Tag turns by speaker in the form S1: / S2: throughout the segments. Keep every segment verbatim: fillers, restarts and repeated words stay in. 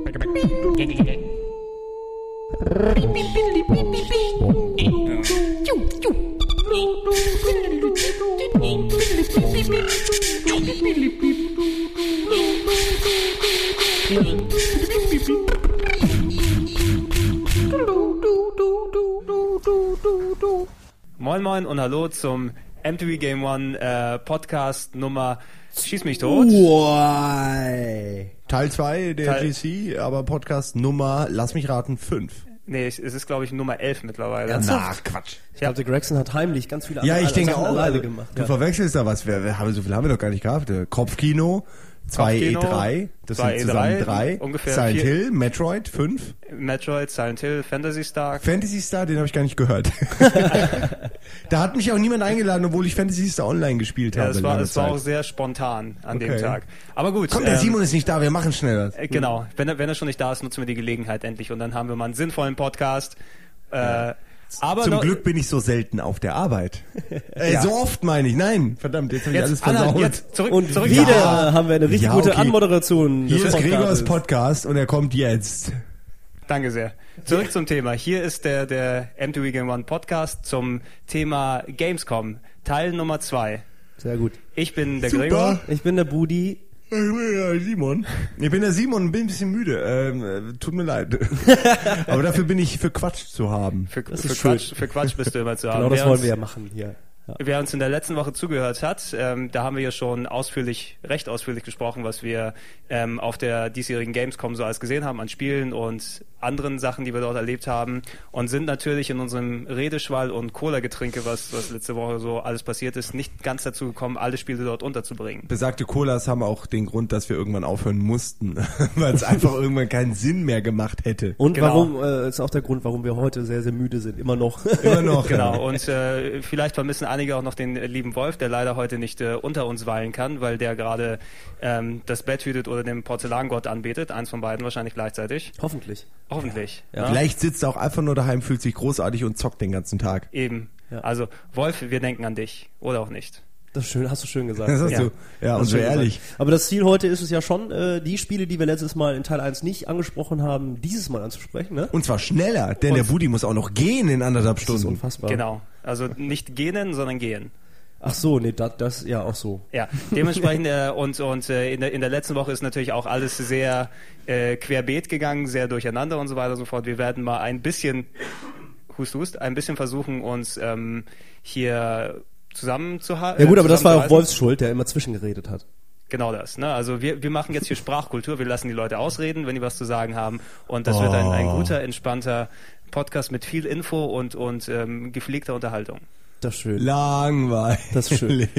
S1: Moin Moin und hallo zum M T V Game One äh, Podcast Nummer Schieß mich tot.
S2: Why? Teil zwei der
S1: Teil-
S2: G C, aber Podcast Nummer, lass mich raten, fünf.
S1: Nee, es ist glaube ich Nummer elf mittlerweile.
S2: Ach, Quatsch.
S3: Ich glaube, der Gregson hat heimlich ganz viele
S2: Ja,
S3: andere
S2: ich denke
S3: Sachen
S2: auch,
S3: alleine
S2: also,
S3: gemacht.
S2: du
S3: Ja.
S2: verwechselst da was. Wir, wir haben, so viel haben wir doch gar nicht gehabt. Äh, Kopfkino, zwei E
S1: Kopfkino,
S2: drei, das
S1: zwei
S2: sind zusammen
S1: E drei,
S2: drei.
S1: ungefähr
S2: Silent
S1: vier-
S2: Hill, Metroid, fünf.
S1: Metroid, Silent Hill, Fantasy Star.
S2: Fantasy Star, den habe ich gar nicht gehört. Da hat mich auch niemand eingeladen, obwohl ich Fantasy Star online gespielt
S1: Ja,
S2: habe.
S1: es war,
S2: lange
S1: es war
S2: Zeit.
S1: auch sehr spontan an
S2: Okay.
S1: dem Tag. Aber gut.
S2: Komm, der
S1: ähm,
S2: Simon ist nicht da, wir machen schnell was.
S1: äh, Genau, wenn er, wenn er schon nicht da ist, nutzen wir die Gelegenheit endlich und dann haben wir mal einen sinnvollen Podcast. Äh, aber
S2: Zum
S1: noch,
S2: Glück bin ich so selten auf der Arbeit. Äh,
S1: Ja.
S2: So oft meine ich. Nein, verdammt, jetzt habe ich alles
S1: jetzt, Anna,
S2: versaut.
S1: jetzt zurück,
S3: Und
S1: zurück
S3: wieder
S1: Ja.
S3: haben wir eine richtig
S2: Ja,
S3: gute
S2: okay.
S3: Anmoderation.
S2: Hier
S3: des
S2: ist Gregors
S3: Podcastes.
S2: Podcast und er kommt jetzt.
S1: Danke sehr. Zurück zum Thema. Hier ist der, der M T V Game One Podcast zum Thema Gamescom, Teil Nummer zwei.
S3: Sehr gut.
S1: Ich bin der
S2: Super.
S1: Gregor.
S3: Ich bin der Budi.
S2: Ich bin der Simon. Ich bin der Simon und bin ein bisschen müde. Ähm, äh, tut mir leid. Aber dafür bin ich für Quatsch zu haben.
S1: Für,
S3: Das
S1: für,
S3: ist schön.
S1: Quatsch, für Quatsch bist du immer zu haben.
S3: Genau das
S1: Wer
S3: wollen
S1: uns,
S3: wir ja machen hier. Ja.
S1: Wer uns in der letzten Woche zugehört hat, ähm, da haben wir ja schon ausführlich, recht ausführlich gesprochen, was wir ähm, auf der diesjährigen Gamescom so alles gesehen haben an Spielen und anderen Sachen, die wir dort erlebt haben und sind natürlich in unserem Redeschwall und Cola-Getränke, was, was letzte Woche so alles passiert ist, nicht ganz dazu gekommen, alle Spiele dort unterzubringen.
S2: Besagte Colas haben auch den Grund, dass wir irgendwann aufhören mussten, weil es einfach irgendwann keinen Sinn mehr gemacht hätte.
S3: Und
S1: Genau.
S3: warum, äh, ist auch der Grund, warum wir heute sehr, sehr müde sind. Immer noch.
S2: Immer noch.
S1: Genau, und äh, vielleicht vermissen einige auch noch den äh, lieben Wolf, der leider heute nicht äh, unter uns weilen kann, weil der gerade ähm, das Bett hütet oder den Porzellangott anbetet, eins von beiden wahrscheinlich gleichzeitig.
S3: Hoffentlich.
S1: Hoffentlich.
S3: Ja.
S1: ne?
S2: Vielleicht sitzt er auch einfach nur daheim, fühlt sich großartig und zockt den ganzen Tag.
S1: Eben.
S3: Ja.
S1: Also, Wolf, wir denken an dich. Oder auch nicht.
S3: Das ist schön, hast du schön gesagt.
S2: Das hast
S1: Ja.
S2: du. Ja,
S3: Hast
S2: und
S3: du
S2: so
S3: schön
S2: ehrlich.
S3: gesagt. Aber das Ziel heute ist es ja schon, äh, die Spiele, die wir letztes Mal in Teil eins nicht angesprochen haben, dieses Mal anzusprechen, ne?
S2: Und zwar schneller, denn
S1: Und-
S2: der Budi muss auch noch gehen in anderthalb
S3: Das ist
S2: Stunden.
S3: unfassbar.
S1: Genau. Also nicht gehen, sondern gehen.
S3: Ach so, nee, das, das, ja, auch so.
S1: Ja, dementsprechend äh, und und äh, in der in der letzten Woche ist natürlich auch alles sehr äh, querbeet gegangen, sehr durcheinander und so weiter und so fort. Wir werden mal ein bisschen hust hust ein bisschen versuchen, uns ähm, hier zusammenzuhalten.
S3: Ja gut, aber das war auch Wolfs Schuld, der immer zwischengeredet hat.
S1: Genau das. Ne? Also wir wir machen jetzt hier Sprachkultur. Wir lassen die Leute ausreden, wenn die was zu sagen haben, und das wird ein ein guter, entspannter Podcast mit viel Info und und ähm, gepflegter Unterhaltung.
S3: Das ist schön.
S2: Langweilig.
S3: Das ist schön.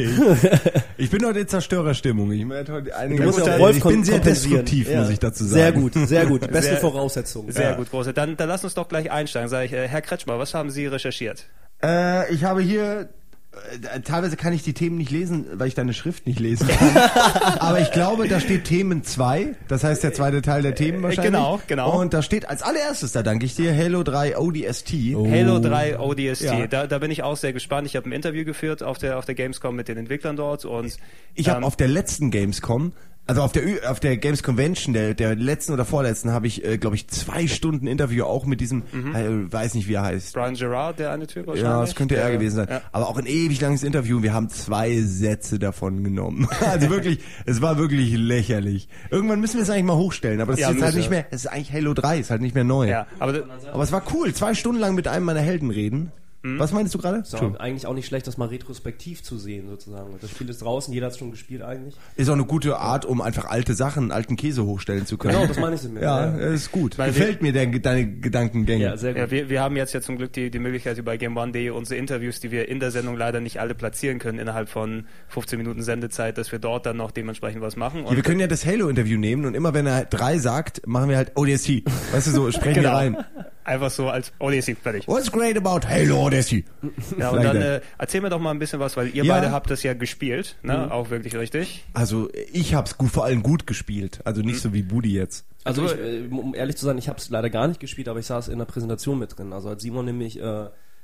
S2: Ich bin heute in Zerstörerstimmung. Ich, werde heute einige
S3: Du musst ja
S2: Gute-
S3: auch Wolf
S2: ich bin
S3: kom-
S2: sehr
S3: kompensieren.
S2: destruktiv,
S3: Ja.
S2: muss ich dazu sagen.
S3: Sehr gut, sehr gut. Beste
S1: Sehr-
S3: Voraussetzungen.
S1: Sehr
S3: Ja.
S1: gut, große. Dann dann lass uns doch gleich einsteigen. Sag ich, äh, Herr Kretschmer, was haben Sie recherchiert?
S2: Äh, ich habe hier, äh, teilweise kann ich die Themen nicht lesen, weil ich deine Schrift nicht lesen kann. Aber ich glaube, da steht Themen zwei. Das heißt der zweite Teil der Themen wahrscheinlich.
S1: genau, genau.
S2: Und da steht als allererstes, da danke ich dir, Halo drei O D S T.
S3: Oh.
S1: Halo drei O D S T.
S2: Ja.
S1: Da, da bin ich auch sehr gespannt. Ich habe ein Interview geführt auf der auf der Gamescom mit den Entwicklern dort und
S2: Ich habe
S1: ähm,
S2: auf der letzten Gamescom, also auf der Ü- auf der Games Convention, der der letzten oder vorletzten, habe ich, äh, glaube ich, zwei Stunden Interview auch mit diesem, äh, weiß nicht wie er heißt.
S1: Brian Gerard, der eine Typ wahrscheinlich.
S2: Ja, das könnte er
S1: der,
S2: gewesen sein.
S1: Ja.
S2: Aber auch ein ewig langes Interview. Wir haben zwei Sätze davon genommen. Also wirklich, es war wirklich lächerlich. Irgendwann müssen wir es eigentlich mal hochstellen. Aber das
S1: Ja,
S2: ist jetzt halt
S1: müssen
S2: nicht
S1: wir.
S2: mehr, es ist eigentlich Halo drei, ist halt nicht mehr neu.
S1: Ja, aber d-
S2: Aber es war cool. Zwei Stunden lang mit einem meiner Helden reden. Was meinst du gerade?
S3: Ist auch eigentlich auch nicht schlecht, das mal retrospektiv zu sehen, sozusagen. Das Spiel ist draußen, jeder hat es schon gespielt eigentlich.
S2: Ist auch eine gute Art, um einfach alte Sachen, alten Käse hochstellen zu können.
S3: Genau, das meine ich so mit.
S2: Ja, ist gut.
S1: Weil
S2: Gefällt mir der, deine Gedankengänge.
S3: Ja, sehr gut.
S1: ja, wir, wir haben jetzt ja zum Glück die, die Möglichkeit, über Game One punkt de unsere Interviews, die wir in der Sendung leider nicht alle platzieren können, innerhalb von fünfzehn Minuten Sendezeit, dass wir dort dann noch dementsprechend was machen.
S2: Ja, wir können ja das Halo-Interview nehmen und immer wenn er drei sagt, machen wir halt O D S T. Weißt du, so sprechen wir
S1: Genau.
S2: rein.
S1: Einfach so als O D S T, fertig.
S2: What's great about Halo O D S T?
S1: Ja, und
S2: Like
S1: dann
S2: that.
S1: äh, erzähl mir doch mal ein bisschen was, weil ihr
S2: Ja.
S1: beide habt das ja gespielt, ne? Auch wirklich richtig.
S2: Also ich hab's gut, vor allem gut gespielt. Also nicht so wie Budi jetzt.
S3: Also ich, äh, um ehrlich zu sein, ich habe es leider gar nicht gespielt, aber ich saß in der Präsentation mit drin. Also als Simon nämlich äh,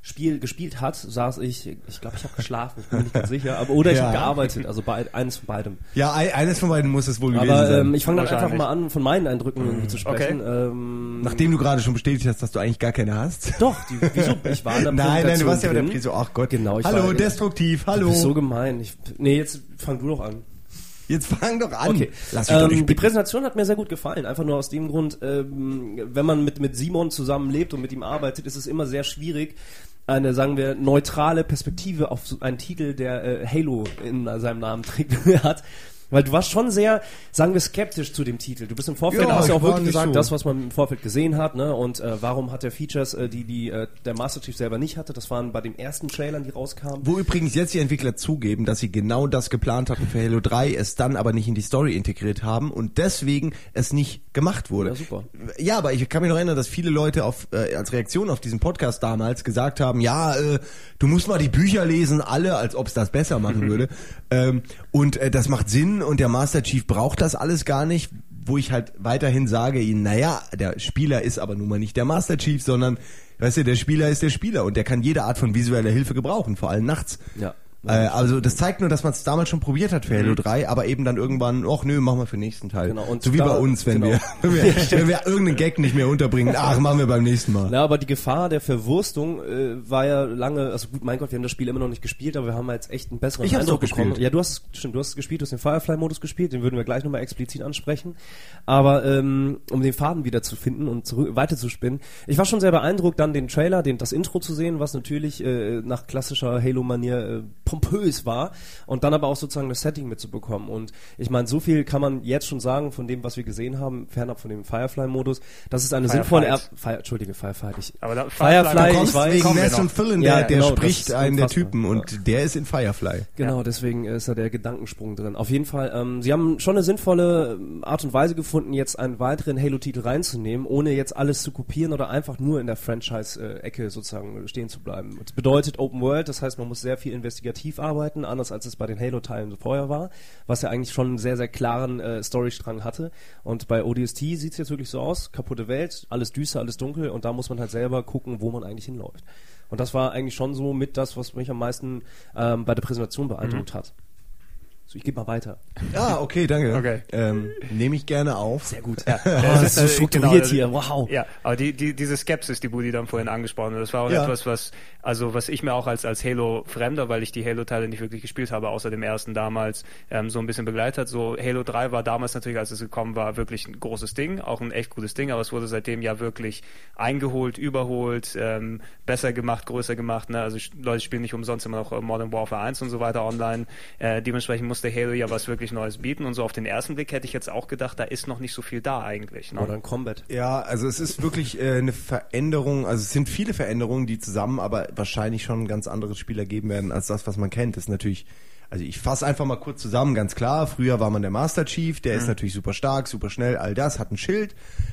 S3: Spiel gespielt hat, saß ich, ich glaube, ich habe geschlafen, ich bin mir nicht ganz sicher, aber oder ich
S2: Ja.
S3: habe gearbeitet, also bei, eines von beidem.
S2: Ja, ein, eines von beiden muss es wohl gewesen
S3: Aber
S2: sein.
S3: ähm, ich fange dann einfach
S1: Wahrscheinlich.
S3: mal an, von meinen Eindrücken irgendwie zu sprechen. Ähm,
S2: Nachdem du gerade schon bestätigt hast, dass du eigentlich gar keine hast.
S3: Doch, die, wieso? Ich war in der
S2: Nein, nein, du
S3: Präsentation
S2: warst ja bei der
S3: drin.
S2: Prise. Ach Gott.
S3: Genau, ich
S2: Hallo,
S3: war,
S2: destruktiv,
S3: Du
S2: hallo.
S3: bist so gemein. Ich, nee, jetzt fang du doch an.
S2: Jetzt fang doch an.
S3: Okay.
S2: Lass mich doch
S3: Ähm,
S2: nicht
S3: die
S2: bitten.
S3: Präsentation hat mir sehr gut gefallen. Einfach nur aus dem Grund, ähm, wenn man mit, mit Simon zusammenlebt und mit ihm arbeitet, ist es immer sehr schwierig, eine, sagen wir, neutrale Perspektive auf so einen Titel, der äh, Halo in seinem Namen trägt, hat. Weil du warst schon sehr, sagen wir, skeptisch zu dem Titel. Du bist im Vorfeld,
S2: Ja,
S3: hast ja
S2: ich
S3: auch
S2: war
S3: wirklich
S2: nicht
S3: gesagt,
S2: so.
S3: das, was man im Vorfeld gesehen hat, ne, und äh, warum hat er Features, äh, die, die äh, der Master Chief selber nicht hatte. Das waren bei den ersten Trailern, die rauskamen.
S2: Wo übrigens jetzt die Entwickler zugeben, dass sie genau das geplant hatten für Halo drei, es dann aber nicht in die Story integriert haben und deswegen es nicht gemacht wurde.
S3: Ja, super.
S2: Ja, aber ich kann mich noch erinnern, dass viele Leute auf, äh, als Reaktion auf diesen Podcast damals gesagt haben, ja, äh, du musst mal die Bücher lesen, alle, als ob es das besser machen würde. Ähm, und äh, das macht Sinn und der Master Chief braucht das alles gar nicht, wo ich halt weiterhin sage ihnen, naja, der Spieler ist aber nun mal nicht der Master Chief, sondern, weißt du, der Spieler ist der Spieler und der kann jede Art von visueller Hilfe gebrauchen, vor allem nachts.
S3: Ja.
S2: Äh, also das zeigt nur, dass man es damals schon probiert hat für Halo drei, aber eben dann irgendwann, ach nö, machen wir für den nächsten Teil.
S3: Genau, und
S2: so wie
S3: da-
S2: bei uns, wenn,
S3: genau.
S2: wir, wenn, wir, wenn wir irgendeinen Gag nicht mehr unterbringen, ach, machen wir beim nächsten Mal.
S3: Na, aber die Gefahr der Verwurstung äh, war ja lange, also gut, mein Gott, wir haben das Spiel immer noch nicht gespielt, aber wir haben jetzt echt einen besseren
S2: Ich hab's
S3: Eindruck
S2: doch
S3: bekommen.
S2: gespielt.
S3: Ja, du hast stimmt, du hast es gespielt, du hast den Firefly-Modus gespielt, den würden wir gleich nochmal explizit ansprechen. Aber ähm, um den Faden wieder zu finden und zurück, weiter zu spinnen, ich war schon sehr beeindruckt, dann den Trailer, den, das Intro zu sehen, was natürlich äh, nach klassischer Halo-Manier äh, pompös war und dann aber auch sozusagen das Setting mitzubekommen. Und ich meine, so viel kann man jetzt schon sagen von dem, was wir gesehen haben, fernab von dem Firefly-Modus, das ist eine
S1: Firefight.
S3: sinnvolle... Er Fire, Entschuldige, Firefight. Ich,
S1: Aber da,
S3: Firefly,
S2: Du kommst
S3: ich weiß,
S2: wegen
S1: kommen wir
S2: Ness
S1: noch.
S2: und Philin,
S3: Ja,
S2: der, der
S3: genau, das
S2: spricht
S3: ist
S2: einen der
S3: unfassbar.
S2: Typen und der ist in Firefly.
S3: Genau, deswegen ist da der Gedankensprung drin. Auf jeden Fall, ähm, sie haben schon eine sinnvolle ähm, Art und Weise gefunden, jetzt einen weiteren Halo-Titel reinzunehmen, ohne jetzt alles zu kopieren oder einfach nur in der Franchise-Ecke sozusagen stehen zu bleiben. Das bedeutet Open World, das heißt, man muss sehr viel investigativ arbeiten, anders als es bei den Halo-Teilen vorher war, was ja eigentlich schon einen sehr, sehr klaren äh, Storystrang hatte. Und bei O D S T sieht es jetzt wirklich so aus, kaputte Welt, alles düster, alles dunkel und da muss man halt selber gucken, wo man eigentlich hinläuft. Und das war eigentlich schon so mit das, was mich am meisten ähm, bei der Präsentation beeindruckt hat. So, ich gebe mal weiter.
S2: Ah, okay, danke.
S1: Okay.
S2: Ähm, Nehme ich gerne auf.
S3: Sehr gut.
S1: Ja,
S3: Oh,
S1: das
S3: das ist so
S1: äh,
S3: strukturiert
S1: genau,
S3: hier, wow.
S1: Ja, aber die, die, diese Skepsis, die Budi dann vorhin angesprochen hat, das war auch
S2: Ja.
S1: etwas, was, also was ich mir auch als, als Halo-Fremder, weil ich die Halo-Teile nicht wirklich gespielt habe, außer dem ersten damals, ähm, so ein bisschen begleitet hat. So, Halo drei war damals natürlich, als es gekommen war, wirklich ein großes Ding, auch ein echt gutes Ding, aber es wurde seitdem ja wirklich eingeholt, überholt, ähm, besser gemacht, größer gemacht, ne? Also Leute spielen nicht umsonst immer noch äh, Modern Warfare eins und so weiter online. Äh, dementsprechend musste Halo ja was wirklich Neues bieten und so auf den ersten Blick hätte ich jetzt auch gedacht, da ist noch nicht so viel da eigentlich. Ne?
S3: Modern Combat.
S2: Ja, also es ist wirklich äh, eine Veränderung, also es sind viele Veränderungen, die zusammen aber wahrscheinlich schon ein ganz anderes Spiel ergeben werden, als das, was man kennt. Das ist natürlich, also ich fasse einfach mal kurz zusammen, ganz klar, früher war man der Master Chief, der mhm. ist natürlich super stark, super schnell, all das, hat ein Schild.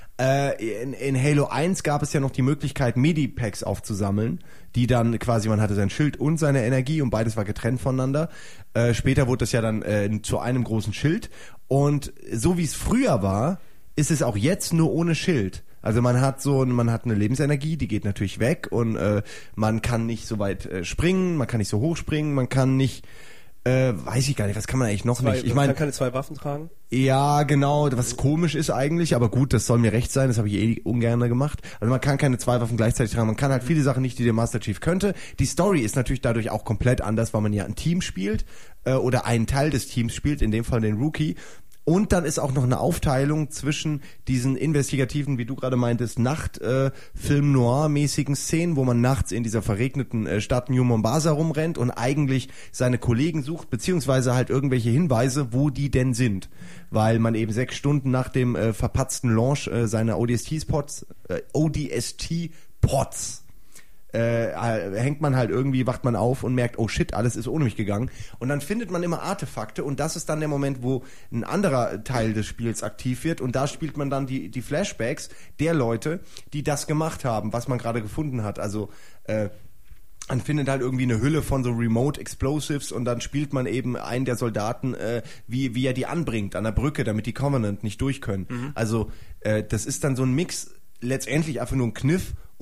S2: Äh, in, in Halo eins gab es ja noch die Möglichkeit, Medipacks aufzusammeln, die dann quasi, man hatte sein Schild und seine Energie und beides war getrennt voneinander. Äh, später wurde das ja dann äh, zu einem großen Schild und so wie es früher war, ist es auch jetzt nur ohne Schild. Also man hat so, man hat eine Lebensenergie, die geht natürlich weg und äh, man kann nicht so weit äh, springen, man kann nicht so hoch springen, man kann nicht, äh, weiß ich gar nicht, was kann man eigentlich noch
S3: Zwei,
S2: nicht? Ich
S3: man
S2: meine,
S3: kann keine zwei Waffen tragen.
S2: ja, genau, was komisch ist eigentlich, aber gut, das soll mir recht sein, das habe ich eh ungern gemacht. Also man kann keine zwei Waffen gleichzeitig tragen, man kann halt viele Sachen nicht, die der Master Chief könnte. Die Story ist natürlich dadurch auch komplett anders, weil man ja ein Team spielt äh, oder einen Teil des Teams spielt, in dem Fall den Rookie. Und dann ist auch noch eine Aufteilung zwischen diesen investigativen, wie du gerade meintest, Nacht-Film-Noir-mäßigen Szenen, wo man nachts in dieser verregneten äh, Stadt New Mombasa rumrennt und eigentlich seine Kollegen sucht, beziehungsweise halt irgendwelche Hinweise, wo die denn sind. Weil man eben sechs Stunden nach dem äh, verpatzten Launch äh, seiner O D S T-Spots, äh, O D S T-Pods, Äh, hängt man halt irgendwie, wacht man auf und merkt, oh shit, alles ist ohne mich gegangen. Und dann findet man immer Artefakte und das ist dann der Moment, wo ein anderer Teil des Spiels aktiv wird und da spielt man dann die, die Flashbacks der Leute, die das gemacht haben, was man gerade gefunden hat. Also äh, man findet halt irgendwie eine Hülle von so Remote Explosives und dann spielt man eben einen der Soldaten, äh, wie, wie er die anbringt an der Brücke, damit die Covenant nicht durch können. Mhm. Also äh, das ist dann so ein Mix, letztendlich einfach nur ein Kniff,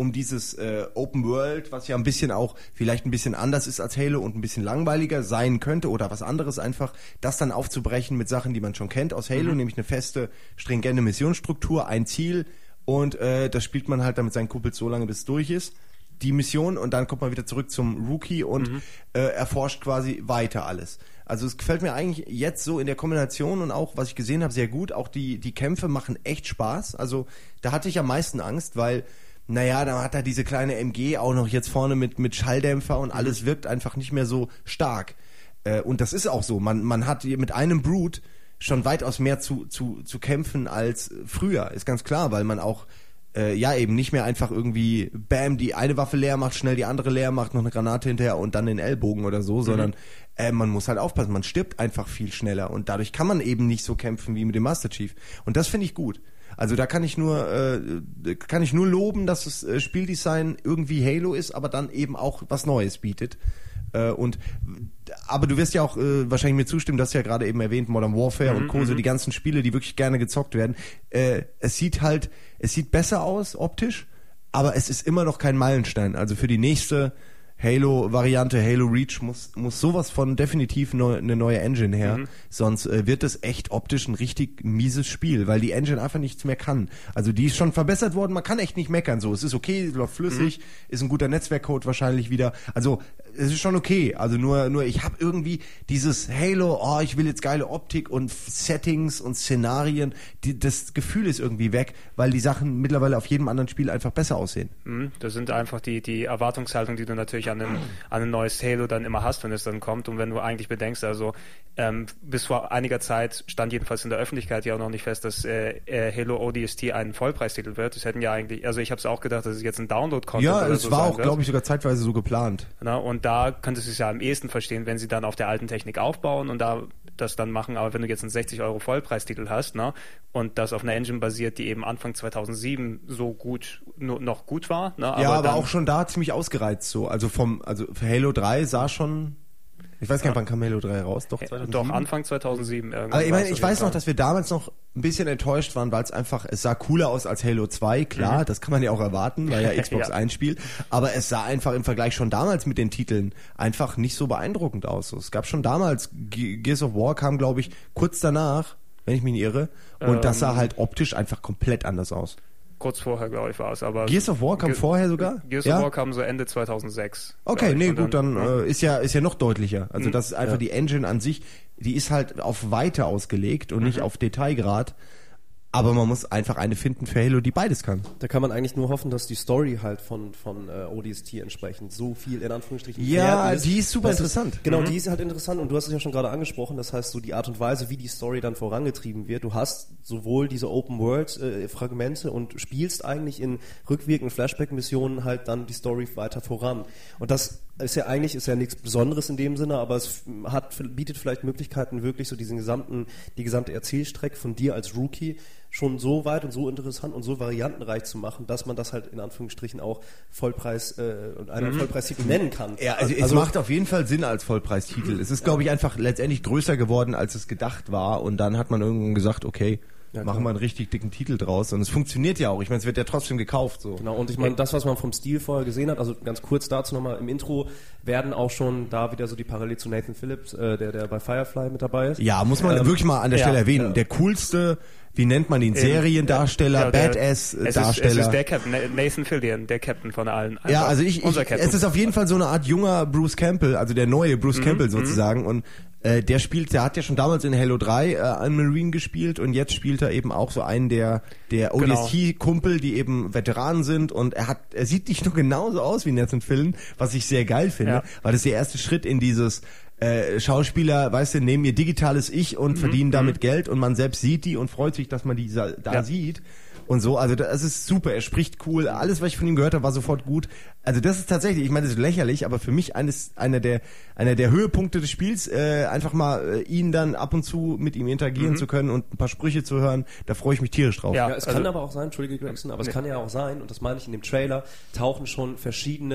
S2: um dieses äh, Open World, was ja ein bisschen auch vielleicht ein bisschen anders ist als Halo und ein bisschen langweiliger sein könnte oder was anderes einfach, das dann aufzubrechen mit Sachen, die man schon kennt aus Halo, mhm. nämlich eine feste, stringente Missionsstruktur, ein Ziel und äh, das spielt man halt dann mit seinen Kumpels so lange, bis es durch ist, die Mission, und dann kommt man wieder zurück zum Rookie und mhm. äh, erforscht quasi weiter alles. Also es gefällt mir eigentlich jetzt so in der Kombination und auch, was ich gesehen habe, sehr gut. Auch die, die Kämpfe machen echt Spaß. Also da hatte ich am meisten Angst, weil, naja, da hat er diese kleine M G auch noch jetzt vorne mit, mit Schalldämpfer und alles wirkt einfach nicht mehr so stark. Äh, und das ist auch so. Man, man hat mit einem Brute schon weitaus mehr zu, zu, zu kämpfen als früher. Ist ganz klar, weil man auch Äh, ja, eben nicht mehr einfach irgendwie bam, die eine Waffe leer macht, schnell die andere leer macht, noch eine Granate hinterher und dann den Ellbogen oder so, mhm. sondern äh, man muss halt aufpassen, man stirbt einfach viel schneller und dadurch kann man eben nicht so kämpfen wie mit dem Master Chief. Und das finde ich gut. Also da kann ich nur äh, kann ich nur loben, dass das äh, Spieldesign irgendwie Halo ist, aber dann eben auch was Neues bietet. Äh, und aber du wirst ja auch äh, wahrscheinlich mir zustimmen, das ist ja gerade eben erwähnt, Modern Warfare mhm, und Co., so die ganzen Spiele, die wirklich gerne gezockt werden. Äh, es sieht halt, es sieht besser aus optisch, aber es ist immer noch kein Meilenstein. Also für die nächste Halo-Variante, Halo Reach, muss muss sowas von definitiv neu, eine neue Engine her, mhm. sonst äh, wird es echt optisch ein richtig mieses Spiel, weil die Engine einfach nichts mehr kann. Also die ist schon verbessert worden, man kann echt nicht meckern so. Es ist okay, es läuft flüssig, mhm. ist ein guter Netzwerkcode wahrscheinlich wieder. Also es ist schon okay, also nur nur ich habe irgendwie dieses Halo, oh, ich will jetzt geile Optik und Settings und Szenarien, die, das Gefühl ist irgendwie weg, weil die Sachen mittlerweile auf jedem anderen Spiel einfach besser aussehen.
S1: Mhm, das sind einfach die die Erwartungshaltung, die du natürlich an ein, an ein neues Halo dann immer hast, wenn es dann kommt, und wenn du eigentlich bedenkst, also ähm, bis vor einiger Zeit stand jedenfalls in der Öffentlichkeit ja auch noch nicht fest, dass äh, äh, Halo O D S T ein Vollpreistitel wird. Das hätten ja eigentlich, also ich habe es auch gedacht, dass es jetzt ein Download-Content
S2: ja,
S1: oder
S2: es
S1: so
S2: war
S1: sein
S2: auch,
S1: wird.
S2: glaube ich, sogar zeitweise so geplant.
S1: Na, und da könntest du es ja am ehesten verstehen, wenn sie dann auf der alten Technik aufbauen und da das dann machen, aber wenn du jetzt einen sechzig Euro Vollpreistitel hast, ne, und das auf einer Engine basiert, die eben Anfang zweitausendsieben so gut, no, noch gut war, ne, aber
S2: ja, aber
S1: dann,
S2: auch schon da ziemlich ausgereizt so, also vom, also für Halo drei sah schon, ich weiß gar nicht, wann kam Halo drei raus, doch zweitausendsieben?
S1: Doch, Anfang zweitausendsieben.
S2: Aber ich meine, ich weiß noch, dass wir damals noch ein bisschen enttäuscht waren, weil es einfach, es sah cooler aus als Halo zwei, klar, mhm. das kann man ja auch erwarten, weil ja Xbox ja. ein Spiel, aber es sah einfach im Vergleich schon damals mit den Titeln einfach nicht so beeindruckend aus. So, es gab schon damals, Ge- Gears of War kam, glaube ich, kurz danach, wenn ich mich nicht irre, und ähm, das sah halt optisch einfach komplett anders aus.
S1: Kurz vorher, glaube ich, war es. Aber
S2: Gears of War kam Ge- vorher sogar?
S1: Gears
S2: ja?
S1: of War kam so Ende zweitausendsechs.
S2: Okay, nee, gut, dann,
S1: dann
S2: äh, ist ja ist ja noch deutlicher. Also
S1: mhm.
S2: das ist einfach
S1: ja.
S2: die Engine an sich, die ist halt auf Weite ausgelegt und mhm. nicht auf Detailgrad. Aber man muss einfach eine finden für Halo, die beides kann.
S3: Da kann man eigentlich nur hoffen, dass die Story halt von von äh, O D S T entsprechend so viel in Anführungsstrichen
S2: ja,
S3: ist.
S2: die ist super
S3: das
S2: interessant.
S3: Ist, genau,
S2: mhm.
S3: die ist halt interessant, und du hast es ja schon gerade angesprochen, das heißt so die Art und Weise, wie die Story dann vorangetrieben wird. Du hast sowohl diese Open-World-Fragmente äh, und spielst eigentlich in rückwirkenden Flashback-Missionen halt dann die Story weiter voran. Und das ist ja eigentlich ist ja nichts Besonderes in dem Sinne, aber es hat bietet vielleicht Möglichkeiten, wirklich so diesen gesamten die gesamte Erzählstrecke von dir als Rookie schon so weit und so interessant und so variantenreich zu machen, dass man das halt in Anführungsstrichen auch Vollpreis äh, und einen mhm. Vollpreistitel nennen kann.
S2: Ja, also, also es macht auf jeden Fall Sinn als Vollpreistitel. Es ist, glaube ich, einfach letztendlich größer geworden, als es gedacht war, und dann hat man irgendwann gesagt, okay, ja, machen wir einen richtig dicken Titel draus, und es funktioniert ja auch. Ich meine, es wird ja trotzdem gekauft. So.
S3: Genau, und ich meine, das, was man vom Stil vorher gesehen hat, also ganz kurz dazu nochmal, im Intro werden auch schon da wieder so die Parallel zu Nathan Phillips, äh, der der bei Firefly mit dabei ist.
S2: Ja, muss man ähm, wirklich mal an der Stelle ja, erwähnen. Ja. Der coolste, wie nennt man ihn, Seriendarsteller, ja, Badass-Darsteller.
S1: Es ist der Captain, Nathan Fillion, der Captain von allen.
S2: Einfach ja, also ich, ich es ist auf jeden Fall so eine Art junger Bruce Campbell, also der neue Bruce mhm, Campbell sozusagen, und äh, der spielt, der hat ja schon damals in Halo drei äh, einen Marine gespielt, und jetzt spielt er eben auch so einen der der O D S T-Kumpel, die eben Veteranen sind, und er hat, er sieht nicht nur genauso aus wie Nathan Fillion, was ich sehr geil finde, ja. weil das ist der erste Schritt in dieses äh, Schauspieler, weißt du, nehmen ihr digitales Ich und mhm, verdienen damit mhm. Geld, und man selbst sieht die und freut sich, dass man die da ja. sieht. Und so, also das ist super, er spricht cool, alles, was ich von ihm gehört habe, war sofort gut. Also das ist tatsächlich, ich meine, das ist lächerlich, aber für mich eines, einer der einer der Höhepunkte des Spiels, äh, einfach mal äh, ihn dann ab und zu mit ihm interagieren mhm. zu können und ein paar Sprüche zu hören, da freue ich mich tierisch drauf.
S3: Ja, ja es also, kann aber auch sein, entschuldige Gregson, aber nee. es kann ja auch sein, und das meine ich in dem Trailer, tauchen schon verschiedene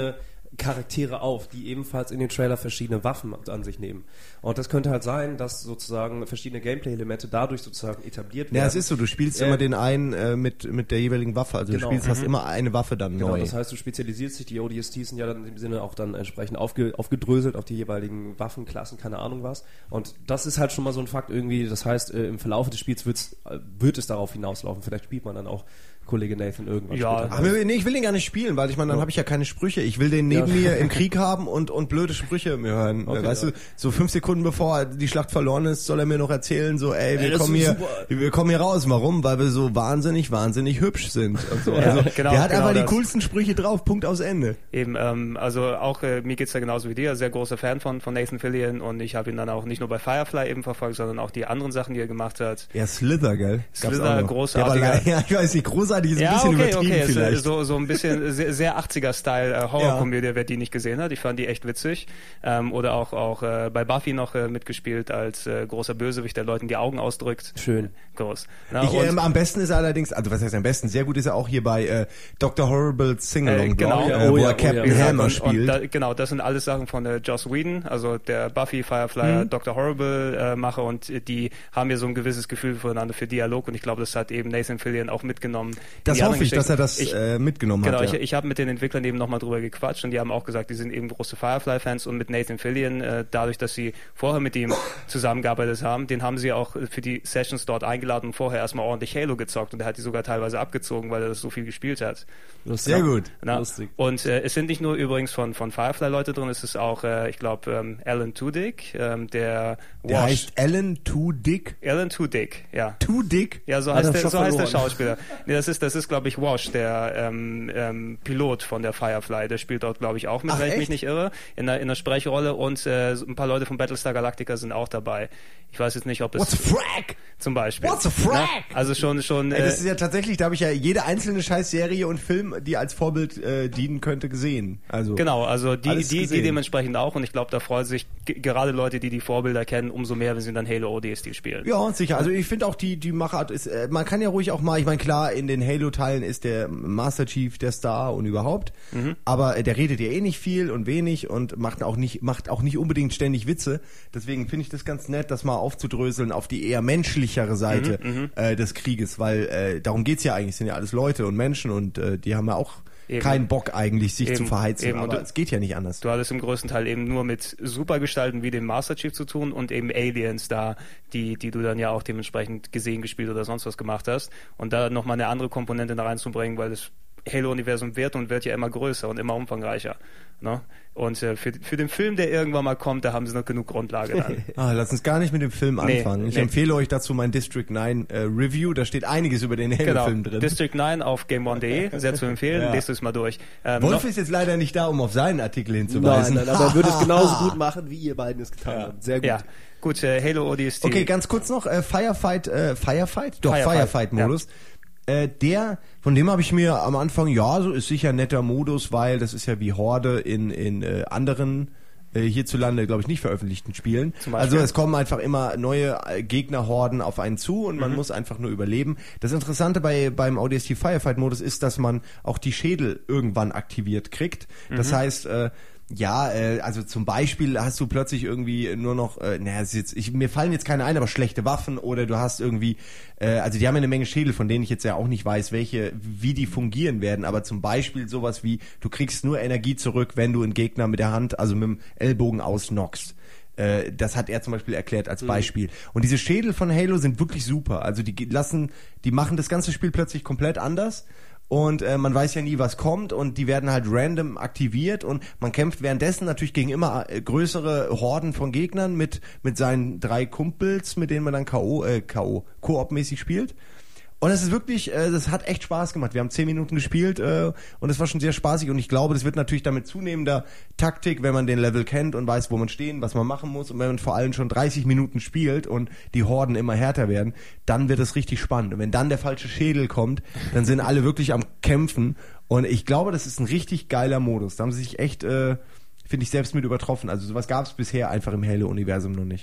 S3: Charaktere auf, die ebenfalls in den Trailer verschiedene Waffen an sich nehmen. Und das könnte halt sein, dass sozusagen verschiedene Gameplay-Elemente dadurch sozusagen etabliert werden.
S2: Ja, es ist so, du spielst äh, immer den einen äh, mit, mit der jeweiligen Waffe, also genau. du spielst, mhm. hast immer eine Waffe dann
S3: genau,
S2: neu.
S3: Das heißt, du spezialisierst dich, die O D S Ts sind ja dann im Sinne auch dann entsprechend aufge, aufgedröselt auf die jeweiligen Waffenklassen, keine Ahnung was. Und das ist halt schon mal so ein Fakt irgendwie, das heißt, äh, im Verlauf des Spiels wird's, äh, wird es darauf hinauslaufen. Vielleicht spielt man dann auch Kollege Nathan irgendwann
S1: ja,
S3: später.
S2: Aber nee, ich will den gar nicht spielen, weil ich meine, dann ja. habe ich ja keine Sprüche. Ich will den neben ja. mir im Krieg haben und, und blöde Sprüche mir hören. Okay, weißt ja. du, so fünf Sekunden bevor die Schlacht verloren ist, soll er mir noch erzählen, so, ey, wir ey, kommen hier, super. wir kommen hier raus. Warum? Weil wir so wahnsinnig, wahnsinnig hübsch sind. Und so. Ja, also, genau, der hat genau einfach das. die coolsten Sprüche drauf, Punkt aus Ende.
S1: Eben, ähm, also auch, äh, mir geht's ja genauso wie dir, sehr großer Fan von, von Nathan Fillion und ich habe ihn dann auch nicht nur bei Firefly eben verfolgt, sondern auch die anderen Sachen, die er gemacht hat.
S2: Ja, Slither, gell?
S1: Slither, großartiger.
S2: Ja, ich weiß nicht, großartig ist
S1: ja,
S2: ein bisschen
S1: okay,
S2: übertrieben
S1: okay,
S2: vielleicht.
S1: So, so ein bisschen sehr, sehr achtziger-Style äh, Horror-Komödie, ja. wer die nicht gesehen hat. Ich fand die echt witzig. Ähm, oder auch, auch äh, bei Buffy noch äh, mitgespielt als äh, großer Bösewicht, der Leuten die Augen ausdrückt.
S3: Schön.
S1: Groß. Na,
S2: ich, ähm, am besten ist er allerdings, also was heißt am besten, sehr gut ist er auch hier bei äh, Doktor Horrible's Sing-Along,
S1: äh, genau,
S2: äh,
S1: oh,
S2: wo
S1: ja,
S2: er Captain
S1: oh, ja.
S2: Hammer
S1: und,
S2: spielt.
S1: Und da, genau, das sind alles Sachen von äh, Joss Whedon, also der Buffy, Firefly, mhm. Doktor Horrible äh, Macher und äh, die haben hier so ein gewisses Gefühl füreinander für Dialog und ich glaube, das hat eben Nathan Fillion auch mitgenommen.
S2: Das hoffe ich, dass er das ich, äh, mitgenommen
S1: genau,
S2: hat.
S1: Genau,
S2: ja.
S1: ich, ich habe mit den Entwicklern eben nochmal drüber gequatscht und die haben auch gesagt, die sind eben große Firefly-Fans und mit Nathan Fillion, äh, dadurch, dass sie vorher mit ihm zusammengearbeitet haben, den haben sie auch für die Sessions dort eingeladen und vorher erstmal ordentlich Halo gezockt und er hat die sogar teilweise abgezogen, weil er das so viel gespielt hat.
S2: Lustig. Sehr gut.
S1: Na? Lustig. Und äh, es sind nicht nur übrigens von, von Firefly Leute drin, es ist auch, äh, ich glaube, ähm, Alan Tudyk, ähm, der Wash.
S2: Der heißt Alan Tudyk?
S1: Alan Tudyk, ja.
S2: Tudyk?
S1: Ja, so heißt, der, so heißt der Schauspieler. Nee, das ist, das ist glaube ich, Wash, der ähm, ähm, Pilot von der Firefly. Der spielt dort, glaube ich, auch mit, Ach, wenn ich echt? mich nicht irre, in der, in der Sprechrolle und äh, ein paar Leute von Battlestar Galactica sind auch dabei. Ich weiß jetzt nicht, ob es...
S2: What's a frag?
S1: Zum Beispiel.
S2: What's a frag?
S1: Na, also schon... schon
S2: Ey, das ist ja tatsächlich, da habe ich ja jede einzelne Scheißserie und Film, die als Vorbild äh, dienen könnte, gesehen. Also
S1: genau, also die, die,
S2: gesehen.
S1: die dementsprechend auch und ich glaube, da freuen sich g- gerade Leute, die die Vorbilder kennen, umso mehr, wenn sie dann Halo O D S T spielen.
S2: Ja, sicher. Also ich finde auch die, die Machart ist, äh, man kann ja ruhig auch mal, ich meine klar, in den Halo-Teilen ist der Master Chief der Star und überhaupt, mhm. aber äh, der redet ja eh nicht viel und wenig und macht auch nicht, macht auch nicht unbedingt ständig Witze. Deswegen finde ich das ganz nett, das mal aufzudröseln auf die eher menschlichere Seite mhm, äh, des Krieges, weil äh, darum geht's ja eigentlich, sind ja alles Leute und Menschen und äh, die haben ja auch Eben. keinen Bock eigentlich, sich eben, zu verheizen, eben. aber du, es geht ja nicht anders.
S1: Du hattest im größten Teil eben nur mit Supergestalten wie dem Master Chief zu tun und eben Aliens da, die die du dann ja auch dementsprechend gesehen, gespielt oder sonst was gemacht hast und da nochmal eine andere Komponente da reinzubringen, weil das Halo-Universum wird und wird ja immer größer und immer umfangreicher. Ne? Und äh, für, für den Film, der irgendwann mal kommt, da haben sie noch genug Grundlage dann.
S2: ah, lass uns gar nicht mit dem Film anfangen. Nee, ich nee. empfehle euch dazu mein District neun äh, Review, da steht einiges über den Halo-Film
S1: genau.
S2: drin.
S1: District neun auf game one punkt de, sehr zu empfehlen, ja. lest es mal durch.
S2: Ähm, Wolf ist jetzt leider nicht da, um auf seinen Artikel hinzuweisen.
S3: Nein, nein, aber er würde es genauso gut machen, wie ihr beiden es getan
S1: ja.
S3: habt. Sehr gut.
S1: Ja. Gut, äh, Halo O D S T.
S2: Okay, ganz kurz noch, äh, Firefight, äh, Firefight? Doch, Firefight-Modus.
S1: Ja.
S2: Äh, der, von dem habe ich mir am Anfang, ja, so ist sicher ein netter Modus, weil das ist ja wie Horde in, in äh, anderen äh, hierzulande, glaube ich, nicht veröffentlichten Spielen. Also es kommen einfach immer neue äh, Gegnerhorden auf einen zu und man mhm. muss einfach nur überleben. Das Interessante bei beim O D S T Firefight-Modus ist, dass man auch die Schädel irgendwann aktiviert kriegt. Das mhm. heißt, äh, ja, äh, also zum Beispiel hast du plötzlich irgendwie nur noch, äh, naja, jetzt, ich, mir fallen jetzt keine ein, aber schlechte Waffen oder du hast irgendwie, äh, also die haben ja eine Menge Schädel, von denen ich jetzt ja auch nicht weiß, welche, wie die fungieren werden, aber zum Beispiel sowas wie, du kriegst nur Energie zurück, wenn du einen Gegner mit der Hand, also mit dem Ellbogen ausknockst. Äh, das hat er zum Beispiel erklärt als Beispiel. Mhm. Und diese Schädel von Halo sind wirklich super, also die lassen, die machen das ganze Spiel plötzlich komplett anders. Und äh, man weiß ja nie, was kommt und die werden halt random aktiviert und man kämpft währenddessen natürlich gegen immer äh, größere Horden von Gegnern mit mit seinen drei Kumpels, mit denen man dann K O, äh, K O, Koop-mäßig spielt. Und es ist wirklich, äh, das hat echt Spaß gemacht. Wir haben zehn Minuten gespielt äh, und es war schon sehr spaßig und ich glaube, das wird natürlich damit zunehmender Taktik, wenn man den Level kennt und weiß, wo man stehen, was man machen muss und wenn man vor allem schon dreißig Minuten spielt und die Horden immer härter werden, dann wird es richtig spannend. Und wenn dann der falsche Schädel kommt, dann sind alle wirklich am Kämpfen und ich glaube, das ist ein richtig geiler Modus. Da haben sie sich echt, äh, finde ich, selbst mit übertroffen. Also sowas gab es bisher einfach im Halo-Universum noch nicht.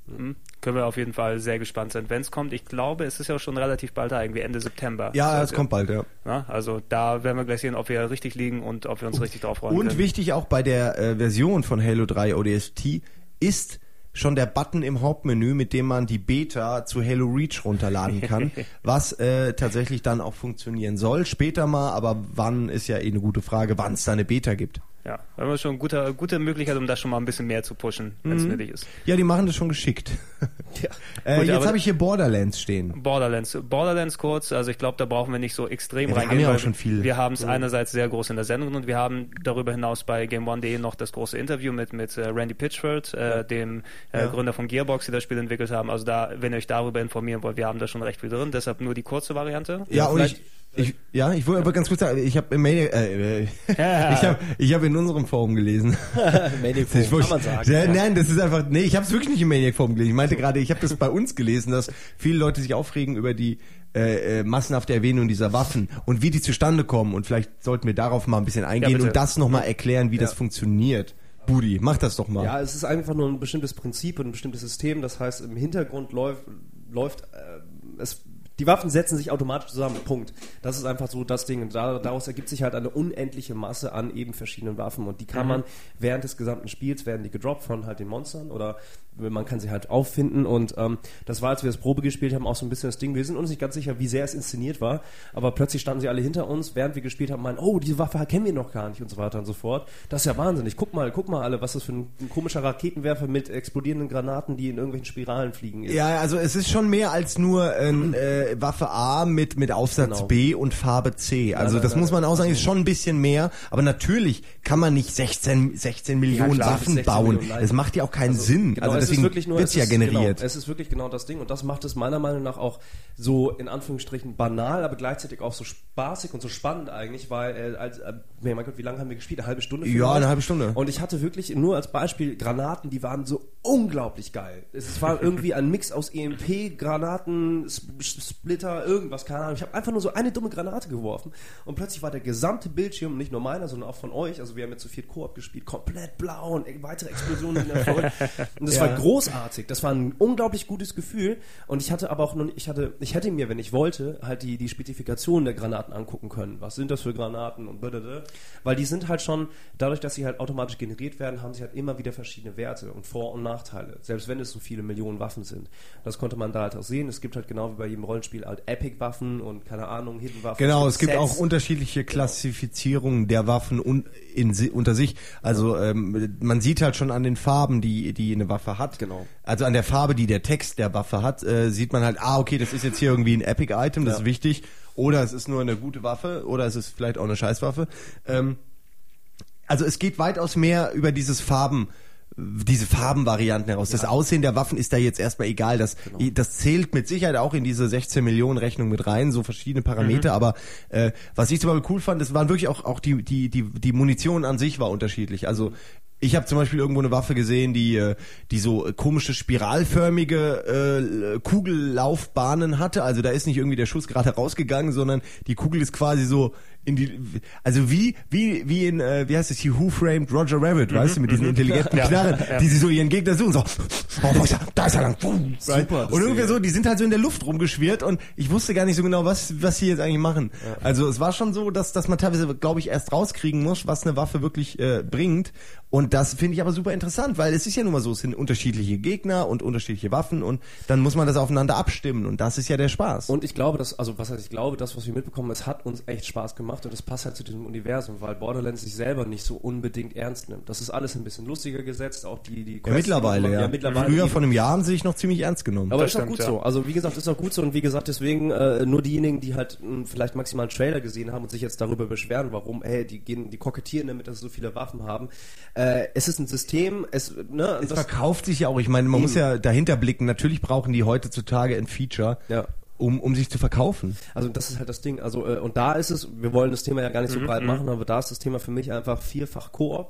S1: Mhm. Können wir auf jeden Fall sehr gespannt sein, wenn es kommt. Ich glaube, es ist ja auch schon relativ bald da, irgendwie Ende September.
S2: Ja, es kommt bald, ja.
S1: Na, also da werden wir gleich sehen, ob wir richtig liegen und ob wir uns richtig drauf freuen
S2: Und
S1: können.
S2: wichtig auch bei der äh, Version von Halo drei O D S T ist schon der Button im Hauptmenü, mit dem man die Beta zu Halo Reach runterladen kann, was äh, tatsächlich dann auch funktionieren soll. Später mal, aber wann ist ja eh eine gute Frage, wann es da eine Beta gibt.
S1: Ja, haben wir schon eine gute, gute Möglichkeit, um das schon mal ein bisschen mehr zu pushen, wenn es
S2: Mhm.
S1: nötig ist.
S2: Ja, die machen das schon geschickt.
S3: Ja.
S2: Äh,
S1: Gut,
S2: jetzt
S1: aber-
S2: habe ich hier Borderlands stehen.
S1: Borderlands. Borderlands kurz, also ich glaube, da brauchen wir nicht so extrem
S2: Ja, wir
S1: reingehen.
S2: haben ja auch
S1: weil
S2: schon viel.
S1: Wir haben es einerseits sehr groß in der Sendung und wir haben darüber hinaus bei Game One punkt de noch das große Interview mit, mit äh, Randy Pitchford, äh, dem äh,
S2: Ja.
S1: Gründer von Gearbox, die das Spiel entwickelt haben. Also da, wenn ihr euch darüber informieren wollt, wir haben da schon recht viel drin, deshalb nur die kurze Variante.
S2: Ja, und
S3: vielleicht-
S2: ich, ich, ja, ich wollte aber ganz kurz sagen, ich habe im Mail, äh, äh,
S1: Ja.
S2: ich habe ich hab in unserem Forum gelesen.
S3: Maniac
S2: Ich
S3: Forum,
S2: wollte-
S3: kann man sagen.
S2: Ja, nein, das ist einfach, nee, ich habe es wirklich nicht im Maniac Forum gelesen. Ich meinte gerade, ich habe das bei uns gelesen, dass viele Leute sich aufregen über die äh, äh, massenhafte Erwähnung dieser Waffen und wie die zustande kommen. Und vielleicht sollten wir darauf mal ein bisschen eingehen
S1: bitte.
S2: und das nochmal erklären, wie
S3: Ja.
S2: das funktioniert. Budi, mach das doch mal.
S3: Ja, es ist einfach nur ein bestimmtes Prinzip und ein bestimmtes System. Das heißt, im Hintergrund läuft, läuft äh, es, die Waffen setzen sich automatisch zusammen. Punkt. Das ist einfach so das Ding. Und da, daraus ergibt sich halt eine unendliche Masse an eben verschiedenen Waffen. Und die kann
S1: Mhm.
S3: man während des gesamten Spiels, werden die gedroppt von halt den Monstern oder man kann sie halt auffinden. Und ähm, das war, als wir das Probe gespielt haben, auch so ein bisschen das Ding. Wir sind uns nicht ganz sicher, wie sehr es inszeniert war. Aber plötzlich standen sie alle hinter uns, während wir gespielt haben, meinen, oh, diese Waffe kennen wir noch gar nicht und so weiter und so fort. Das ist ja wahnsinnig. Guck mal, guck mal alle, was das für ein, ein komischer Raketenwerfer mit explodierenden Granaten, die in irgendwelchen Spiralen fliegen ist.
S2: Ja, also es ist schon mehr als nur ein, äh, Waffe A mit, mit Aufsatz
S3: Genau.
S2: B und Farbe C. Also
S3: nein,
S2: das
S3: nein,
S2: muss man auch sagen,
S3: also-
S2: ist schon ein bisschen mehr. Aber natürlich kann man nicht sechzehn, sechzehn Millionen
S3: klar,
S2: Waffen
S3: sechzehn
S2: bauen.
S3: Millionen, nein.
S2: Das macht ja auch keinen
S3: Also,
S2: Sinn.
S3: Genau,
S2: Also
S3: es ist
S2: deswegen
S3: wirklich nur,
S2: wird's
S3: es
S2: ja
S3: ist,
S2: generiert.
S3: Genau, es ist wirklich genau das Ding und das macht es meiner Meinung nach auch so in Anführungsstrichen banal, aber gleichzeitig auch so spaßig und so spannend eigentlich, weil äh, als, äh, mein Gott, wie lange haben wir gespielt? Eine halbe Stunde?
S2: Ja,
S3: vielleicht?
S2: eine halbe Stunde.
S3: Und ich hatte wirklich nur als Beispiel Granaten, die waren so unglaublich geil. Es war irgendwie ein Mix aus E M P, Granaten, Sp- Splitter, irgendwas, keine Ahnung. Ich habe einfach nur so eine dumme Granate geworfen und plötzlich war der gesamte Bildschirm, nicht nur meiner, sondern auch von euch, also wir haben jetzt zu viert Koop gespielt, komplett blau und weitere Explosionen in der Folge. Und das
S2: Ja.
S3: war großartig. Das war ein unglaublich gutes Gefühl und ich hatte aber auch noch nicht, ich hatte, ich hätte mir, wenn ich wollte, halt die, die Spezifikationen der Granaten angucken können. Was sind das für Granaten und blablabla. Weil die sind halt schon, dadurch, dass sie halt automatisch generiert werden, haben sie halt immer wieder verschiedene Werte und Vor- und Nachteile. Selbst wenn es so viele Millionen Waffen sind. Das konnte man da halt auch sehen. Es gibt halt genau wie bei jedem Rollenspiel halt Epic-Waffen und keine Ahnung, Hidden-Waffen.
S2: Genau, es gibt
S3: Sets.
S2: auch unterschiedliche Klassifizierungen der Waffen un, in, si- unter sich. Also ähm, man sieht halt schon an den Farben, die die eine Waffe hat.
S3: Genau.
S2: Also an der Farbe, die der Text der Waffe hat, äh, sieht man halt, ah, okay, das ist jetzt hier irgendwie ein Epic-Item, das
S3: Ja.
S2: ist wichtig. Oder es ist nur eine gute Waffe, oder es ist vielleicht auch eine Scheißwaffe. Ähm, also es geht weitaus mehr über dieses Farben, diese Farbenvarianten heraus. Das Aussehen der Waffen ist da jetzt erstmal egal. Das, das zählt mit Sicherheit auch in diese sechzehn Millionen Rechnung mit rein, so verschiedene Parameter. Aber äh, was ich zum Beispiel cool fand, das waren wirklich auch, auch die, die, die, die Munition an sich war unterschiedlich. Also ich habe zum Beispiel irgendwo eine Waffe gesehen, die, äh, die so komische spiralförmige äh, Kugellaufbahnen hatte. Also da ist nicht irgendwie der Schuss gerade rausgegangen, sondern die Kugel ist quasi so in die, also wie wie wie in äh, wie heißt es hier, Who Framed Roger Rabbit,
S1: Mhm,
S2: weißt du, mit diesen intelligenten
S1: Ja,
S2: Knarren,
S1: ja.
S2: die sie so ihren Gegner suchen, so, oh, wo ist er? Da ist er lang, Boom,
S3: Super,
S2: right?
S3: das
S2: Und irgendwie
S3: Ding.
S2: so, die sind halt so in der Luft rumgeschwirrt und ich wusste gar nicht so genau, was was sie jetzt eigentlich machen. Also es war schon so, dass dass man teilweise, glaube ich, erst rauskriegen muss, was eine Waffe wirklich äh, bringt. Und das finde ich aber super interessant, weil es ist ja nun mal so, es sind unterschiedliche Gegner und unterschiedliche Waffen und dann muss man das aufeinander abstimmen und das ist ja der Spaß.
S3: Und ich glaube, dass, also was heißt, ich glaube, das, was wir mitbekommen, es hat uns echt Spaß gemacht und es passt halt zu diesem Universum, weil Borderlands sich selber nicht so unbedingt ernst nimmt. Das ist alles ein bisschen lustiger gesetzt, auch die, die
S2: Ja,
S3: Quests,
S2: mittlerweile,
S3: die man-
S2: ja.
S3: mittlerweile
S2: Früher
S3: die-
S2: vor einem Jahr haben sie sich noch ziemlich ernst genommen.
S3: Aber
S1: Das
S3: ist auch
S1: stimmt,
S3: gut
S1: ja.
S3: so. Also wie gesagt, ist auch gut so und wie gesagt, deswegen äh, nur diejenigen, die halt mh, vielleicht maximal einen Trailer gesehen haben und sich jetzt darüber beschweren, warum, hey, die gehen, die kokettieren damit, dass sie so viele Waffen haben. Äh, es ist ein System, es, ne,
S2: Es
S3: das,
S2: verkauft sich ja auch, ich meine, man
S3: Eben.
S2: muss ja dahinter blicken, natürlich brauchen die heutzutage ein Feature,
S3: ja.
S2: um, um sich zu verkaufen.
S3: Also das ist halt das Ding. Also äh, und da ist es, wir wollen das Thema ja gar nicht so breit machen, aber da ist das Thema für mich einfach vierfach Koop.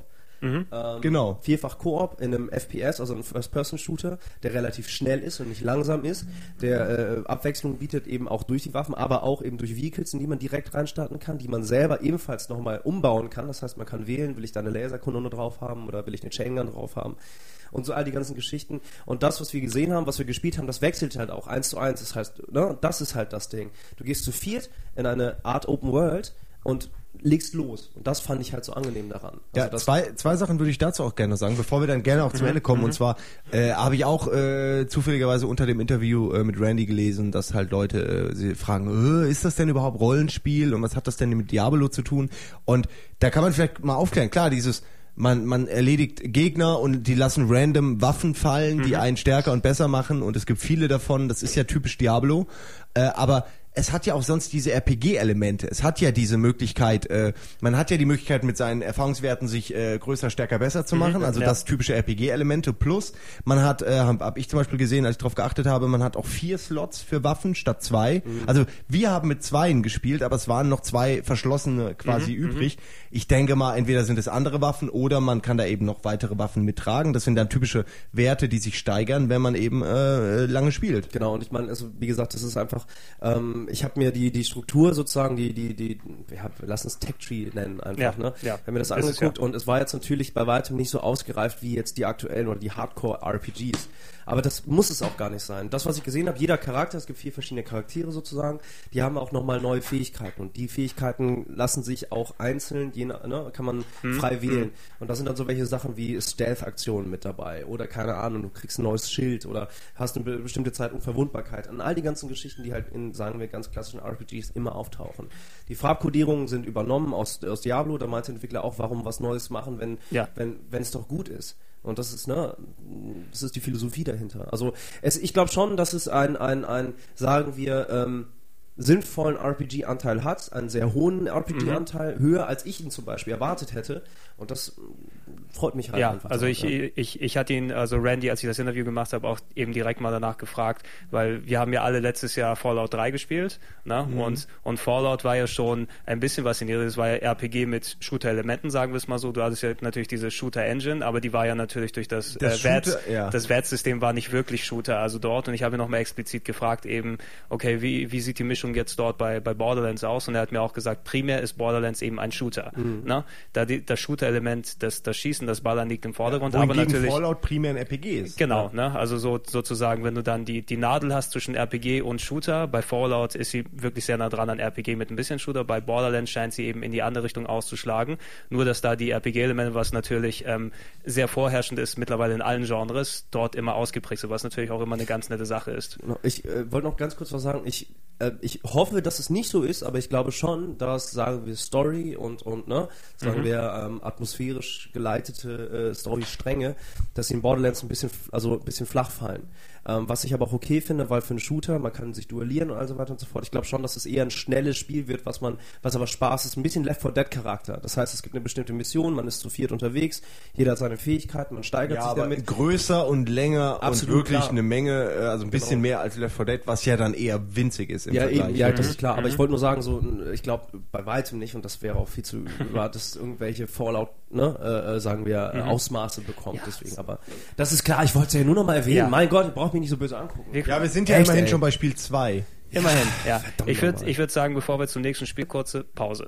S2: Mhm.
S3: Ähm,
S2: genau.
S3: Vierfach Koop in einem F P S, also einem First-Person-Shooter, der relativ schnell ist und nicht langsam ist, der äh, Abwechslung bietet eben auch durch die Waffen, aber auch eben durch Vehicles, in die man direkt reinstarten kann, die man selber ebenfalls nochmal umbauen kann. Das heißt, man kann wählen, will ich da eine Laserkanone drauf haben oder will ich eine Chaingun drauf haben. Und so all die ganzen Geschichten. Und das, was wir gesehen haben, was wir gespielt haben, das wechselt halt auch eins zu eins. Das heißt, ne, das ist halt das Ding. Du gehst zu viert in eine Art Open World und legst los. Und das fand ich halt so angenehm daran. Also
S2: ja, zwei, zwei Sachen würde ich dazu auch gerne sagen, bevor wir dann gerne auch zum Ende kommen. Mhm. Und zwar äh, habe ich auch äh, zufälligerweise unter dem Interview äh, mit Randy gelesen, dass halt Leute äh, sie fragen, äh, ist das denn überhaupt Rollenspiel und was hat das denn mit Diablo zu tun? Und da kann man vielleicht mal aufklären. Klar, dieses Man, man erledigt Gegner und die lassen random Waffen fallen, die mhm. einen stärker und besser machen und es gibt viele davon, das ist ja typisch Diablo, äh, aber es hat ja auch sonst diese R P G-Elemente. Es hat ja diese Möglichkeit, äh, man hat ja die Möglichkeit mit seinen Erfahrungswerten sich äh, größer, stärker, besser zu machen. Also ja. das typische R P G-Elemente. Plus, man hat, äh, habe hab ich zum Beispiel gesehen, als ich darauf geachtet habe, man hat auch vier Slots für Waffen statt zwei. Mhm. Also wir haben mit zweien gespielt, aber es waren noch zwei verschlossene quasi mhm. übrig. Ich denke mal, entweder sind es andere Waffen oder man kann da eben noch weitere Waffen mittragen. Das sind dann typische Werte, die sich steigern, wenn man eben äh, lange spielt.
S3: Genau, und ich meine, also wie gesagt, das ist einfach ähm, ich habe mir die die Struktur sozusagen, die die die wir haben, lassen es Tech Tree nennen einfach, ja, ne? Ja. Haben mir das angeguckt ist, ja. und es war jetzt natürlich bei weitem nicht so ausgereift wie jetzt die aktuellen oder die Hardcore R P Gs. Aber das muss es auch gar nicht sein. Das, was ich gesehen habe, jeder Charakter, es gibt vier verschiedene Charaktere sozusagen, die haben auch nochmal neue Fähigkeiten und die Fähigkeiten lassen sich auch einzeln, je nach, ne, kann man hm. frei wählen. Und da sind dann so welche Sachen wie Stealth-Aktionen mit dabei oder keine Ahnung, du kriegst ein neues Schild oder hast eine bestimmte Zeit Unverwundbarkeit. An all die ganzen Geschichten, die halt in, sagen wir, ganz klassischen R P Gs immer auftauchen. Die Farbkodierungen sind übernommen aus, aus Diablo, da meinte der Entwickler auch, warum was Neues machen, wenn, ja. wenn, wenn es doch gut ist. Und das ist, ne, das ist die Philosophie dahinter. Also es, ich glaube schon, dass es ein, ein, ein, sagen wir, ähm, sinnvollen R P G-Anteil hat, einen sehr hohen R P G-Anteil, mhm. höher als ich ihn zum Beispiel erwartet hätte. Und das freut mich halt
S1: ja,
S3: einfach.
S1: Also
S3: daran,
S1: ich,
S3: ja.
S1: ich, ich hatte ihn, also Randy, als ich das Interview gemacht habe, auch eben direkt mal danach gefragt, weil wir haben ja alle letztes Jahr Fallout drei gespielt, ne? Mhm. Und, und Fallout war ja schon ein bisschen was in ihr, das war ja R P G mit Shooter-Elementen, sagen wir es mal so. Du hattest ja natürlich diese Shooter-Engine, aber die war ja natürlich durch das, das äh, V A T, ja. das V A T-System war nicht wirklich Shooter, also dort. Und ich habe ihn nochmal explizit gefragt eben, okay, wie, wie sieht die Mischung jetzt dort bei, bei Borderlands aus? Und er hat mir auch gesagt, primär ist Borderlands eben ein Shooter, mhm. ne? Da die, das Shooter-Element, das, das Schießen, das Ballern liegt im Vordergrund, ja, aber natürlich
S2: Fallout primär ein R P G ist.
S1: Genau, ja. ne? Also so sozusagen, wenn du dann die die Nadel hast zwischen R P G und Shooter, bei Fallout ist sie wirklich sehr nah dran an R P G mit ein bisschen Shooter, bei Borderlands scheint sie eben in die andere Richtung auszuschlagen, nur dass da die R P G-Elemente, was natürlich ähm, sehr vorherrschend ist, mittlerweile in allen Genres, dort immer ausgeprägt sind, was natürlich auch immer eine ganz nette Sache ist.
S3: Ich äh, wollte noch ganz kurz was sagen, ich äh, ich hoffe, dass es nicht so ist, aber ich glaube schon, dass, sagen wir, Story und, und ne, sagen mhm. wir, ähm, atmosphärisch geleitete äh, Story-Stränge, dass sie in Borderlands ein bisschen, also ein bisschen flach fallen. Ähm, was ich aber auch okay finde, weil für einen Shooter, man kann sich duellieren und all so weiter und so fort. Ich glaube schon, dass es eher ein schnelles Spiel wird, was man, was aber Spaß ist, ein bisschen Left four Dead Charakter. Das heißt, es gibt eine bestimmte Mission, man ist zu viert unterwegs, jeder hat seine Fähigkeiten, man steigert
S2: ja,
S3: sich
S2: aber
S3: damit.
S2: Größer und länger Absolut, und wirklich klar. Eine Menge, also ein bisschen genau. mehr als Left four Dead, was ja dann eher winzig ist im
S3: ja,
S2: Vergleich.
S3: Eben, ja, das ist klar. Aber ich wollte nur sagen, so, ich glaube bei weitem nicht, und das wäre auch viel zu überhart, dass irgendwelche Fallout, ne, äh, sagen wir, mhm. Ausmaße bekommt. Ja. Deswegen, aber das ist klar. Ich wollte es ja nur noch mal erwähnen. Ja. Mein Gott, ihr braucht mich nicht so böse angucken.
S2: Ja, wir sind ja Echt, immerhin ey. schon bei Spiel zwei.
S1: Immerhin, ja. Verdammt ich würde ich würd sagen, bevor wir zum nächsten Spiel, kurze Pause.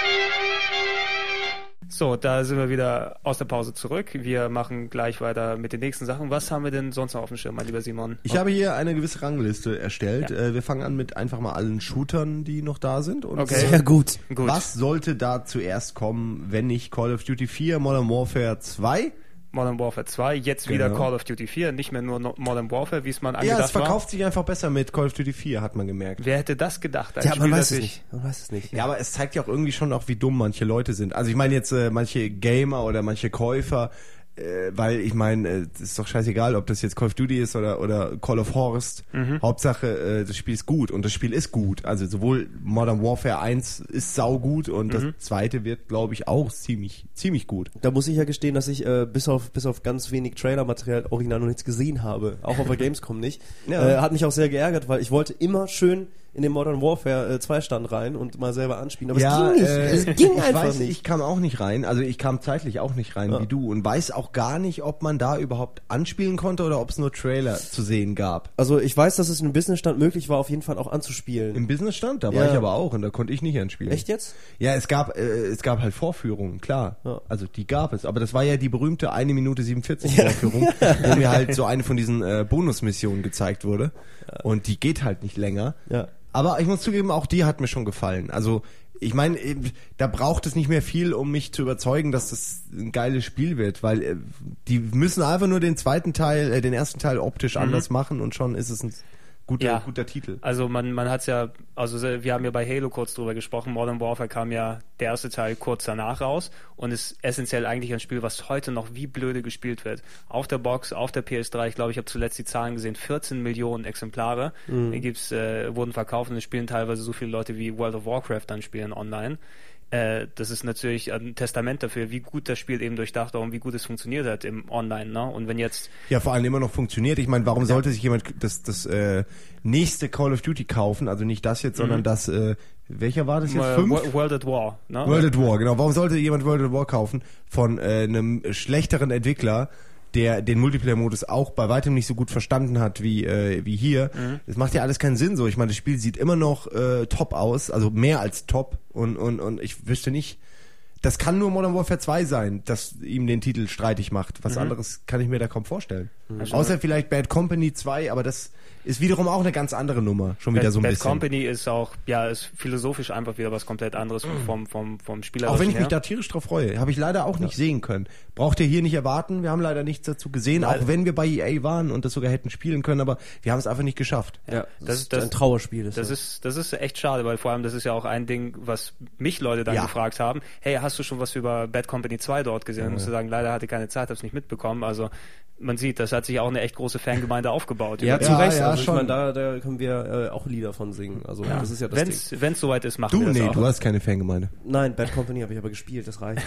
S1: So, da sind wir wieder aus der Pause zurück. Wir machen gleich weiter mit den nächsten Sachen. Was haben wir denn sonst noch auf dem Schirm, mein lieber Simon?
S2: Ich oh. habe hier eine gewisse Rangliste erstellt. Ja. Wir fangen an mit einfach mal allen Shootern, die noch da sind. Und
S3: okay. Sehr gut.
S2: gut. Was sollte da zuerst kommen, wenn nicht Call of Duty vier, Modern Warfare zwei?
S1: Modern Warfare zwei, jetzt wieder genau. Call of Duty vier, nicht mehr nur Modern Warfare, wie es man angedacht war.
S2: Ja, es verkauft war. sich einfach besser mit Call of Duty vier, hat man gemerkt.
S1: Wer hätte das gedacht?
S3: Ein ja, Spiel, man weiß es nicht. Man weiß es nicht.
S2: Ja, aber es zeigt ja auch irgendwie schon auch, wie dumm manche Leute sind. Also ich meine jetzt äh, manche Gamer oder manche Käufer, äh, weil ich meine, es äh, ist doch scheißegal, ob das jetzt Call of Duty ist oder oder Call of Horst. Mhm. Hauptsache, äh, das Spiel ist gut und das Spiel ist gut. Also sowohl Modern Warfare eins ist saugut und mhm. das zweite wird, glaube ich, auch ziemlich ziemlich gut.
S3: Da muss ich ja gestehen, dass ich äh, bis auf bis auf ganz wenig Trailermaterial original noch nichts gesehen habe, auch auf der Gamescom nicht. Ja. Äh, hat mich auch sehr geärgert, weil ich wollte immer schön in den Modern Warfare zwei Stand rein und mal selber anspielen. Aber
S2: ja,
S3: es ging nicht.
S2: Äh,
S3: es ging
S2: ich
S3: einfach
S2: weiß,
S3: nicht.
S2: Ich kam auch nicht rein. Also ich kam zeitlich auch nicht rein
S3: ja.
S2: wie du und weiß auch gar nicht, ob man da überhaupt anspielen konnte oder ob es nur Trailer zu sehen gab.
S3: Also ich weiß, dass es im Businessstand möglich war, auf jeden Fall auch anzuspielen.
S2: Im Businessstand? Da
S3: Ja.
S2: war ich aber auch und da konnte ich nicht anspielen.
S3: Echt jetzt?
S2: Ja, es gab äh, es gab halt Vorführungen, klar.
S3: Ja.
S2: Also die gab es. Aber das war ja die berühmte eine Minute siebenundvierzig Vorführung, wo mir halt so eine von diesen äh, Bonusmissionen gezeigt wurde. Ja. Und die geht halt nicht länger.
S3: Ja.
S2: Aber ich muss zugeben, auch die hat mir schon gefallen. Also ich meine, da braucht es nicht mehr viel, um mich zu überzeugen, dass das ein geiles Spiel wird, weil äh, die müssen einfach nur den zweiten Teil, äh, den ersten Teil optisch mhm. anders machen und schon ist es ein guter,
S1: ja.
S2: guter Titel.
S1: Also man man hat's ja, also wir haben ja bei Halo kurz drüber gesprochen, Modern Warfare kam ja der erste Teil kurz danach raus und ist essentiell eigentlich ein Spiel, was heute noch wie blöde gespielt wird. Auf der Box, auf der P S drei, ich glaube, ich habe zuletzt die Zahlen gesehen, vierzehn Millionen Exemplare mhm. die gibt's, äh, wurden verkauft und es spielen teilweise so viele Leute wie World of Warcraft dann spielen online. Äh, das ist natürlich ein Testament dafür, wie gut das Spiel eben durchdacht war und wie gut es funktioniert hat im Online, ne? Und wenn jetzt...
S2: Ja, vor allem immer noch funktioniert. Ich meine, warum ja. sollte sich jemand das, das äh, nächste Call of Duty kaufen? Also nicht das jetzt, mhm. sondern das... Äh, welcher war das jetzt?
S1: Uh,
S2: Fünf?
S1: World at War, ne?
S2: World at War, genau. Warum sollte jemand World at War kaufen von äh, einem schlechteren Entwickler, der den Multiplayer-Modus auch bei weitem nicht so gut verstanden hat wie äh, wie hier. Mhm. Das macht ja alles keinen Sinn so. Ich meine, das Spiel sieht immer noch äh, top aus, also mehr als top und und und ich wüsste nicht, das kann nur Modern Warfare zwei sein, das ihm den Titel streitig macht. Was mhm. anderes kann ich mir da kaum vorstellen. Mhm. Außer vielleicht Bad Company zwei, aber das ist wiederum auch eine ganz andere Nummer, schon wieder
S1: Bad,
S2: so ein
S1: Bad
S2: bisschen.
S1: Bad Company ist auch, ja, ist philosophisch einfach wieder was komplett anderes vom, vom, vom Spielerischen
S2: Auch wenn ich
S1: her.
S2: mich da tierisch drauf freue, habe ich leider auch nicht ja. sehen können. Braucht ihr hier nicht erwarten, wir haben leider nichts dazu gesehen, Nein. auch wenn wir bei E A waren und das sogar hätten spielen können, aber wir haben es einfach nicht geschafft.
S3: Ja, das, das ist das, ein Trauerspiel.
S1: Das, das, ist, das ist echt schade, weil vor allem das ist ja auch ein Ding, was mich Leute dann
S2: ja.
S1: gefragt haben, hey, hast du schon was über Bad Company zwei dort gesehen? Ja. Ich musste sagen, leider hatte ich keine Zeit, habe es nicht mitbekommen, also man sieht, das hat sich auch eine echt große Fangemeinde aufgebaut.
S3: Ja, zu
S2: ja,
S3: Recht.
S2: Ja,
S3: also
S2: schon.
S3: Ich meine, da, da können wir äh, auch Lieder von singen. Also ja. das ist ja das
S1: wenn's,
S3: Ding.
S1: Wenn es soweit ist, machen
S2: du,
S1: wir das
S2: nee,
S1: auch.
S2: Du hast keine Fangemeinde.
S3: Nein, Bad Company habe ich aber gespielt, das reicht.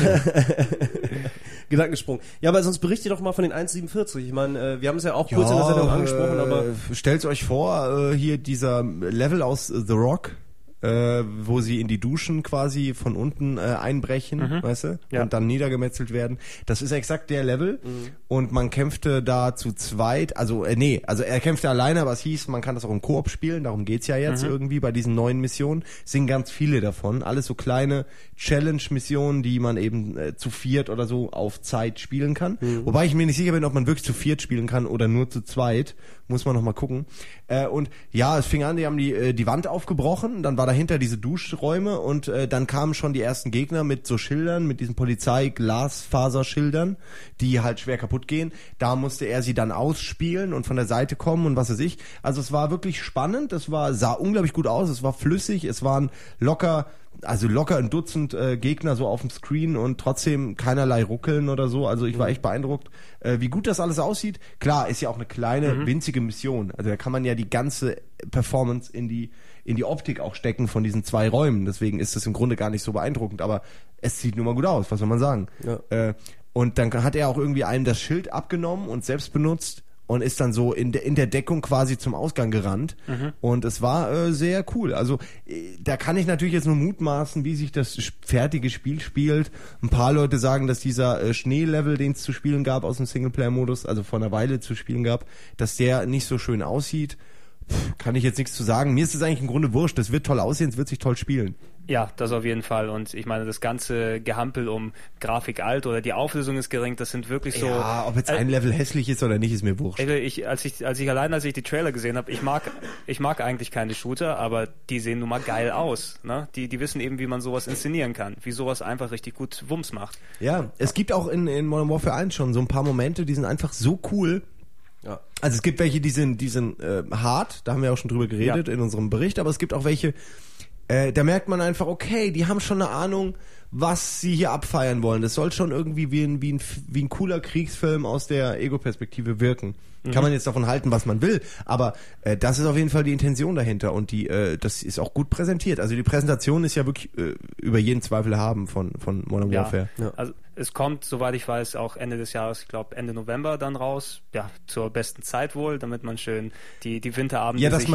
S3: Gedankensprung. Ja, aber sonst berichtet doch mal von den eins siebenundvierzig. Ich meine, äh, wir haben es ja auch kurz
S2: ja,
S3: in der Sendung angesprochen,
S2: äh,
S3: aber...
S2: Stellt euch vor, äh, hier dieser Level aus The Rock, äh, wo sie in die Duschen quasi von unten äh, einbrechen, mhm. weißt du,
S1: ja.
S2: und dann niedergemetzelt werden. Das ist exakt der Level mhm. und man kämpfte da zu zweit, also äh, nee, also er kämpfte alleine, aber es hieß, man kann das auch im Koop spielen, darum geht's ja jetzt mhm. irgendwie bei diesen neuen Missionen. Es sind ganz viele davon, alles so kleine Challenge-Missionen, die man eben äh, zu viert oder so auf Zeit spielen kann. Mhm. Wobei ich mir nicht sicher bin, ob man wirklich zu viert spielen kann oder nur zu zweit. Muss man noch mal gucken. Äh, und ja, es fing an, die haben die, äh, die Wand aufgebrochen, dann war dahinter diese Duschräume und äh, dann kamen schon die ersten Gegner mit so Schildern, mit diesen Polizei-Glasfaserschildern, die halt schwer kaputt gehen. Da musste er sie dann ausspielen und von der Seite kommen und was weiß ich. Also es war wirklich spannend, es war, sah unglaublich gut aus, es war flüssig, es waren locker also locker ein Dutzend äh, Gegner so auf dem Screen und trotzdem keinerlei Ruckeln oder so. Also ich war echt beeindruckt, äh, wie gut das alles aussieht. Klar, ist ja auch eine kleine, mhm. winzige Mission. Also da kann man ja die ganze Performance in die in die Optik auch stecken von diesen zwei Räumen. Deswegen ist das im Grunde gar nicht so beeindruckend. Aber es sieht nun mal gut aus, was soll man sagen. Ja. Äh, und dann hat er auch irgendwie einem das Schild abgenommen und selbst benutzt. Und ist dann so in der, in der Deckung quasi zum Ausgang gerannt. Mhm. Und es war äh, sehr cool. Also äh, da kann ich natürlich jetzt nur mutmaßen, wie sich das fertige Spiel spielt. Ein paar Leute sagen, dass dieser äh, Schneelevel, den es zu spielen gab aus dem Singleplayer-Modus, also vor einer Weile zu spielen gab, dass der nicht so schön aussieht. Pff, kann ich jetzt nichts zu sagen. Mir ist es eigentlich im Grunde wurscht. Das wird toll aussehen, es wird sich toll spielen.
S1: Ja, das auf jeden Fall. Und ich meine, das ganze Gehampel um Grafik alt oder die Auflösung ist gering, das sind wirklich so...
S2: Ja, ob jetzt ein äh, Level hässlich ist oder nicht, ist mir wurscht.
S1: Ich, als ich, als ich allein, als ich die Trailer gesehen habe, ich mag, ich mag eigentlich keine Shooter, aber die sehen nun mal geil aus. Ne? Die, die wissen eben, wie man sowas inszenieren kann, wie sowas einfach richtig gut Wumms macht.
S2: Ja, es gibt auch in, in Modern Warfare eins schon so ein paar Momente, die sind einfach so cool. Ja. Also es gibt welche, die sind, die sind äh, hart, da haben wir auch schon drüber geredet ja. in unserem Bericht, aber es gibt auch welche, äh, da merkt man einfach, okay, die haben schon eine Ahnung, was sie hier abfeiern wollen. Das soll schon irgendwie wie ein, wie ein, wie ein cooler Kriegsfilm aus der Ego-Perspektive wirken. Mhm. Kann man jetzt davon halten, was man will, aber äh, das ist auf jeden Fall die Intention dahinter und die, äh, das ist auch gut präsentiert. Also die Präsentation ist ja wirklich äh, über jeden Zweifel haben von, von Modern
S1: ja.
S2: Warfare.
S1: Ja. Also es kommt, soweit ich weiß, auch Ende des Jahres, ich glaube Ende November dann raus, ja, zur besten Zeit wohl, damit man schön die, die Winterabende
S2: ja, dass
S1: sich
S2: man
S1: hier...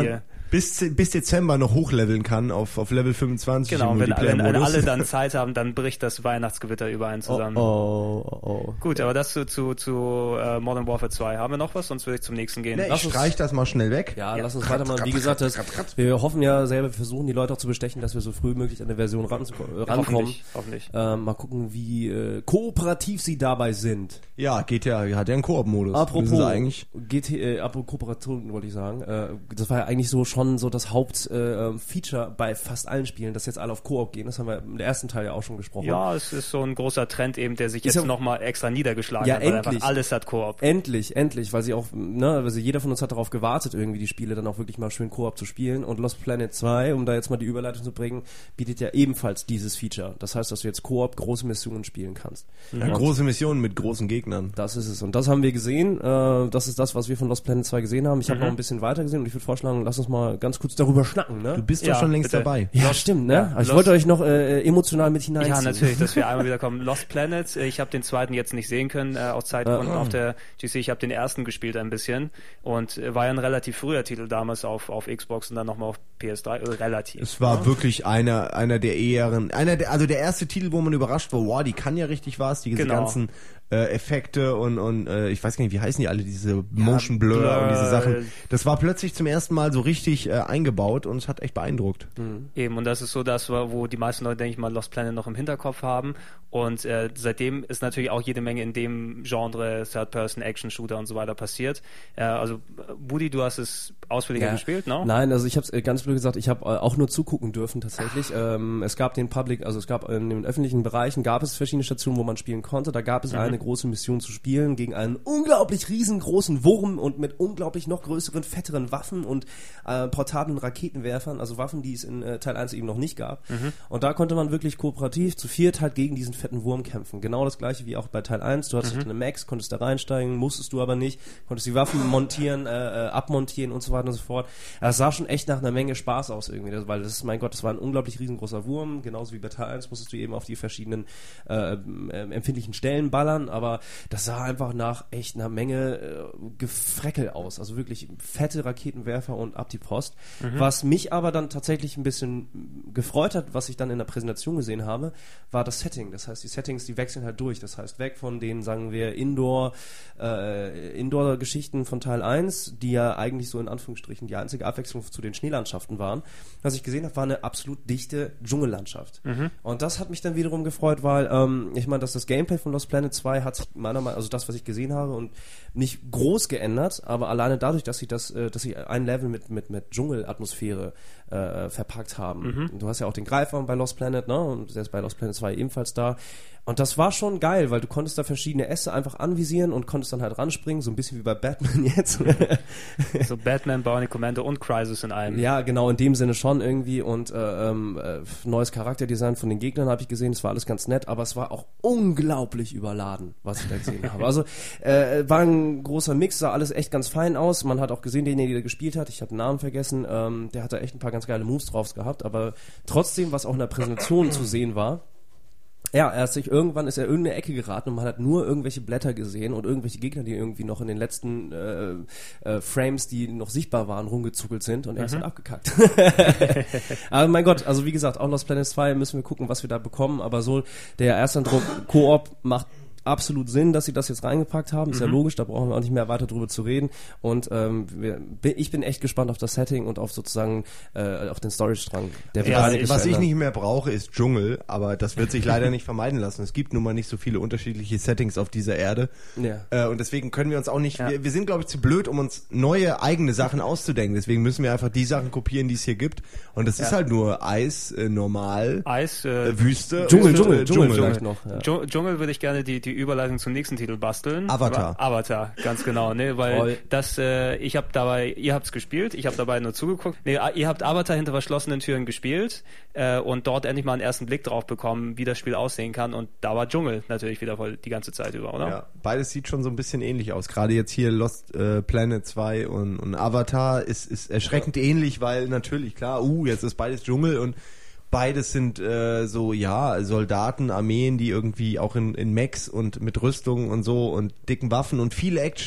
S2: bis, bis Dezember noch hochleveln kann auf, auf Level fünfundzwanzig.
S1: Genau,
S2: im
S1: wenn, wenn, wenn
S2: Multiplayer-Modus.
S1: alle dann Zeit haben, dann bricht das Weihnachtsgewitter über einen zusammen.
S3: Oh, oh, oh.
S1: Gut, aber das zu, zu, zu uh, Modern Warfare zwei. Haben wir noch was? Sonst würde ich zum nächsten gehen.
S2: Nee, ich
S3: Lass uns-
S2: streich das mal schnell weg.
S3: Ja,
S1: Ja.
S3: lass uns weitermachen. Wie gesagt, das, wir hoffen ja selber, wir versuchen die Leute auch zu bestechen, dass wir so früh wie möglich an der Version ran, äh, rankommen.
S1: Hoffentlich, hoffentlich.
S3: Ähm, mal gucken, wie äh, kooperativ sie dabei sind.
S2: Ja, geht ja, hat ja einen Koop-Modus.
S3: Apropos,
S2: Wissen Sie eigentlich?
S3: G T, äh, apropos Kooperation wollte ich sagen, äh, das war ja eigentlich so schon so das Hauptfeature äh, Feature bei fast allen Spielen, dass jetzt alle auf Koop gehen. Das haben wir im ersten Teil ja auch schon gesprochen.
S1: Ja, es ist so ein großer Trend eben, der sich
S3: Ist
S1: jetzt
S3: ja-
S1: nochmal extra niedergeschlagen
S3: Ja,
S1: hat, weil
S3: endlich.
S1: einfach alles hat Koop.
S3: Endlich, endlich, weil sie auch, ne, also jeder von uns hat darauf gewartet, irgendwie die Spiele dann auch wirklich mal schön Koop zu spielen. Und Lost Planet zwei, um da jetzt mal die Überleitung zu bringen, bietet ja ebenfalls dieses Feature. Das heißt, dass du jetzt Koop große Missionen spielen kannst.
S2: Ja, große Missionen mit großen Gegnern.
S3: Das ist es. Und das haben wir gesehen. Äh, das ist das, was wir von Lost Planet zwei gesehen haben. Ich habe noch ein bisschen weiter gesehen und ich würde vorschlagen, lass uns mal ganz kurz darüber schnacken, ne?
S2: Du bist
S1: Ja,
S2: doch schon längst
S1: bitte.
S2: dabei.
S3: Ja, stimmt, ne?
S1: Ja,
S3: Aber ich
S1: Lost-
S3: wollte euch noch äh, emotional mit hineinziehen.
S1: Ja, natürlich, dass wir einmal wieder kommen. Lost Planet, äh, ich habe den zweiten jetzt nicht sehen können, äh, aus Zeitgründen auf der G C. Ich habe den ersten gespielt ein bisschen und äh, war ja ein relativ früher Titel damals auf, auf Xbox und dann nochmal auf P S drei. Äh, relativ.
S2: Es war wirklich einer, einer der eheren, einer der, also der erste Titel, wo man überrascht war, wow, die kann ja richtig was, diese
S1: Genau.
S2: ganzen äh, Effekte und, und äh, ich weiß gar nicht, wie heißen die alle, diese Motion Blur,
S1: Blur.
S2: und diese Sachen. Das war plötzlich zum ersten Mal so richtig äh, eingebaut und es hat echt beeindruckt.
S1: Eben, und das ist so das, wo die meisten Leute, denke ich mal, Lost Planet noch im Hinterkopf haben. Und äh, seitdem ist natürlich auch jede Menge in dem Genre Third-Person-Action-Shooter und so weiter passiert. Äh, also, Budi, du hast es ausführlicher
S3: Ja.
S1: gespielt, ne?
S3: Nein, also ich habe es ganz blöd gesagt, ich habe äh, auch nur zugucken dürfen tatsächlich. Ähm, es gab den Public, also es gab in den öffentlichen Bereichen gab es verschiedene Stationen, wo man spielen konnte. Da gab es
S1: Mhm.
S3: eine große Mission zu spielen gegen einen unglaublich riesengroßen Wurm und mit unglaublich noch größeren, fetteren Waffen und äh, portablen Raketenwerfern, also Waffen, die es in äh, Teil eins eben noch nicht gab.
S1: Mhm.
S3: Und da konnte man wirklich kooperativ zu viert halt gegen diesen fetten Wurm kämpfen. Genau das gleiche wie auch bei Teil eins. Du hattest
S1: Mhm.
S3: eine Max, konntest da reinsteigen, musstest du aber nicht, konntest die Waffen montieren, äh, äh, abmontieren und so weiter und so fort. Das sah schon echt nach einer Menge Spaß aus irgendwie, das, weil das ist, mein Gott, das war ein unglaublich riesengroßer Wurm, genauso wie bei Teil eins musstest du eben auf die verschiedenen äh, äh, empfindlichen Stellen ballern, aber das sah einfach nach echt einer Menge äh, Gefreckel aus, also wirklich fette Raketenwerfer und ab die Post. Was mich aber dann tatsächlich ein bisschen gefreut hat, was ich dann in der Präsentation gesehen habe, war das Setting. Das heißt, die Settings, die wechseln halt durch. Das heißt, weg von den, sagen wir, Indoor, äh, Indoor-Geschichten von Teil eins, die ja eigentlich so in Anführungsstrichen die einzige Abwechslung zu den Schneelandschaften waren. Was ich gesehen habe, war eine absolut dichte Dschungellandschaft. Und das hat mich dann wiederum gefreut, weil ähm, ich meine, dass das Gameplay von Lost Planet zwei hat sich meiner Meinung, also das, was ich gesehen habe, und nicht groß geändert, aber alleine dadurch, dass sie das, äh, dass sie ein Level mit mit mit Dschungelatmosphäre äh, verpackt haben. Du hast ja auch den Greifer bei Lost Planet, ne? Und der ist bei Lost Planet zwei ebenfalls da. Und das war schon geil, weil du konntest da verschiedene Äste einfach anvisieren und konntest dann halt ranspringen, so ein bisschen wie bei Batman jetzt.
S1: So Batman, Bionic Commando und Crysis in einem.
S3: Ja, genau, in dem Sinne schon irgendwie. Und äh, ähm, äh, neues Charakterdesign von den Gegnern habe ich gesehen, es war alles ganz nett, aber es war auch unglaublich überladen, was ich da gesehen habe. Also äh, war ein großer Mix, sah alles echt ganz fein aus. Man hat auch gesehen, derjenige, der gespielt hat, ich habe den Namen vergessen, ähm, der hat da echt ein paar ganz geile Moves drauf gehabt, aber trotzdem, was auch in der Präsentation zu sehen war, ja, er hat sich irgendwann ist er in irgendeine Ecke geraten und man hat nur irgendwelche Blätter gesehen und irgendwelche Gegner, die irgendwie noch in den letzten äh, äh, Frames, die noch sichtbar waren, rumgezuckelt sind und er ist halt abgekackt. Aber mein Gott, also wie gesagt, auch Lost Planet zwei müssen wir gucken, was wir da bekommen, aber so der Ersteindruck, Koop macht absolut Sinn, dass sie das jetzt reingepackt haben. Ist ja logisch, da brauchen wir auch nicht mehr weiter drüber zu reden. Und ähm, wir, ich bin echt gespannt auf das Setting und auf sozusagen äh, auf den Storystrang. Der wird
S1: Ja,
S3: einiges
S2: Was ich
S3: verändern.
S2: nicht mehr brauche, ist Dschungel, aber das wird sich leider nicht vermeiden lassen. Es gibt nun mal nicht so viele unterschiedliche Settings auf dieser Erde.
S3: Ja.
S2: Äh, und deswegen können wir uns auch nicht,
S1: Ja.
S2: wir, wir sind, glaube ich, zu blöd, um uns neue eigene Sachen auszudenken. Deswegen müssen wir einfach die Sachen kopieren, die es hier gibt. Und das ist halt nur Eis, äh, normal,
S1: Eis, äh,
S2: äh, Wüste.
S3: Dschungel,
S2: und,
S3: Dschungel,
S2: äh,
S3: Dschungel vielleicht noch. Ja.
S1: Dschung- Dschungel würde ich gerne die, die Überleitung zum nächsten Titel basteln.
S2: Avatar.
S1: Aber Avatar, ganz genau, ne, weil
S3: Toll.
S1: das, äh, ich habe dabei, ihr habt's gespielt, ich habe dabei nur zugeguckt. Nee, ihr habt Avatar hinter verschlossenen Türen gespielt äh, und dort endlich mal einen ersten Blick drauf bekommen, wie das Spiel aussehen kann. Und da war Dschungel natürlich wieder voll die ganze Zeit über, oder?
S2: Ja, beides sieht schon so ein bisschen ähnlich aus. Gerade jetzt hier Lost äh, Planet zwei und, und Avatar ist, ist erschreckend ähnlich, weil natürlich, klar, uh, jetzt ist beides Dschungel und beides sind äh, so, ja, Soldaten, Armeen, die irgendwie auch in, in Mechs und mit Rüstung und so und dicken Waffen und viel Action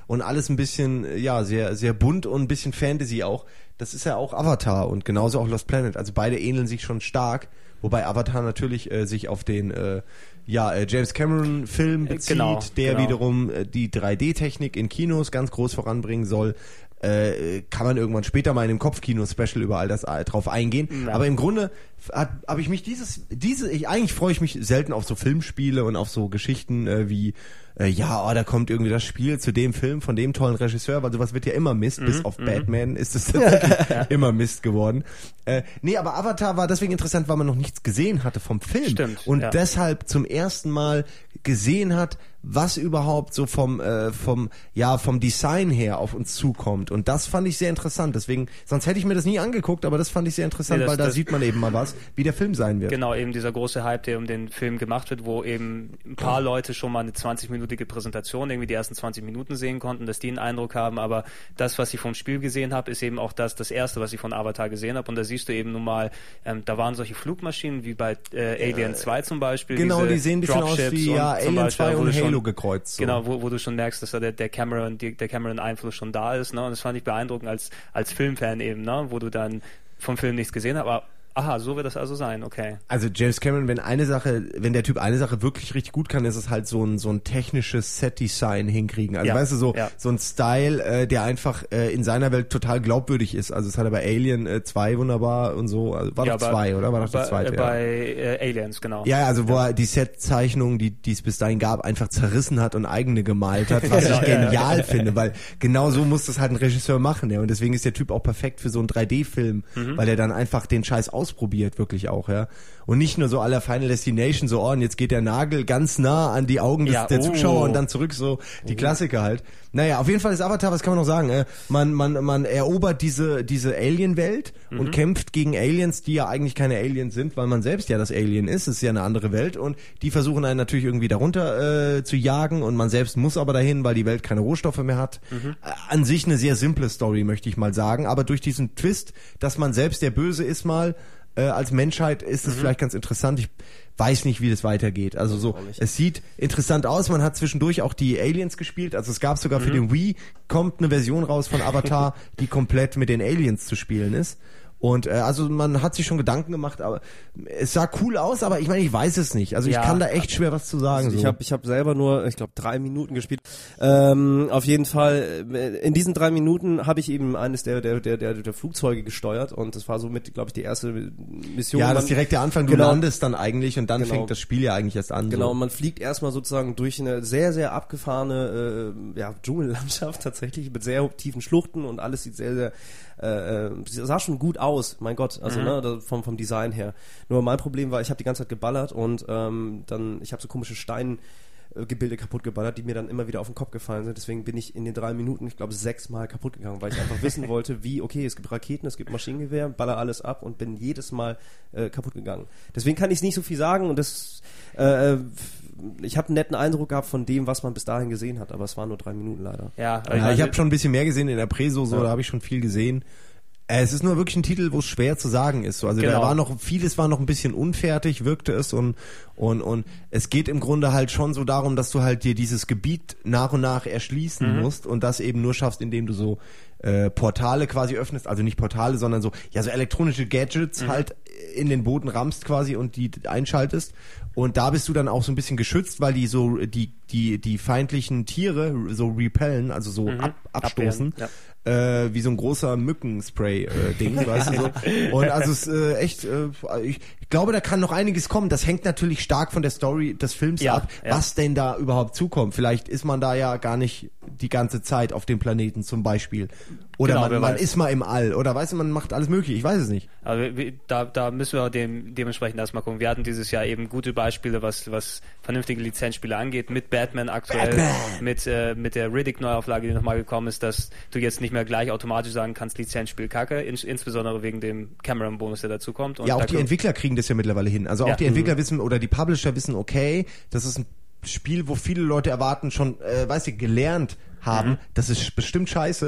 S2: und alles ein bisschen, ja, sehr, sehr bunt und ein bisschen Fantasy auch. Das ist ja auch Avatar und genauso auch Lost Planet. Also beide ähneln sich schon stark, wobei Avatar natürlich äh, sich auf den äh, ja, äh, James Cameron Film bezieht,
S1: genau,
S2: der
S1: genau.
S2: wiederum äh, die drei D-Technik in Kinos ganz groß voranbringen soll. Äh, kann man irgendwann später mal in dem Kopfkino-Special über all das äh, drauf eingehen. Ja. Aber im Grunde habe ich mich dieses, diese, ich, eigentlich freue ich mich selten auf so Filmspiele und auf so Geschichten äh, wie äh, ja, oh, da kommt irgendwie das Spiel zu dem Film von dem tollen Regisseur, weil sowas wird ja immer Mist, mhm, bis auf mhm. Batman ist es tatsächlich immer Mist geworden. Äh, nee, aber Avatar war deswegen interessant, weil man noch nichts gesehen hatte vom Film.
S1: Stimmt,
S2: und
S1: ja.
S2: deshalb zum ersten Mal gesehen hat, was überhaupt so vom äh, vom ja vom Design her auf uns zukommt, und das fand ich sehr interessant. Deswegen, sonst hätte ich mir das nie angeguckt, aber das fand ich sehr interessant, nee, das, weil da sieht man eben mal was, wie der Film sein wird.
S1: Genau, eben dieser große Hype, der um den Film gemacht wird, wo eben ein paar Leute schon mal eine zwanzigminütige Präsentation, irgendwie die ersten zwanzig Minuten sehen konnten, dass die einen Eindruck haben, aber das, was ich vom Spiel gesehen habe, ist eben auch das das erste, was ich von Avatar gesehen habe, und da siehst du eben nun mal, ähm, da waren solche Flugmaschinen wie bei äh, Alien äh, zwei zum Beispiel.
S2: Genau, die sehen ein bisschen aus wie ja, Alien zwei und Halo gekreuzt. So.
S1: Genau, wo, wo du schon merkst, dass da der, der Cameron, die, der Cameron-Einfluss schon da ist, ne? Und das fand ich beeindruckend als, als Filmfan eben, ne? Wo du dann vom Film nichts gesehen hast, aber aha, so wird das also sein, okay.
S2: Also James Cameron, wenn eine Sache, wenn der Typ eine Sache wirklich richtig gut kann, ist es halt so ein so ein technisches Set-Design hinkriegen. Also
S1: ja,
S2: weißt du, so
S1: ja.
S2: so ein Style, äh, der einfach äh, in seiner Welt total glaubwürdig ist. Also es hat er bei Alien äh, zwei wunderbar und so. Also war
S1: ja,
S2: doch zwei, oder? War doch
S1: bei,
S2: der zweite,
S1: äh,
S2: ja.
S1: Bei äh, Aliens, genau.
S2: Ja, also wo ja. er die Set-Zeichnungen, die die es bis dahin gab, einfach zerrissen hat und eigene gemalt hat, was ich genial finde, weil genau so muss das halt ein Regisseur machen, ja. Und deswegen ist der Typ auch perfekt für so einen drei D-Film, mhm. weil er dann einfach den Scheiß ausprobiert, wirklich auch, ja. Und nicht nur so aller Final Destination, so, oh, und jetzt geht der Nagel ganz nah an die Augen des,
S1: ja,
S2: der
S1: oh.
S2: Zuschauer und dann zurück, so die oh. Klassiker halt. Naja, auf jeden Fall ist Avatar, was kann man noch sagen? Äh, man, man, man erobert diese, diese Alien-Welt mhm. und kämpft gegen Aliens, die ja eigentlich keine Aliens sind, weil man selbst ja das Alien ist, es ist ja eine andere Welt, und die versuchen einen natürlich irgendwie darunter äh, zu jagen, und man selbst muss aber dahin, weil die Welt keine Rohstoffe mehr hat. Mhm. Äh, an sich eine sehr simple Story, möchte ich mal sagen, aber durch diesen Twist, dass man selbst der Böse ist mal, Äh, als Menschheit ist es mhm. vielleicht ganz interessant. Ich weiß nicht, wie das weitergeht. Also so, es sieht interessant aus. Man hat zwischendurch auch die Aliens gespielt. Also es gab sogar mhm. für den Wii, kommt eine Version raus von Avatar, die komplett mit den Aliens zu spielen ist. Und äh, also man hat sich schon Gedanken gemacht, aber es sah cool aus, aber ich meine, ich weiß es nicht. Also ich ja. kann da echt schwer was zu sagen.
S3: Also ich
S2: so.
S3: habe ich hab selber nur, ich glaube, drei Minuten gespielt. Ähm, auf jeden Fall, in diesen drei Minuten habe ich eben eines der, der, der, der, der Flugzeuge gesteuert, und das war somit, glaube ich, die erste Mission.
S2: Ja, das ist direkt der Anfang, du
S3: genau.
S2: landest dann eigentlich, und dann genau. fängt das Spiel ja eigentlich erst an.
S3: Genau,
S2: so.
S3: und man fliegt erstmal sozusagen durch eine sehr, sehr abgefahrene äh, ja, Dschungellandschaft tatsächlich, mit sehr tiefen Schluchten, und alles sieht sehr, sehr Äh, sah schon gut aus, mein Gott, also mhm. ne, vom vom Design her. Nur mein Problem war, ich habe die ganze Zeit geballert, und ähm, dann, ich habe so komische Steingebilde kaputt geballert, die mir dann immer wieder auf den Kopf gefallen sind. Deswegen bin ich in den drei Minuten, ich glaube, sechsmal kaputt gegangen, weil ich einfach wissen wollte, wie, okay, es gibt Raketen, es gibt Maschinengewehr, baller alles ab, und bin jedes Mal äh, kaputt gegangen. Deswegen kann ich nicht so viel sagen, und das äh, ich habe einen netten Eindruck gehabt von dem, was man bis dahin gesehen hat, aber es waren nur drei Minuten leider.
S1: Ja,
S2: ja ich habe schon ein bisschen mehr gesehen in der Preso, so, ja. da habe ich schon viel gesehen. Äh, es ist nur wirklich ein Titel, wo es schwer zu sagen ist. So. Also genau. da war noch, vieles war noch ein bisschen unfertig, wirkte es, und, und, und es geht im Grunde halt schon so darum, dass du halt dir dieses Gebiet nach und nach erschließen mhm. musst, und das eben nur schaffst, indem du so äh, Portale quasi öffnest, also nicht Portale, sondern so, ja, so elektronische Gadgets mhm. halt in den Boden rammst quasi und die einschaltest. Und da bist du dann auch so ein bisschen geschützt, weil die so, die, die, die feindlichen Tiere so repellen, also so mhm. ab, abstoßen. Ja. Äh, wie so ein großer Mückenspray-Ding, äh, weißt du so. Und also es ist äh, echt, äh, ich, ich glaube, da kann noch einiges kommen. Das hängt natürlich stark von der Story des Films
S1: ja,
S2: ab,
S1: ja.
S2: was denn da überhaupt zukommt. Vielleicht ist man da ja gar nicht die ganze Zeit auf dem Planeten zum Beispiel. Oder genau, man, man ist mal im All. Oder weißt du, man macht alles mögliche. Ich weiß es nicht.
S1: Also da, da müssen wir dem, dementsprechend erstmal gucken. Wir hatten dieses Jahr eben gute Beispiele, was, was vernünftige Lizenzspiele angeht. Mit Batman aktuell, Batman. mit äh, mit der Riddick-Neuauflage, die nochmal gekommen ist, dass du jetzt nicht mehr gleich automatisch sagen kannst, Lizenzspiel Kacke, in, insbesondere wegen dem Cameron-Bonus, der dazu kommt. Und
S2: ja, auch
S1: da
S2: die Entwickler kriegen das ja mittlerweile hin. Also auch ja. die Entwickler mhm. wissen, oder die Publisher wissen, okay, das ist ein Spiel, wo viele Leute erwarten, schon, äh, weißt du, gelernt haben, mhm. das ist bestimmt scheiße.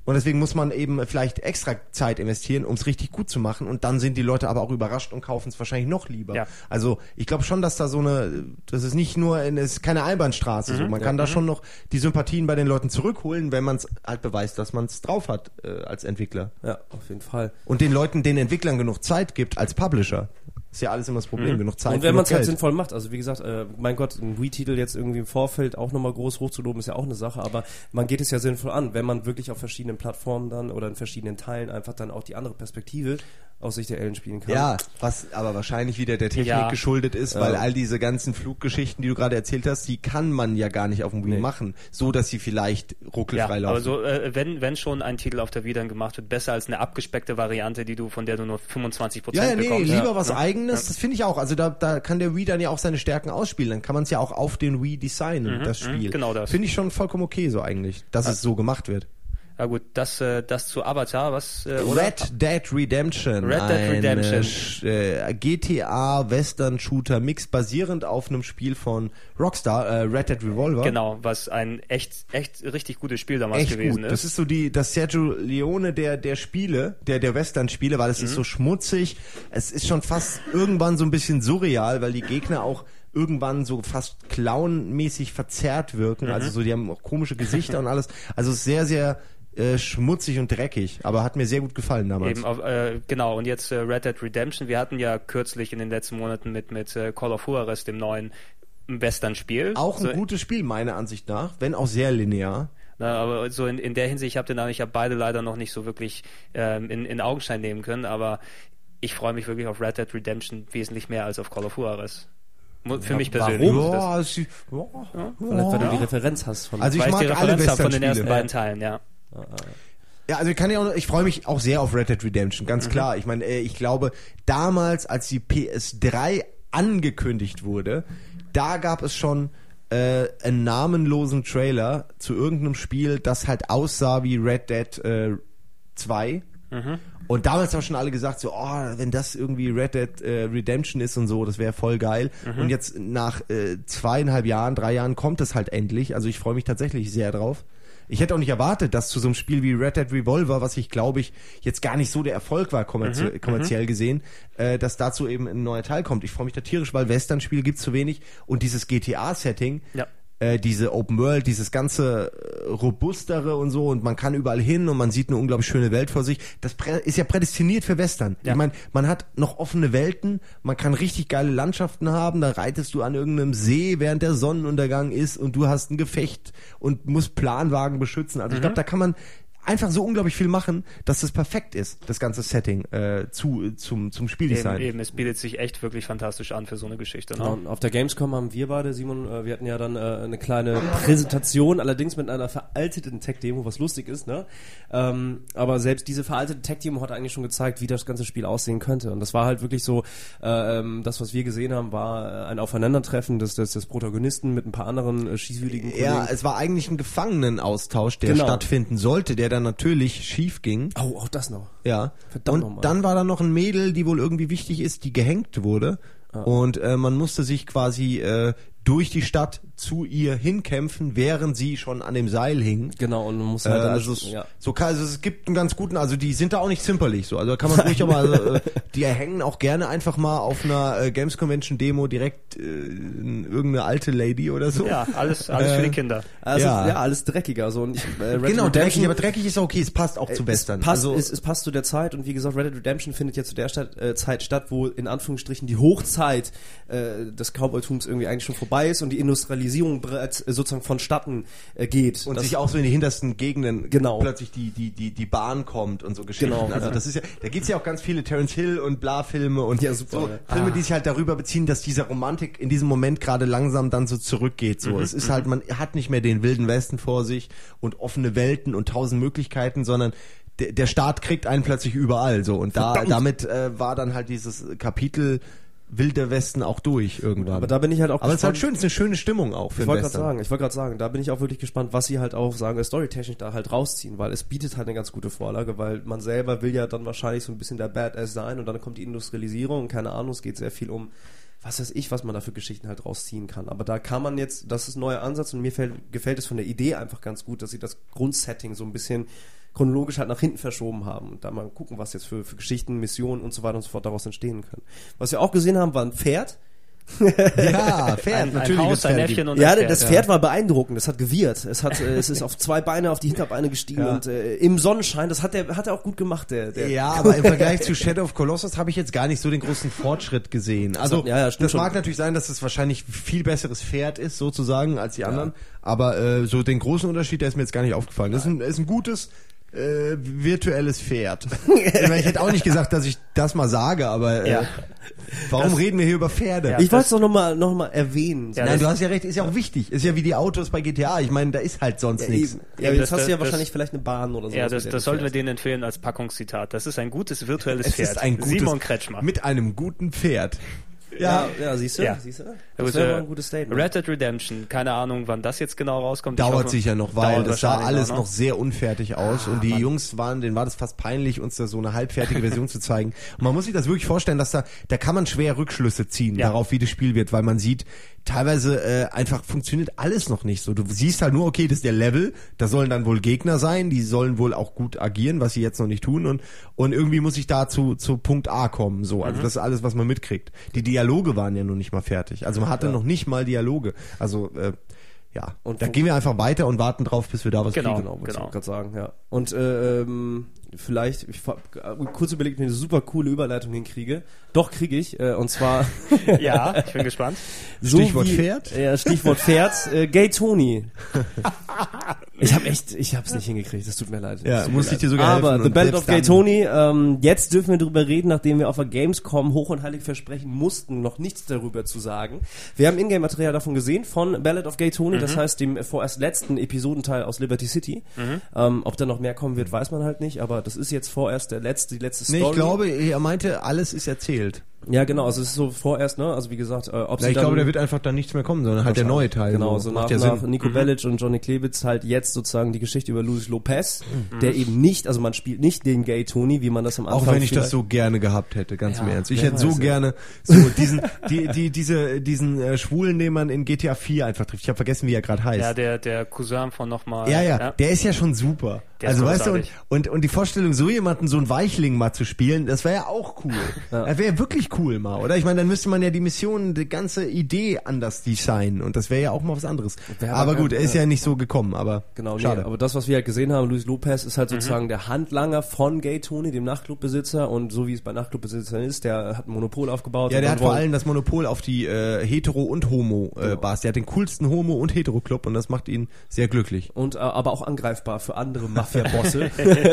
S2: Und deswegen muss man eben vielleicht extra Zeit investieren, um es richtig gut zu machen. Und dann sind die Leute aber auch überrascht und kaufen es wahrscheinlich noch lieber.
S1: Ja.
S2: Also ich glaube schon, dass da so eine, das ist nicht nur, es ist keine Einbahnstraße. Mhm. So. Man ja. kann da mhm. schon noch die Sympathien bei den Leuten zurückholen, wenn man es halt beweist, dass man es drauf hat äh, als Entwickler.
S3: Ja, auf jeden Fall.
S2: Und den Leuten, den Entwicklern genug Zeit gibt als Publisher. Ist ja alles immer das Problem, mhm. genug Zeit.
S3: Und wenn man es halt sinnvoll macht, also wie gesagt, äh, mein Gott, ein Wii-Titel jetzt irgendwie im Vorfeld auch nochmal groß hochzuloben, ist ja auch eine Sache, aber man geht es ja sinnvoll an, wenn man wirklich auf verschiedenen Plattformen dann oder in verschiedenen Teilen einfach dann auch die andere Perspektive aus Sicht der Ellen spielen kann.
S2: Ja, was aber wahrscheinlich wieder der Technik ja. geschuldet ist, weil ja. all diese ganzen Fluggeschichten, die du gerade erzählt hast, die kann man ja gar nicht auf dem Wii nee. machen, so dass sie vielleicht ruckelfrei
S1: ja,
S2: laufen.
S1: Aber so, äh, wenn, wenn schon ein Titel auf der Wii dann gemacht wird, besser als eine abgespeckte Variante, die du, von der du nur fünfundzwanzig Prozent
S2: ja, ja, nee,
S1: bekommst.
S2: lieber
S1: ja.
S2: was
S1: ja.
S2: Eigenes,
S1: ja.
S2: das finde ich auch. Also da, da kann der Wii dann ja auch seine Stärken ausspielen, dann kann man es ja auch auf den Wii designen,
S1: mhm,
S2: das Spiel.
S1: Genau das.
S2: Finde ich schon vollkommen okay so eigentlich, dass ja. es so gemacht wird.
S1: Ja gut, das, äh, das zu Avatar, was? Äh, oder?
S2: Red Dead Redemption.
S1: Red Dead Redemption.
S2: Ein äh, G T A Western Shooter Mix basierend auf einem Spiel von Rockstar, äh, Red Dead Revolver.
S1: Genau, was ein echt, echt richtig gutes Spiel damals
S2: echt
S1: gewesen
S2: gut.
S1: ist.
S2: Das ist so die, das Sergio Leone der, der Spiele, der, der Western-Spiele, weil es mhm. ist so schmutzig. Es ist schon fast irgendwann so ein bisschen surreal, weil die Gegner auch irgendwann so fast clownmäßig verzerrt wirken. Mhm. Also so, die haben auch komische Gesichter und alles. Also sehr, sehr Äh, schmutzig und dreckig, aber hat mir sehr gut gefallen damals.
S1: Eben, auf, äh, genau, und jetzt äh, Red Dead Redemption, wir hatten ja kürzlich in den letzten Monaten mit, mit äh, Call of Juarez, dem neuen Western-Spiel.
S2: Auch ein
S1: so,
S2: gutes Spiel, meiner Ansicht nach, wenn auch sehr linear.
S1: Na, aber so in, in der Hinsicht, ich habe den ich habe beide leider noch nicht so wirklich ähm, in, in Augenschein nehmen können, aber ich freue mich wirklich auf Red Dead Redemption wesentlich mehr als auf Call of Juarez. Für ja, mich persönlich.
S2: Ja,
S1: das,
S2: ja,
S3: ja, vielleicht, weil du die Referenz hast von,
S2: also ich
S1: weil
S2: mag
S1: ich die Referenz
S2: alle
S1: habe von den ersten
S2: ja.
S1: beiden Teilen, ja.
S2: Ja, also ich kann ja auch, ich freue mich auch sehr auf Red Dead Redemption, ganz mhm. klar. Ich meine, ich glaube, damals, als die P S drei angekündigt wurde, da gab es schon äh, einen namenlosen Trailer zu irgendeinem Spiel, das halt aussah wie Red Dead äh, zwei. Mhm. Und damals haben schon alle gesagt, so, oh, wenn das irgendwie Red Dead äh, Redemption ist und so, das wäre voll geil. Mhm. Und jetzt nach äh, zweieinhalb Jahren, drei Jahren kommt es halt endlich. Also ich freue mich tatsächlich sehr drauf. Ich hätte auch nicht erwartet, dass zu so einem Spiel wie Red Dead Revolver, was ich glaube ich jetzt gar nicht so der Erfolg war, kommerzie- mhm, kommerziell gesehen, äh, dass dazu eben ein neuer Teil kommt. Ich freue mich da tierisch, weil Western-Spiele gibt's zu wenig und dieses G T A-Setting, ja. äh, diese Open World, dieses ganze äh, robustere und so und man kann überall hin und man sieht eine unglaublich schöne Welt vor sich. Das prä- ist ja prädestiniert für Western. Ja. Ich meine, man hat noch offene Welten, man kann richtig geile Landschaften haben, da reitest du an irgendeinem See, während der Sonnenuntergang ist und du hast ein Gefecht und musst Planwagen beschützen. Also mhm. ich glaube, da kann man einfach so unglaublich viel machen, dass das perfekt ist, das ganze Setting äh, zu zum zum Spieldesign.
S1: Eben, eben, es bietet sich echt wirklich fantastisch an für so eine Geschichte. Ne?
S3: Genau, und auf der Gamescom haben wir beide, Simon, äh, wir hatten ja dann äh, eine kleine Präsentation, allerdings mit einer veralteten Tech-Demo, was lustig ist, ne? Ähm, aber selbst diese veraltete Tech-Demo hat eigentlich schon gezeigt, wie das ganze Spiel aussehen könnte. Und das war halt wirklich so, äh, das, was wir gesehen haben, war ein Aufeinandertreffen des, des, des Protagonisten mit ein paar anderen äh, schießwütigen Kollegen.
S2: Ja, es war eigentlich ein Gefangenenaustausch, der
S3: genau.
S2: stattfinden sollte, der dann natürlich schief ging.
S3: Oh, auch das noch.
S2: Ja.
S3: Verdammt
S2: und
S3: nochmal.
S2: Dann war da noch ein Mädel, die wohl irgendwie wichtig ist, die gehängt wurde. Ah. Und äh, man musste sich quasi äh, durch die Stadt zu ihr hinkämpfen, während sie schon an dem Seil hing.
S3: Genau, und man muss halt
S2: äh, also, es, ja. so kann, also es gibt einen ganz guten, also die sind da auch nicht zimperlich so, also da kann man ruhig auch mal, also, äh, die hängen auch gerne einfach mal auf einer äh, Games Convention Demo direkt äh, irgendeine alte Lady oder so.
S1: Ja, alles, alles äh, für die Kinder.
S3: Also, ja. ja, alles dreckiger. So. Und ich, äh, Red
S2: genau,
S3: Dead
S2: dreckig, aber dreckig ist okay, es passt auch äh, zu Western.
S3: Es passt,
S2: also,
S3: es, es passt zu der Zeit und wie gesagt, Red Dead Redemption findet ja zu der Stadt, äh, Zeit statt, wo in Anführungsstrichen die Hochzeit äh, des Cowboytums irgendwie eigentlich schon vorbei ist und die Industrialisierung bereits äh, sozusagen vonstatten äh, geht.
S2: Und das sich auch so in die hintersten Gegenden
S3: genau.
S2: plötzlich die, die, die, die Bahn kommt und so Geschichten.
S3: Genau,
S2: also
S3: ja.
S2: das ist ja, da gibt's ja auch ganz viele Terence Hill und Bla-Filme und
S3: ja, super,
S2: so
S3: ja.
S2: Filme,
S3: ah.
S2: die sich halt darüber beziehen, dass diese Romantik in diesem Moment gerade langsam dann so zurückgeht. So, mhm, es ist halt, man hat nicht mehr den wilden Westen vor sich und offene Welten und tausend Möglichkeiten, sondern der, der Staat kriegt einen plötzlich überall. So und da, Verdammt. damit äh, war dann halt dieses Kapitel Wilder Westen auch durch irgendwann.
S3: Aber da bin ich halt auch
S2: Aber gespannt. Es ist halt schön, es ist eine schöne Stimmung auch für
S3: ich
S2: den
S3: wollte
S2: Western.
S3: gerade sagen, ich wollte gerade sagen, da bin ich auch wirklich gespannt, was sie halt auch sagen, storytechnisch da halt rausziehen, weil es bietet halt eine ganz gute Vorlage, weil man selber will ja dann wahrscheinlich so ein bisschen der Badass sein und dann kommt die Industrialisierung und keine Ahnung, es geht sehr viel um was weiß ich, was man da für Geschichten halt rausziehen kann. Aber da kann man jetzt, das ist ein neuer Ansatz und mir fällt, gefällt es von der Idee einfach ganz gut, dass sie das Grundsetting so ein bisschen chronologisch halt nach hinten verschoben haben und da mal gucken, was jetzt für, für Geschichten, Missionen und so weiter und so fort daraus entstehen können. Was wir auch gesehen haben, war ein Pferd.
S2: Ja, Pferd,
S1: ein,
S2: natürlich.
S1: ein Haus, ein
S2: Pferd
S1: Äffchen und
S3: Ja,
S1: ein Pferd.
S3: das Pferd war beeindruckend. Es hat gewirrt. Es hat, äh, es ist auf zwei Beine, auf die Hinterbeine gestiegen
S2: Ja.
S3: und äh, im Sonnenschein. Das hat er, hat er auch gut gemacht. Der, der
S2: Ja, aber im Vergleich zu Shadow of Colossus habe ich jetzt gar nicht so den großen Fortschritt gesehen. Also,
S3: Ja, ja, stimmt
S2: das
S3: schon.
S2: mag natürlich sein, dass es wahrscheinlich viel besseres Pferd ist, sozusagen, als die anderen. Aber äh, so den großen Unterschied, der ist mir jetzt gar nicht aufgefallen. Das ist ein, ist ein gutes äh, virtuelles Pferd. Ich meine, ich hätte auch nicht gesagt, dass ich das mal sage, aber äh,
S1: Ja.
S2: warum
S1: Das-
S2: reden wir hier über Pferde?
S1: Ja.
S3: ich wollte es doch nochmal noch mal erwähnen.
S1: Ja,
S2: Nein,
S1: das-
S2: du hast ja recht, ist ja auch wichtig. Ist ja wie die Autos bei G T A. Ich meine, da ist halt sonst
S3: Ja,
S2: nichts.
S3: eben. Ja,
S1: Eben,
S3: jetzt
S1: das-
S3: hast du ja
S1: das-
S3: wahrscheinlich vielleicht eine Bahn oder so.
S1: Ja, das, das sollten wir denen empfehlen als Packungszitat. Das ist ein gutes virtuelles
S2: Es
S1: Pferd.
S2: ist ein gutes,
S1: Simon Kretschmer.
S2: mit einem guten Pferd.
S3: Ja, ja, siehst du?
S1: Ja.
S3: Siehst du?
S1: Ja,
S3: Das
S1: gut,
S3: wäre
S1: äh,
S3: mal ein gutes Statement.
S1: Red Dead Redemption, keine Ahnung, wann das jetzt genau rauskommt. Ich
S2: Dauert
S1: hoffe,
S2: sicher noch, weil
S1: dauert
S2: das sah
S1: wahrscheinlich
S2: alles
S1: noch,
S2: noch sehr unfertig aus
S1: Ah,
S2: und die
S1: Mann.
S2: Jungs waren, denen war das fast peinlich, uns da so eine halbfertige Version zu zeigen. Und man muss sich das wirklich vorstellen, dass da, da kann man schwer Rückschlüsse ziehen
S1: Ja.
S2: darauf, wie das Spiel wird, weil man sieht, teilweise äh, einfach funktioniert alles noch nicht so. Du siehst halt nur, okay, das ist der Level, da sollen dann wohl Gegner sein, die sollen wohl auch gut agieren, was sie jetzt noch nicht tun und und irgendwie muss ich da zu, zu Punkt A kommen, so. Also
S1: Mhm.
S2: das ist alles, was man mitkriegt. Die Dialoge waren ja noch nicht mal fertig. Also man hatte
S3: Ja.
S2: noch nicht mal Dialoge. Also äh, ja,
S3: Und
S2: und da
S3: wo-
S2: gehen wir einfach weiter und warten drauf, bis wir da was
S1: Genau.
S2: kriegen.
S3: Genau, wollte
S1: genau.
S3: ich gerade sagen, ja. Und äh, ähm, vielleicht, ich hab kurz überlegt, wenn ich eine super coole Überleitung hinkriege. Doch, kriege ich. Äh, und zwar
S1: Ja, ich bin gespannt.
S3: so
S2: Stichwort
S3: wie,
S2: Pferd?
S3: Ja, Stichwort Pferd. Äh, Gay Tony. Ich habe echt, ich habe es nicht hingekriegt. Das tut mir leid.
S2: Ja,
S3: Das tut mir
S2: muss ich
S3: leid.
S2: dir sogar helfen.
S3: Aber The
S2: und
S3: Battle
S2: selbst
S3: of Gay
S2: dann-
S3: Tony. Ähm, jetzt dürfen wir darüber reden, nachdem wir auf der Gamescom hoch und heilig versprechen mussten, noch nichts darüber zu sagen. Wir haben Ingame-Material davon gesehen von Ballad of Gay Tony. Das heißt dem vorerst letzten Episodenteil aus Liberty City. Ähm, ob da noch mehr kommen wird, weiß man halt nicht. Aber das ist jetzt vorerst der letzte, die letzte Story.
S2: Nee, ich glaube, er meinte, alles ist erzählt.
S3: Ja, genau, also es ist so vorerst, ne, also wie gesagt, äh, ob
S2: Na,
S3: sie
S2: ich
S3: dann
S2: glaube, da wird einfach dann nichts mehr kommen, sondern halt der neue Teil.
S3: Genau, so nach,
S2: macht ja
S3: nach
S2: Sinn.
S3: Nico Bellic und Johnny Klebitz halt jetzt sozusagen die Geschichte über Luis Lopez, der eben nicht, also man spielt nicht den Gay Tony, wie man das am Anfang
S2: Auch wenn ich
S3: vielleicht-
S2: das so gerne gehabt hätte, ganz
S3: Ja,
S2: im Ernst. Ich
S3: wer
S2: hätte so
S3: weiß, ja.
S2: gerne so diesen, die, die, diese, diesen äh, Schwulen, den man in G T A vier einfach trifft. Ich habe vergessen, wie er gerade heißt.
S1: Ja, der, der Cousin von nochmal.
S2: Ja, ja, der ist ja schon super.
S1: Der ist
S2: Also weißt du, und,
S1: großartig.
S2: und, und die Vorstellung, so jemanden, so einen Weichling mal zu spielen, das wäre ja auch cool.
S3: Ja.
S2: Das wäre wirklich cool mal, oder? Ich meine, dann müsste man ja die Mission, die ganze Idee anders designen und das wäre ja auch mal was anderes.
S3: Wär
S2: Aber
S3: aber
S2: gut,
S3: kein-
S2: er ist ja nicht so gekommen, aber
S3: Genau, nee,
S2: schade.
S3: aber das, was wir halt gesehen haben, Luis Lopez ist halt
S2: Mhm.
S3: sozusagen der Handlanger von Gay Tony, dem Nachtclubbesitzer, und so wie es bei Nachtclubbesitzern ist, der hat ein Monopol aufgebaut.
S2: Ja,
S3: und
S2: der
S3: dann
S2: hat vor
S3: wollen-
S2: allem das Monopol auf die äh, Hetero- und Homo-Bars. Der hat den coolsten Homo- und Hetero-Club und das macht ihn sehr glücklich.
S3: und äh, aber auch angreifbar für andere Mafia-Bosse.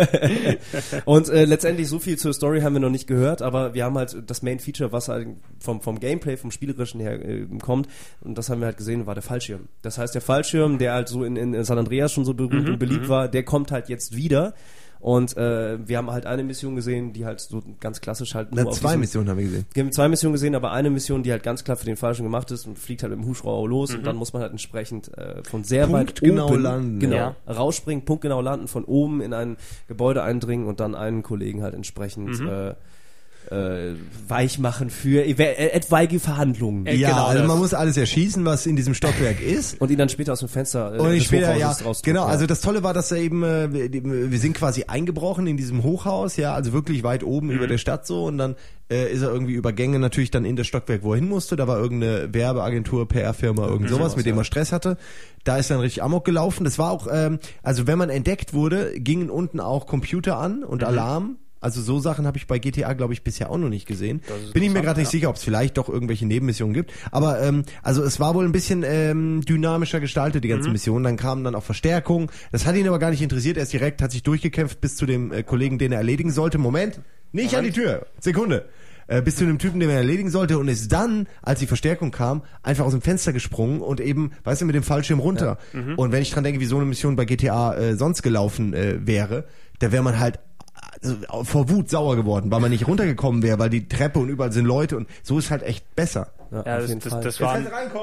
S3: Und äh, letztendlich so viel zur Story haben wir noch nicht gehört, aber wir haben halt das Main-Feature, was halt vom, vom Gameplay, vom Spielerischen her äh, kommt, und das haben wir halt gesehen, war der Fallschirm. Das heißt, der Fallschirm, der halt so in, in San Andreas schon so berühmt
S1: Mhm,
S3: und beliebt war, der kommt halt jetzt wieder. Und äh, wir haben halt eine Mission gesehen, die halt so ganz klassisch halt nur
S2: Na,
S3: auf
S2: zwei
S3: diesem-
S2: Missionen haben wir gesehen.
S3: Wir haben zwei Missionen gesehen, aber eine Mission, die halt ganz klar für den Fallschirm gemacht ist und fliegt halt mit dem Hubschrauber los und dann muss man halt entsprechend äh, von sehr
S2: Punktgenau
S3: weit oben
S2: landen.
S3: genau,
S1: Ja.
S3: rausspringen, punktgenau landen, von oben in ein Gebäude eindringen und dann einen Kollegen halt entsprechend äh, äh, weich machen für ev- äh, etwaige Verhandlungen.
S1: Äh,
S2: Ja,
S1: genau
S2: also
S1: das.
S2: man muss alles erschießen, was in diesem Stockwerk ist.
S3: Und ihn dann später aus dem Fenster äh,
S2: Und ich
S3: des
S2: später, ja,
S3: Hochhauses rausdrücken.
S2: genau, also das Tolle war, dass er eben, äh, wir, die- wir sind quasi eingebrochen in diesem Hochhaus, ja, also wirklich weit oben über der Stadt so und dann äh, ist er irgendwie über Gänge natürlich dann in das Stockwerk, wo er hin musste, da war irgendeine Werbeagentur, P R-Firma, irgend sowas,
S3: sowas,
S2: mit dem
S3: ja.
S2: er Stress hatte, da ist dann richtig Amok gelaufen, das war auch, ähm, also wenn man entdeckt wurde, gingen unten auch Computer an und Alarm. Also so Sachen habe ich bei G T A, glaube ich, bisher auch noch nicht gesehen.
S1: Das ist
S2: Bin ich mir
S1: interessant,
S2: gerade nicht
S1: ja.
S2: sicher, ob es vielleicht doch irgendwelche Nebenmissionen gibt. Aber ähm, also es war wohl ein bisschen ähm, dynamischer gestaltet, die ganze Mission. Dann kamen dann auch Verstärkungen. Das hat ihn aber gar nicht interessiert. Er ist direkt, hat sich durchgekämpft bis zu dem äh, Kollegen, den er erledigen sollte. Moment, nicht an die Tür. Sekunde. Äh, bis zu dem Typen, den er erledigen sollte und ist dann, als die Verstärkung kam, einfach aus dem Fenster gesprungen und eben, weißt du, mit dem Fallschirm runter. Und wenn ich dran denke, wie so eine Mission bei G T A äh, sonst gelaufen äh, wäre, da wäre man halt also vor Wut sauer geworden, weil man nicht runtergekommen wäre, weil die Treppe und überall sind Leute und so ist halt echt besser.
S3: ja,
S1: Ja,
S3: auf
S1: das,
S3: jeden
S1: das,
S3: Fall.
S1: das war ein,
S2: reinkommen.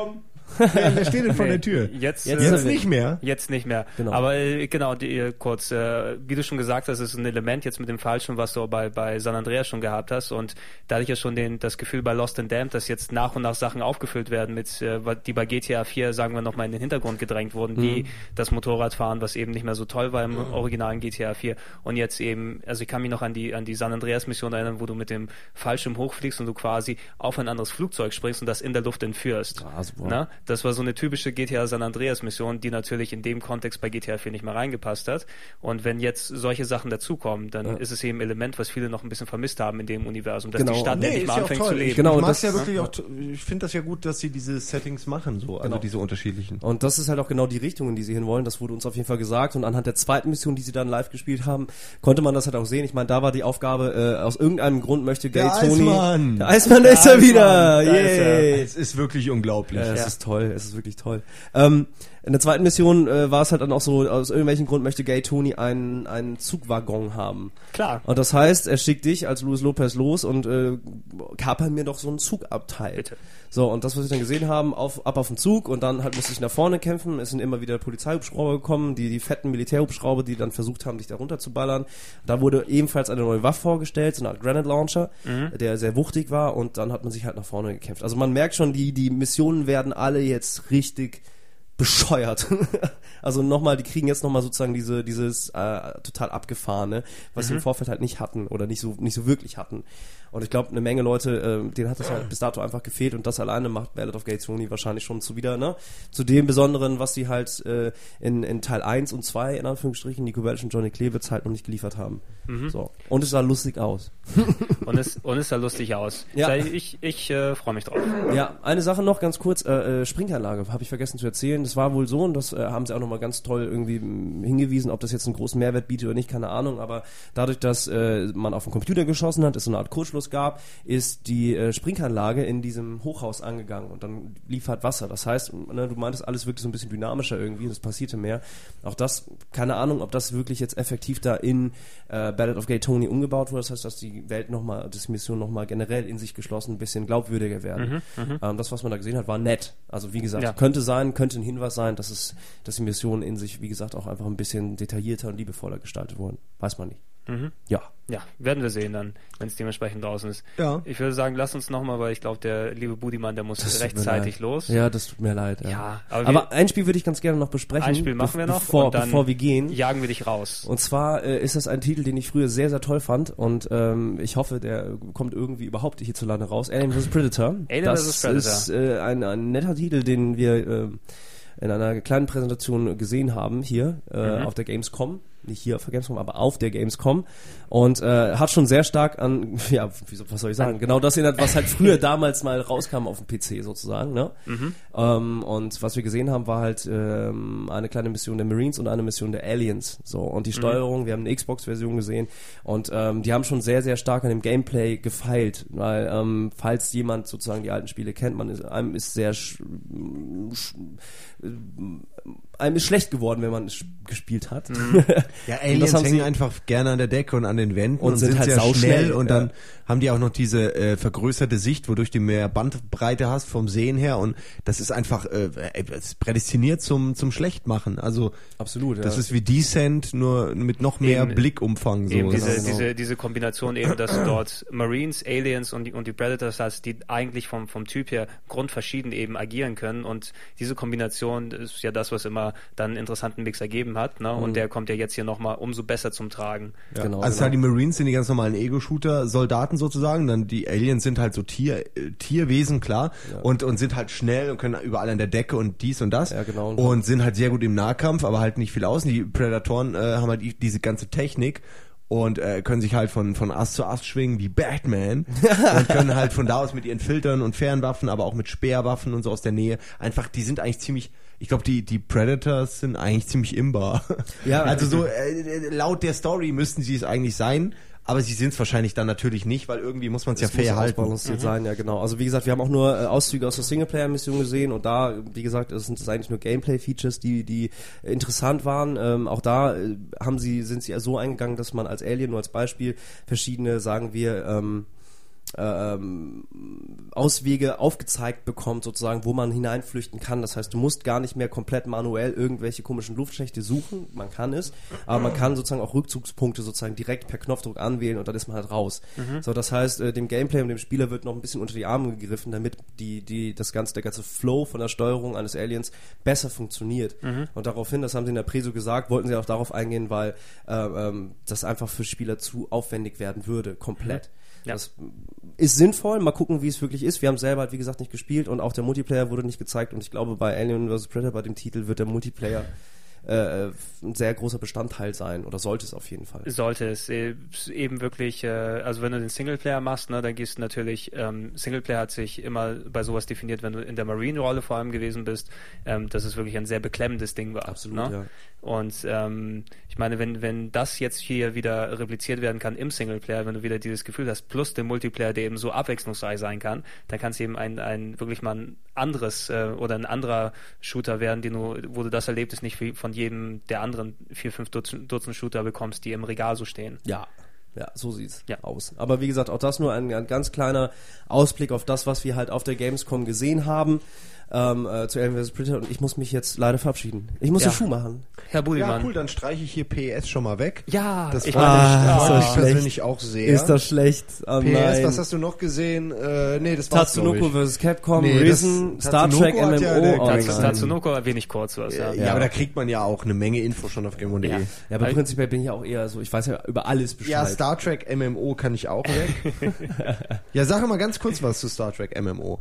S2: Wer, wer steht denn vor
S1: Nee,
S2: der Tür?
S1: Jetzt,
S3: Jetzt
S1: äh,
S2: Jetzt nicht mehr.
S1: Jetzt nicht mehr.
S3: Genau.
S1: Aber äh, genau, die, äh, kurz, äh, wie du schon gesagt hast, ist ein Element jetzt mit dem Falschen, was du bei, bei San Andreas schon gehabt hast. Und da hatte ich ja schon den, das Gefühl bei Lost and Damned, dass jetzt nach und nach Sachen aufgefüllt werden, mit, äh, die bei G T A vier, sagen wir nochmal, in den Hintergrund gedrängt wurden, mhm. wie das Motorradfahren, was eben nicht mehr so toll war im originalen G T A vier. Und jetzt eben, also ich kann mich noch an die, an die San Andreas Mission erinnern, wo du mit dem Fallschirm hochfliegst und du quasi auf ein anderes Flugzeug springst und das in der Luft entführst.
S3: Ah, super.
S1: Na? Das war so eine typische G T A San Andreas Mission, die natürlich in dem Kontext bei G T A vier nicht mehr reingepasst hat. Und wenn jetzt solche Sachen dazukommen, dann ja. ist es eben ein Element, was viele noch ein bisschen vermisst haben in dem Universum, dass
S3: genau.
S1: die Stadt
S2: Nee,
S1: endlich
S2: ist
S1: mal
S2: ja
S1: anfängt
S2: auch
S1: zu
S2: toll.
S1: leben.
S2: Ich,
S3: Genau,
S2: ich mag's
S3: das-
S2: ja wirklich auch, t- ich finde das ja gut, dass sie diese Settings machen, so, also
S3: Genau.
S2: diese unterschiedlichen.
S3: Und das ist halt auch genau die Richtung, in die sie hinwollen. Das wurde uns auf jeden Fall gesagt. Und anhand der zweiten Mission, die sie dann live gespielt haben, konnte man das halt auch sehen. Ich meine, da war die Aufgabe, äh, aus irgendeinem Grund möchte Gay
S2: Der
S3: Tony...
S2: Eismann!
S3: Der Eismann der ist er
S1: Eismann,
S3: wieder!
S1: da ist er.
S3: Yay!
S2: Es ist wirklich unglaublich.
S3: Ja, es
S1: Ja.
S3: ist toll, es ist wirklich toll. Ähm, in der zweiten Mission äh, war es halt dann auch so, aus irgendwelchem Grund möchte Gay Tony einen, einen Zugwaggon haben.
S1: Klar.
S3: Und das heißt, er schickt dich als Luis Lopez los und äh, kapern mir doch so ein Zugabteil.
S1: Bitte.
S3: So, und das, was wir dann gesehen haben, auf, ab auf den Zug und dann halt musste ich nach vorne kämpfen. Es sind immer wieder Polizeihubschrauber gekommen, die, die fetten Militärhubschrauber, die dann versucht haben, dich da runter zu ballern. Da wurde ebenfalls eine neue Waffe vorgestellt, so eine Art Granite Launcher,
S1: Mhm.
S3: der sehr wuchtig war und dann hat man sich halt nach vorne gekämpft. Also man merkt schon, die, die Missionen werden alle jetzt richtig bescheuert. Also nochmal, die kriegen jetzt nochmal sozusagen diese, dieses äh, total abgefahrene, was sie im Vorfeld halt nicht hatten oder nicht so, nicht so wirklich hatten. Und ich glaube, eine Menge Leute, äh, denen hat das halt bis dato einfach gefehlt und das alleine macht Ballad of Gay Tony wahrscheinlich schon zu wieder, ne? Zu dem Besonderen, was sie halt äh, in, in Teil eins und zwei, in Anführungsstrichen, Nico Bellic und Johnny Klewitz halt noch nicht geliefert haben.
S1: Mhm.
S3: So. Und es sah lustig aus.
S1: Und es, und es sah lustig aus.
S3: Ja.
S1: Ich, ich, ich äh, freue mich drauf.
S3: Ja, eine Sache noch ganz kurz, äh, äh, Springanlage, habe ich vergessen zu erzählen. Das war wohl so und das äh, haben sie auch nochmal ganz toll irgendwie m, hingewiesen, ob das jetzt einen großen Mehrwert bietet oder nicht, keine Ahnung, aber dadurch, dass äh, man auf den Computer geschossen hat, es so eine Art Kurzschluss gab, ist die äh, Springanlage in diesem Hochhaus angegangen und dann lief halt Wasser. Das heißt, ne, du meintest alles wirklich so ein bisschen dynamischer irgendwie, das passierte mehr. Auch das, keine Ahnung, ob das wirklich jetzt effektiv da in äh, Ballad of Gay Tony umgebaut wurde. Das heißt, dass die Welt nochmal, das Mission nochmal generell in sich geschlossen ein bisschen glaubwürdiger werden.
S1: Mhm,
S3: ähm, das, was man da gesehen hat, war nett. Also wie gesagt,
S1: Ja.
S3: könnte sein, könnte ein Hinweis sein, dass es, dass die Missionen in sich, wie gesagt, auch einfach ein bisschen detaillierter und liebevoller gestaltet wurden. Weiß man nicht.
S1: Mhm.
S3: Ja.
S1: Ja, werden wir sehen dann, wenn es dementsprechend draußen ist.
S2: Ja.
S1: Ich würde sagen, lass uns nochmal, weil ich glaube, der liebe Budimann, der muss
S3: Das tut mir
S1: rechtzeitig
S3: leid.
S1: los.
S3: Ja, das tut mir leid. Ja,
S1: Ja, aber,
S3: aber,
S1: wir,
S3: ein Spiel würde ich ganz gerne noch besprechen.
S1: ein Spiel machen wir noch
S3: bevor,
S1: und dann
S3: bevor wir gehen.
S1: jagen wir dich raus.
S3: Und zwar äh, ist das ein Titel, den ich früher sehr, sehr toll fand und ähm, ich hoffe, der kommt irgendwie überhaupt hierzulande raus. Alien versus. Predator.
S1: Alien
S3: das
S1: versus. Predator.
S3: ist äh, ein, ein netter Titel, den wir äh, in einer kleinen Präsentation gesehen haben hier äh,
S1: Mhm.
S3: auf der Gamescom. Nicht hier auf der Gamescom, aber auf der Gamescom. Und äh, hat schon sehr stark an, ja, wie, was soll ich sagen, genau das erinnert, was halt früher damals mal rauskam auf dem P C sozusagen. Ne?
S1: Mhm.
S3: Ähm, und was wir gesehen haben, war halt ähm, eine kleine Mission der Marines und eine Mission der Aliens. So. Und die Steuerung, wir haben eine Xbox-Version gesehen und ähm, die haben schon sehr, sehr stark an dem Gameplay gefeilt. Weil, ähm, falls jemand sozusagen die alten Spiele kennt, man ist, einem ist sehr sch, sch, einem ist schlecht geworden, wenn man es gespielt hat.
S2: Ja,
S3: Und das
S2: Aliens
S3: haben
S2: hängen
S3: sie-
S2: einfach gerne an der Decke und an den Wänden
S3: Und
S2: und,
S3: sind
S2: sind,
S3: halt
S2: sehr
S3: sauschnell,
S2: schnell und
S3: ja.
S2: dann haben die auch noch diese äh, vergrößerte Sicht, wodurch du mehr Bandbreite hast vom Sehen her und das ist einfach äh, äh, es ist prädestiniert zum zum Schlechtmachen. Also
S3: Absolut,
S2: das
S3: ja.
S2: ist wie Descent, nur mit noch mehr
S1: Eben-
S2: Blickumfang. So.
S1: Eben
S2: Das
S1: diese,
S2: ist-
S3: genau.
S1: diese, diese Kombination eben, dass du dort Marines, Aliens und die, und die Predators hast, die eigentlich vom, vom Typ her grundverschieden eben agieren können und diese Kombination ist ja das, was immer dann einen interessanten Mix ergeben hat, ne? Und der kommt ja jetzt hier nochmal umso besser zum Tragen.
S2: Ja.
S3: Genau,
S2: also
S3: genau.
S2: halt die Marines sind die ganz normalen Ego-Shooter-Soldaten sozusagen, dann die Aliens sind halt so Tier, äh, Tierwesen, klar,
S3: Ja.
S2: und, und sind halt schnell und können überall an der Decke und dies und das
S3: Ja, genau.
S2: und sind halt sehr gut im Nahkampf, aber halt nicht viel außen. Die Predatoren äh, haben halt die, diese ganze Technik und äh, können sich halt von, von Ast zu Ast schwingen wie Batman und können halt von da aus mit ihren Filtern und Fernwaffen, aber auch mit Speerwaffen und so aus der Nähe, einfach, die sind eigentlich ziemlich, ich glaube, die, die Predators sind eigentlich ziemlich imbar.
S3: Ja.
S2: Also so, äh, laut der Story müssten sie es eigentlich sein, aber sie sind es wahrscheinlich dann natürlich nicht, weil irgendwie muss man es ja
S3: Es muss
S2: fair halten.
S3: ausbalanciert sein, ja genau. Also wie gesagt, wir haben auch nur äh, Auszüge aus der Singleplayer-Mission gesehen und da, wie gesagt, es sind es eigentlich nur Gameplay-Features, die die äh, interessant waren. Ähm, auch da äh, haben sie sind sie ja so eingegangen, dass man als Alien nur als Beispiel verschiedene, sagen wir, ähm, ähm, Auswege aufgezeigt bekommt, sozusagen, wo man hineinflüchten kann. Das heißt, du musst gar nicht mehr komplett manuell irgendwelche komischen Luftschächte suchen. Man kann es, aber man kann sozusagen auch Rückzugspunkte sozusagen direkt per Knopfdruck anwählen und dann ist man halt raus. Mhm. So, das heißt, äh, dem Gameplay und dem Spieler wird noch ein bisschen unter die Arme gegriffen, damit die, die, das ganze, der ganze Flow von der Steuerung eines Aliens besser funktioniert. Mhm. Und daraufhin, das haben sie in der Preso gesagt, wollten sie auch darauf eingehen, weil äh, ähm, das einfach für Spieler zu aufwendig werden würde, komplett. Mhm. Ja. Das ist sinnvoll, mal gucken, wie es wirklich ist. Wir haben selber halt, wie gesagt, nicht gespielt und auch der Multiplayer wurde nicht gezeigt und ich glaube, bei Alien versus. Predator, bei dem Titel, wird der Multiplayer äh, ein sehr großer Bestandteil sein oder sollte es auf jeden Fall.
S1: Sollte es äh, eben wirklich, äh, also wenn du den Singleplayer machst, ne, dann gehst du natürlich, ähm, Singleplayer hat sich immer bei sowas definiert, wenn du in der Marine-Rolle vor allem gewesen bist, ähm, dass es wirklich ein sehr beklemmendes Ding war.
S3: Absolut,
S1: ne?
S3: ja.
S1: Und ähm, ich meine, wenn wenn das jetzt hier wieder repliziert werden kann im Singleplayer, wenn du wieder dieses Gefühl hast, plus den Multiplayer, der eben so abwechslungsreich sein kann, dann kann es eben ein, ein wirklich mal ein anderes äh, oder ein anderer Shooter werden, den du, wo du das Erlebnis nicht wie von jedem der anderen vier, fünf Dutzend, Dutzend Shooter bekommst, die im Regal so stehen.
S3: Ja. Ja, so sieht's ja. aus. Aber wie gesagt, auch das nur ein, ein ganz kleiner Ausblick auf das, was wir halt auf der Gamescom gesehen haben. Ähm, äh, zu Alien versus. Predator und ich muss mich jetzt leider verabschieden. Ich muss
S1: ja.
S3: den Schuh machen.
S1: Herr Budimann.
S2: Ja, cool, dann streiche ich hier P S schon mal weg.
S1: Ja,
S2: das
S1: ich
S2: freut
S3: ah,
S2: mich persönlich auch sehr.
S3: Ist das schlecht? Oh,
S2: P S,
S3: nein.
S2: was hast du noch gesehen? Äh, nee, das war's,
S3: Tatsunoko versus. Capcom,
S2: nee,
S3: Risen,
S2: das,
S3: Star Trek, M M O.
S2: Ja,
S3: oh,
S1: Tats- Tatsunoko wenig kurz was, ja.
S2: Ja, ja, aber da kriegt man ja auch eine Menge Info schon auf game on punkt de.
S3: Ja. ja, aber prinzipiell bin ich ja auch eher so, ich weiß ja über alles Bescheid.
S2: Ja, Star Trek M M O kann ich auch weg. Ja, sag mal ganz kurz was zu Star Trek M M O.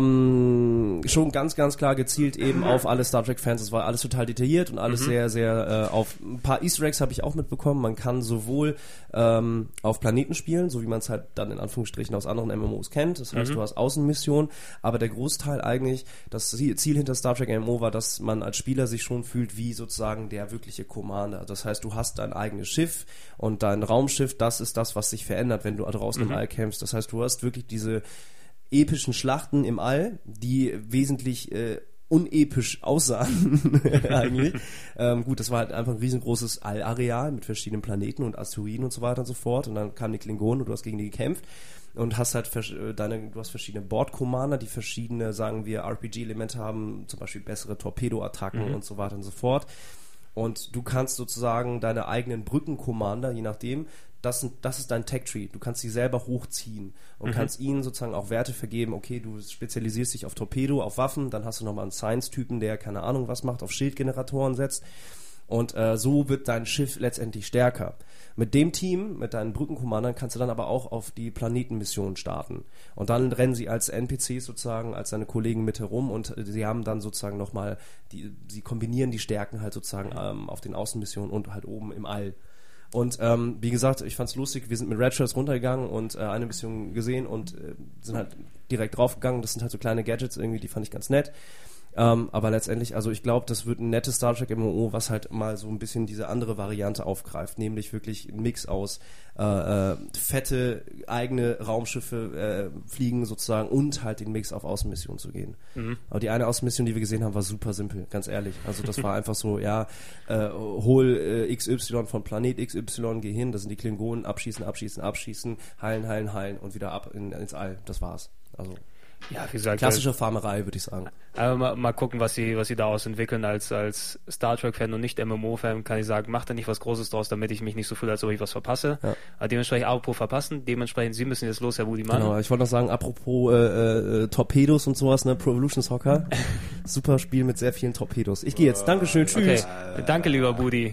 S3: Ähm, schon ganz, ganz klar gezielt eben auf alle Star Trek-Fans. Es war alles total detailliert und alles mhm. sehr, sehr äh, auf ein paar Easter Eggs habe ich auch mitbekommen. Man kann sowohl ähm, auf Planeten spielen, so wie man es halt dann in Anführungsstrichen aus anderen M M Os kennt. Das heißt, mhm. du hast Außenmissionen, aber der Großteil eigentlich, das Ziel hinter Star Trek M M O war, dass man als Spieler sich schon fühlt wie sozusagen der wirkliche Commander. Das heißt, du hast dein eigenes Schiff und dein Raumschiff, das ist das, was sich verändert, wenn du draußen mhm. im All kämpfst. Das heißt, du hast wirklich diese epischen Schlachten im All, die wesentlich äh, unepisch aussahen eigentlich. ähm, gut, das war halt einfach ein riesengroßes Allareal mit verschiedenen Planeten und Asteroiden und so weiter und so fort und dann kamen die Klingonen und du hast gegen die gekämpft und hast halt deine, du hast verschiedene Bord-Commander, die verschiedene, sagen wir, R P G-Elemente haben, zum Beispiel bessere Torpedo-Attacken mhm. und so weiter und so fort. Und du kannst sozusagen deine eigenen Brücken-Commander, je nachdem, das, sind, das ist dein Tech-Tree. Du kannst sie selber hochziehen und mhm. kannst ihnen sozusagen auch Werte vergeben. Okay, du spezialisierst dich auf Torpedo, auf Waffen, dann hast du nochmal einen Science-Typen, der keine Ahnung was macht, auf Schildgeneratoren setzt. Und äh, so wird dein Schiff letztendlich stärker. Mit dem Team, mit deinen Brückenkommandern, kannst du dann aber auch auf die Planetenmission starten. Und dann rennen sie als N P Cs sozusagen, als deine Kollegen mit herum und äh, sie haben dann sozusagen nochmal, die, sie kombinieren die Stärken halt sozusagen ähm, auf den Außenmissionen und halt oben im All. Und ähm, wie gesagt, ich fand's lustig, wir sind mit Red Shirts runtergegangen und äh, eine Mission gesehen und äh, sind halt direkt draufgegangen. Das sind halt so kleine Gadgets irgendwie, die fand ich ganz nett. Ähm, aber letztendlich, also ich glaube, das wird ein nettes Star Trek M M O, was halt mal so ein bisschen diese andere Variante aufgreift, nämlich wirklich ein Mix aus äh, äh, fette eigene Raumschiffe äh, fliegen sozusagen und halt den Mix auf Außenmissionen zu gehen. Mhm. Aber die eine Außenmission, die wir gesehen haben, war super simpel, ganz ehrlich. Also das war einfach so, ja, äh, hol äh, X Y von Planet X Y, geh hin, das sind die Klingonen, abschießen, abschießen, abschießen, heilen, heilen, heilen und wieder ab in, ins All. Das war's. Also
S1: ja, wie gesagt,
S3: klassische Farmerei, würde ich sagen.
S1: Aber mal, mal gucken, was sie, was sie daraus entwickeln. Als, als Star Trek-Fan und nicht M M O-Fan kann ich sagen, macht da nicht was Großes draus, damit ich mich nicht so fühle, als ob ich was verpasse. Ja. Aber dementsprechend, apropos verpassen, dementsprechend, Sie müssen jetzt los, Herr Budimann.
S3: Genau, ich wollte noch sagen, apropos äh, äh, Torpedos und sowas, ne, Pro Evolution Soccer. Super Spiel mit sehr vielen Torpedos. Ich gehe jetzt, Dankeschön, tschüss.
S1: Okay. Danke, lieber Budi.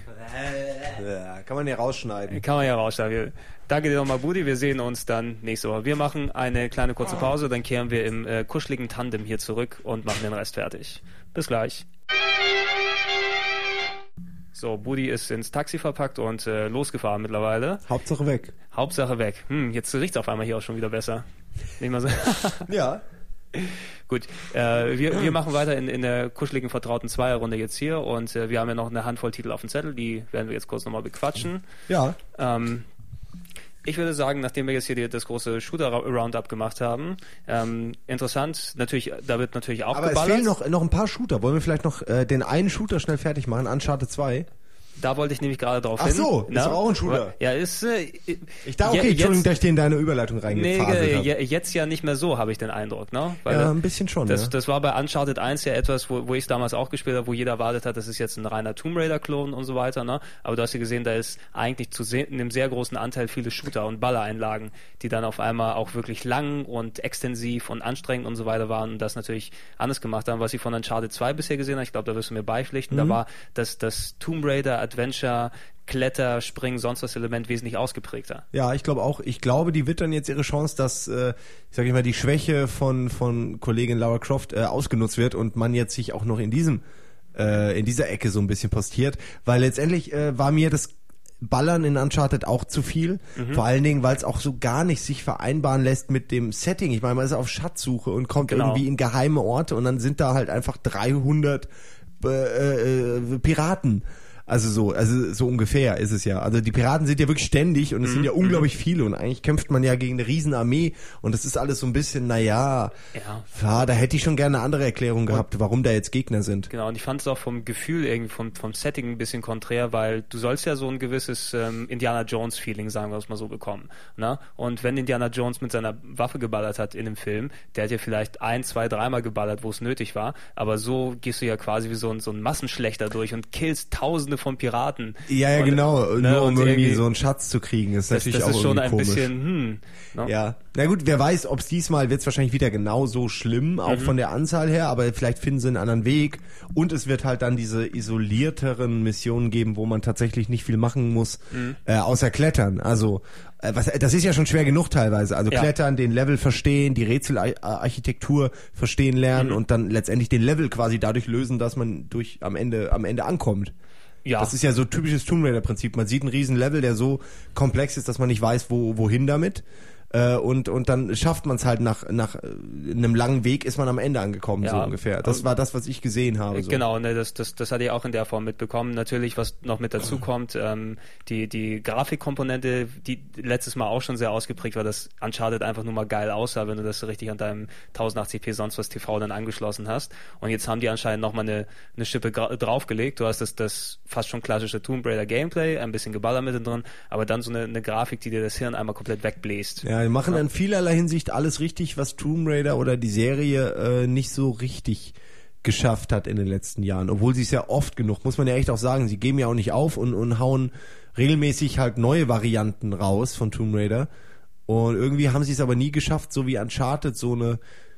S2: Ja, kann man ja rausschneiden.
S1: Kann man ja rausschneiden. Danke dir nochmal, Budi. Wir sehen uns dann nächste Woche. Wir machen eine kleine kurze Pause, dann kehren wir im äh, kuscheligen Tandem hier zurück und machen den Rest fertig. Bis gleich. So, Budi ist ins Taxi verpackt und äh, losgefahren mittlerweile.
S2: Hauptsache weg.
S1: Hauptsache weg. Hm, jetzt riecht's auf einmal hier auch schon wieder besser. Nicht mal so.
S2: Ja.
S1: Gut, äh, wir, wir machen weiter in, in der kuscheligen, vertrauten Zweierrunde jetzt hier und äh, wir haben ja noch eine Handvoll Titel auf dem Zettel, die werden wir jetzt kurz nochmal bequatschen.
S2: Ja.
S1: Ähm, ich würde sagen, nachdem wir jetzt hier die, das große Shooter-Roundup gemacht haben, ähm, interessant, natürlich, da wird natürlich auch
S2: Aber
S1: geballert.
S2: es fehlen noch, noch ein paar Shooter. Wollen wir vielleicht noch äh, den einen Shooter schnell fertig machen, Uncharted zwei?
S1: Da wollte ich nämlich gerade drauf
S2: Ach
S1: hin.
S2: so, ist
S1: Na?
S2: doch auch ein Shooter.
S1: Ja, ist... Äh,
S2: ich dachte, okay,
S1: je,
S2: Entschuldigung,
S1: jetzt,
S2: dass ich dir in deine Überleitung reingefaselt
S1: nee,
S2: habe.
S1: je, jetzt ja nicht mehr so, habe ich den Eindruck, ne? Weil
S2: ja, ein bisschen schon,
S1: das,
S2: ja.
S1: das war bei Uncharted eins ja etwas, wo, wo ich es damals auch gespielt habe, wo jeder erwartet hat, das ist jetzt ein reiner Tomb Raider-Klon und so weiter, ne? Aber du hast ja gesehen, da ist eigentlich zu sehen, in einem sehr großen Anteil viele Shooter- und Ballereinlagen, die dann auf einmal auch wirklich lang und extensiv und anstrengend und so weiter waren und das natürlich anders gemacht haben, was ich von Uncharted zwei bisher gesehen habe. Ich glaube, da wirst du mir beipflichten. Mhm. Da war das, das Tomb Raider Adventure Kletter, Springen, sonst das Element wesentlich ausgeprägter.
S2: Ja, ich glaube auch. Ich glaube, die wird dann jetzt ihre Chance, dass, äh, ich sage ich mal, die Schwäche von von Kollegin Lara Croft äh, ausgenutzt wird und man jetzt sich auch noch in diesem äh, in dieser Ecke so ein bisschen postiert, weil letztendlich äh, war mir das Ballern in Uncharted auch zu viel. Mhm. Vor allen Dingen, weil es auch so gar nicht sich vereinbaren lässt mit dem Setting. Ich meine, man ist auf Schatzsuche und kommt genau. irgendwie in geheime Orte und dann sind da halt einfach dreihundert äh, äh, Piraten. Also so, also so ungefähr ist es ja. Also die Piraten sind ja wirklich ständig und es mhm. sind ja unglaublich viele und eigentlich kämpft man ja gegen eine Riesenarmee und das ist alles so ein bisschen, naja, ja, ja da hätte ich schon gerne eine andere Erklärung gehabt, warum da jetzt Gegner sind.
S1: Genau, und ich fand es auch vom Gefühl irgendwie, vom, vom Setting ein bisschen konträr, weil du sollst ja so ein gewisses ähm, Indiana Jones Feeling, sagen wir es mal so, bekommen. Ne? Und wenn Indiana Jones mit seiner Waffe geballert hat in dem Film, der hat ja vielleicht ein, zwei, dreimal geballert, wo es nötig war, aber so gehst du ja quasi wie so ein, so ein Massenschlechter durch und killst tausende von Piraten.
S2: Ja, ja,
S1: und,
S2: genau.
S1: Ne,
S2: Nur um irgendwie, irgendwie
S1: so
S2: einen Schatz zu kriegen, ist
S1: das,
S2: natürlich
S1: das
S2: auch
S1: ist schon
S2: irgendwie
S1: ein
S2: komisch.
S1: bisschen, hm. No?
S2: Ja. Na gut, wer weiß, ob es diesmal wird es wahrscheinlich wieder genauso schlimm, auch mhm. von der Anzahl her, aber vielleicht finden sie einen anderen Weg und es wird halt dann diese isolierteren Missionen geben, wo man tatsächlich nicht viel machen muss, mhm. äh, außer klettern. Also äh, was, das ist ja schon schwer genug teilweise. Also ja. klettern, den Level verstehen, die Rätselarchitektur verstehen lernen mhm. und dann letztendlich den Level quasi dadurch lösen, dass man durch am Ende am Ende ankommt. Ja. Das ist ja so typisches Tomb Raider Prinzip. Man sieht einen riesen Level, der so komplex ist, dass man nicht weiß, wo wohin damit. Äh, und und dann schafft man es halt nach nach einem langen Weg ist man am Ende angekommen, ja, so ungefähr. Das war das, was ich gesehen habe. So.
S1: Genau, ne, das das das hatte ich auch in der Form mitbekommen. Natürlich, was noch mit dazu kommt, ähm, die die Grafikkomponente, die letztes Mal auch schon sehr ausgeprägt war, dass Uncharted einfach nur mal geil aussah, wenn du das richtig an deinem tausendachtzig p sonst was T V dann angeschlossen hast. Und jetzt haben die anscheinend noch mal eine eine Schippe gra- draufgelegt. Du hast das das fast schon klassische Tomb Raider Gameplay, ein bisschen Geballer mit drin, aber dann so eine eine Grafik, die dir das Hirn einmal komplett wegbläst.
S2: Ja, die machen in vielerlei Hinsicht alles richtig, was Tomb Raider oder die Serie äh, nicht so richtig geschafft hat in den letzten Jahren. Obwohl sie es ja oft genug, muss man ja echt auch sagen, sie geben ja auch nicht auf und, und hauen regelmäßig halt neue Varianten raus von Tomb Raider. Und irgendwie haben sie es aber nie geschafft, so wie Uncharted, so eine,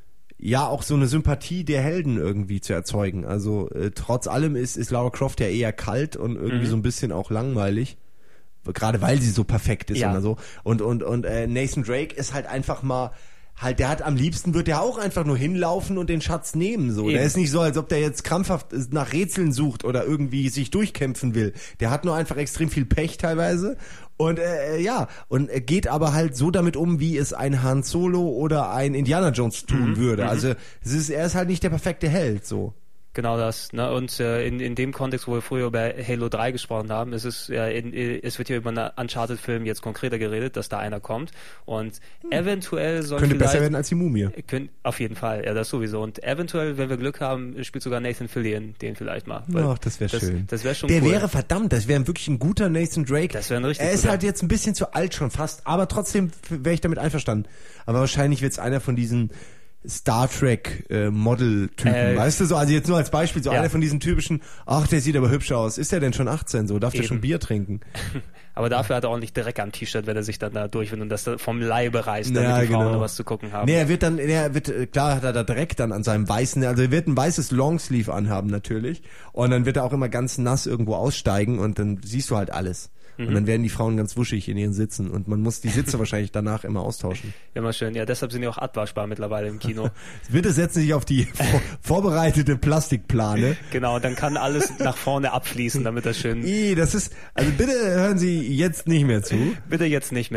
S2: ja, auch so eine Sympathie der Helden irgendwie zu erzeugen. Also äh, trotz allem ist, ist Lara Croft ja eher kalt und irgendwie mhm. so ein bisschen auch langweilig. Gerade weil sie so perfekt ist
S1: ja.
S2: und so. Und, und, und äh, Nathan Drake ist halt einfach mal, halt, der hat am liebsten, wird der auch einfach nur hinlaufen und den Schatz nehmen, so. Eben. Der ist nicht so, als ob der jetzt krampfhaft nach Rätseln sucht oder irgendwie sich durchkämpfen will. Der hat nur einfach extrem viel Pech teilweise. Und äh, ja, und er geht aber halt so damit um, wie es ein Han Solo oder ein Indiana Jones tun mhm. würde. Also es ist, er ist halt nicht der perfekte Held, so.
S1: Genau das. Ne? Und äh, in, in dem Kontext, wo wir früher über Halo drei gesprochen haben, ist es, ja, in, in, es wird hier über einen Uncharted-Film jetzt konkreter geredet, dass da einer kommt. Und hm. eventuell soll
S2: Könnte
S1: vielleicht...
S2: besser werden als die Mumie.
S1: Könnt, auf jeden Fall, ja, das sowieso. Und eventuell, wenn wir Glück haben, spielt sogar Nathan Fillion den vielleicht mal.
S2: Ach, das wäre schön.
S1: Das wäre schon
S2: Der
S1: cool.
S2: wäre verdammt, das wäre wirklich ein guter Nathan Drake.
S1: Das wäre ein richtig
S2: Er ist
S1: guter.
S2: halt jetzt ein bisschen zu alt schon fast, aber trotzdem wäre ich damit einverstanden. Aber wahrscheinlich wird es einer von diesen Star Trek äh, Model-Typen, äh, weißt du so, also jetzt nur als Beispiel, so ja. einer von diesen typischen, ach, der sieht aber hübsch aus, ist der denn schon achtzehn, so, darf Eben. der schon Bier trinken?
S1: Aber dafür hat er ordentlich Dreck am T-Shirt, wenn er sich dann da durchwindet und das vom Leibe reißt, damit ja, die Frauen genau. noch was zu gucken haben.
S2: Nee, er wird dann, er wird, klar hat er da Dreck dann an seinem weißen, also er wird ein weißes Longsleeve anhaben natürlich und dann wird er auch immer ganz nass irgendwo aussteigen und dann siehst du halt alles. Und dann werden die Frauen ganz wuschig in ihren Sitzen und man muss die Sitze wahrscheinlich danach immer austauschen.
S1: Immer schön. Ja, deshalb sind die auch abwaschbar mittlerweile im Kino.
S2: Bitte setzen Sie sich auf die vor, vorbereitete Plastikplane.
S1: Genau, dann kann alles nach vorne abfließen, damit das schön...
S2: I, das ist, also bitte hören Sie jetzt nicht mehr zu.
S1: Bitte jetzt nicht mehr.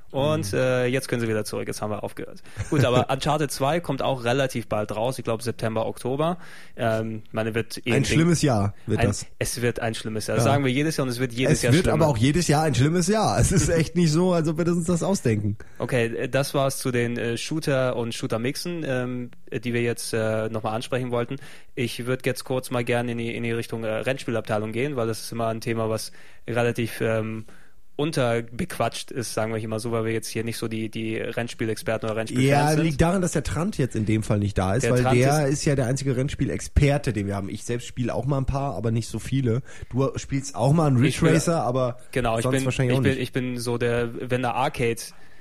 S1: Und mhm. äh, jetzt können sie wieder zurück, jetzt haben wir aufgehört. Gut, aber Uncharted zwei kommt auch relativ bald raus, ich glaube September, Oktober. Ähm, meine, wird
S2: ein schlimmes Jahr wird
S1: ein,
S2: das.
S1: Es wird ein schlimmes Jahr, das ja. sagen wir jedes Jahr und es wird jedes
S2: es
S1: Jahr
S2: schlimmer. Es wird
S1: schlimmer.
S2: aber auch jedes Jahr ein schlimmes Jahr. Es ist echt nicht so, als ob wir uns das ausdenken.
S1: Okay, das war's zu den äh, Shooter und Shooter-Mixen, ähm, die wir jetzt äh, nochmal ansprechen wollten. Ich würde jetzt kurz mal gerne in die, in die Richtung äh, Rennspielabteilung gehen, weil das ist immer ein Thema, was relativ ähm, unterbequatscht ist, sagen wir immer so, weil wir jetzt hier nicht so die, die Rennspielexperten oder Rennspielfans
S2: ja,
S1: sind.
S2: Ja, liegt daran, dass der Trant jetzt in dem Fall nicht da ist,
S1: der
S2: weil
S1: Trant
S2: der
S1: ist,
S2: ist ja der einzige Rennspielexperte, den wir haben. Ich selbst spiele auch mal ein paar, aber nicht so viele. Du spielst auch mal einen Ridge Racer, aber
S1: genau,
S2: sonst
S1: ich bin,
S2: wahrscheinlich
S1: ich
S2: auch
S1: bin,
S2: nicht.
S1: ich bin so der, wenn der Arcade